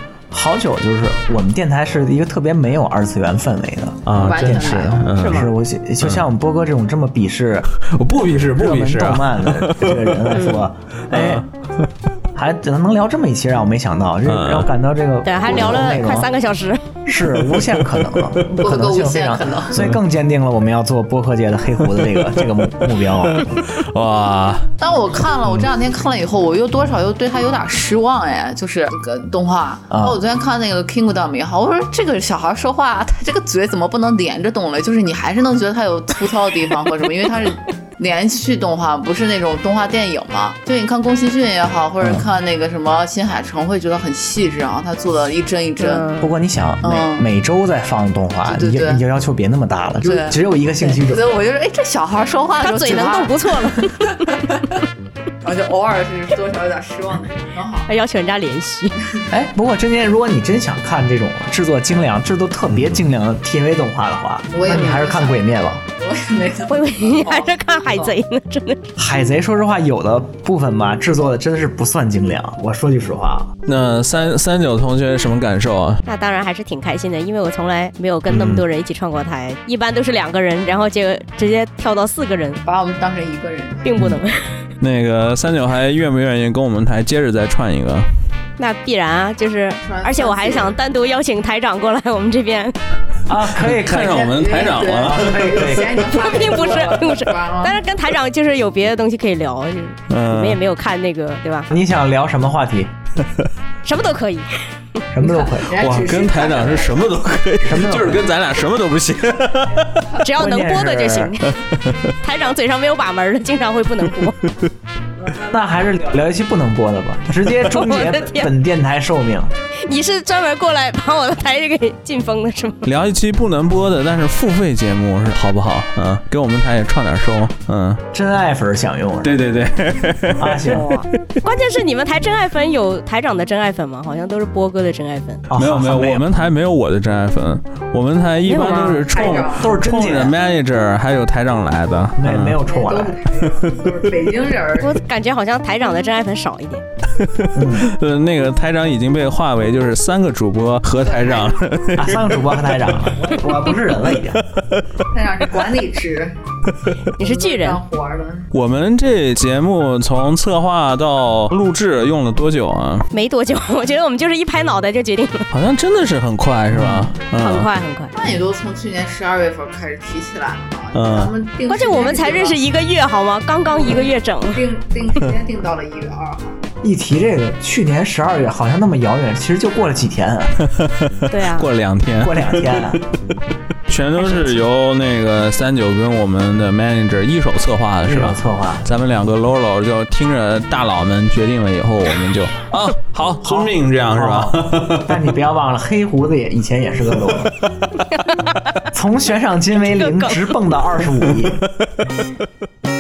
好久就是我们电台是一个特别没有二次元氛围的啊，真是， 嗯、 是是我就像我们波哥这种这么鄙视， 我不鄙视不鄙视动漫的这个人来说，哎。还能聊这么一期，让我没想到，这让我感到这个对，还聊了快三个小时， 是无限可能，可能性非常，所以更坚定了我们要做播客界的黑胡子这个这个目目标。 哇！ 当我看了，我这两天看了以后，我又多少又对他有点失望哎，就是这个动画。然后我昨天看那个 Kingdom 也好，我说这个小孩说话，他这个嘴怎么不能连着动了？就是你还是能觉得他有粗糙的地方或什么，因为他是。连续动画不是那种动画电影嘛？就你看宫崎骏也好，或者看那个什么新海诚，会觉得很细致啊，他做的一帧一帧。 嗯、不过你想，每、嗯、每周在放动画， 对对对你就要求别那么大了，就只有一个星期就。 所以我就说，哎，这小孩说话的时候他嘴能动不错了。 然后就偶尔是多少有点失望的，很好。 还要求人家连续。 哎，不过真间，如果你真想看这种制作精良、制作特别精良的 T V 动画的话，那你还是看《鬼灭》吧。 我也没看。 我以为你还是看《海贼》呢，真的。 海贼说实话，有的部分吧，制作的真的是不算精良。我说句实话。 那三三九同学什么感受啊？ 那当然还是挺开心的，因为我从来没有跟那么多人一起串过台，嗯、一般都是两个人，然后就直接跳到四个人， 把我们当成一个人， 并不能。 那个三九还愿不愿意跟我们台接着再串一个？ 那必然啊，就是而且我还想单独邀请台长过来我们这边啊，可以看上我们台长了， 可以可以， 并不是并不是，但是跟台长就是有别的东西可以聊，就是你们也没有看那个对吧？ 你想聊什么话题？ 什么都可以。 什么都可以， 哇，跟台长是什么都可以，什么就是跟咱俩什么都不行， 只要能播的就行。台长嘴上没有把门的，经常会不能播。 那还是聊聊一期不能播的吧，直接终结本电台寿命。 你是专门过来把我的台给禁封的是吗？ 聊一期不能播的，但是付费节目是好不好？嗯，给我们台也创点收。嗯， 真爱粉享用。 对对对， 啊行。 关键是你们台真爱粉有台长的真爱粉吗？好像都是波哥的真爱粉。 哦、没有没有，我们台没有我的真爱粉，我们台一般都是冲都是冲着 manager 还有台长来的， 没、嗯、没有冲我来， 都是北京人。 我感觉好像台长的真爱粉少一点。 呃，那个台长已经被划为就是三个主播和台长， 啊，三个主播和台长，我不是人了已经。 台长是管理职， 你是巨人。 我们这节目从策划到录制用了多久啊？ 没多久，我觉得我们就是一拍脑袋就决定了。 好像真的是很快，是吧？ 嗯、很快很快。 那也都从去年十二月份开始提起来了嘛。 嗯。 关键我们才认识一个月，好吗？刚刚一个月整。 定定时间定到了一月二号。 一提这个，去年十二月好像那么遥远，其实就过了几天啊。 对啊， 过了两天， 过两天啊。 全都是由那个三九跟我们的 manager 一手策划的，是吧？ 一手策划。 咱们两个 lolo 就听着大佬们决定了以后，我们就啊好遵命，这样是吧？ 但你不要忘了，黑胡子也以前也是个 lolo， 从悬赏金为零直蹦到二十五亿。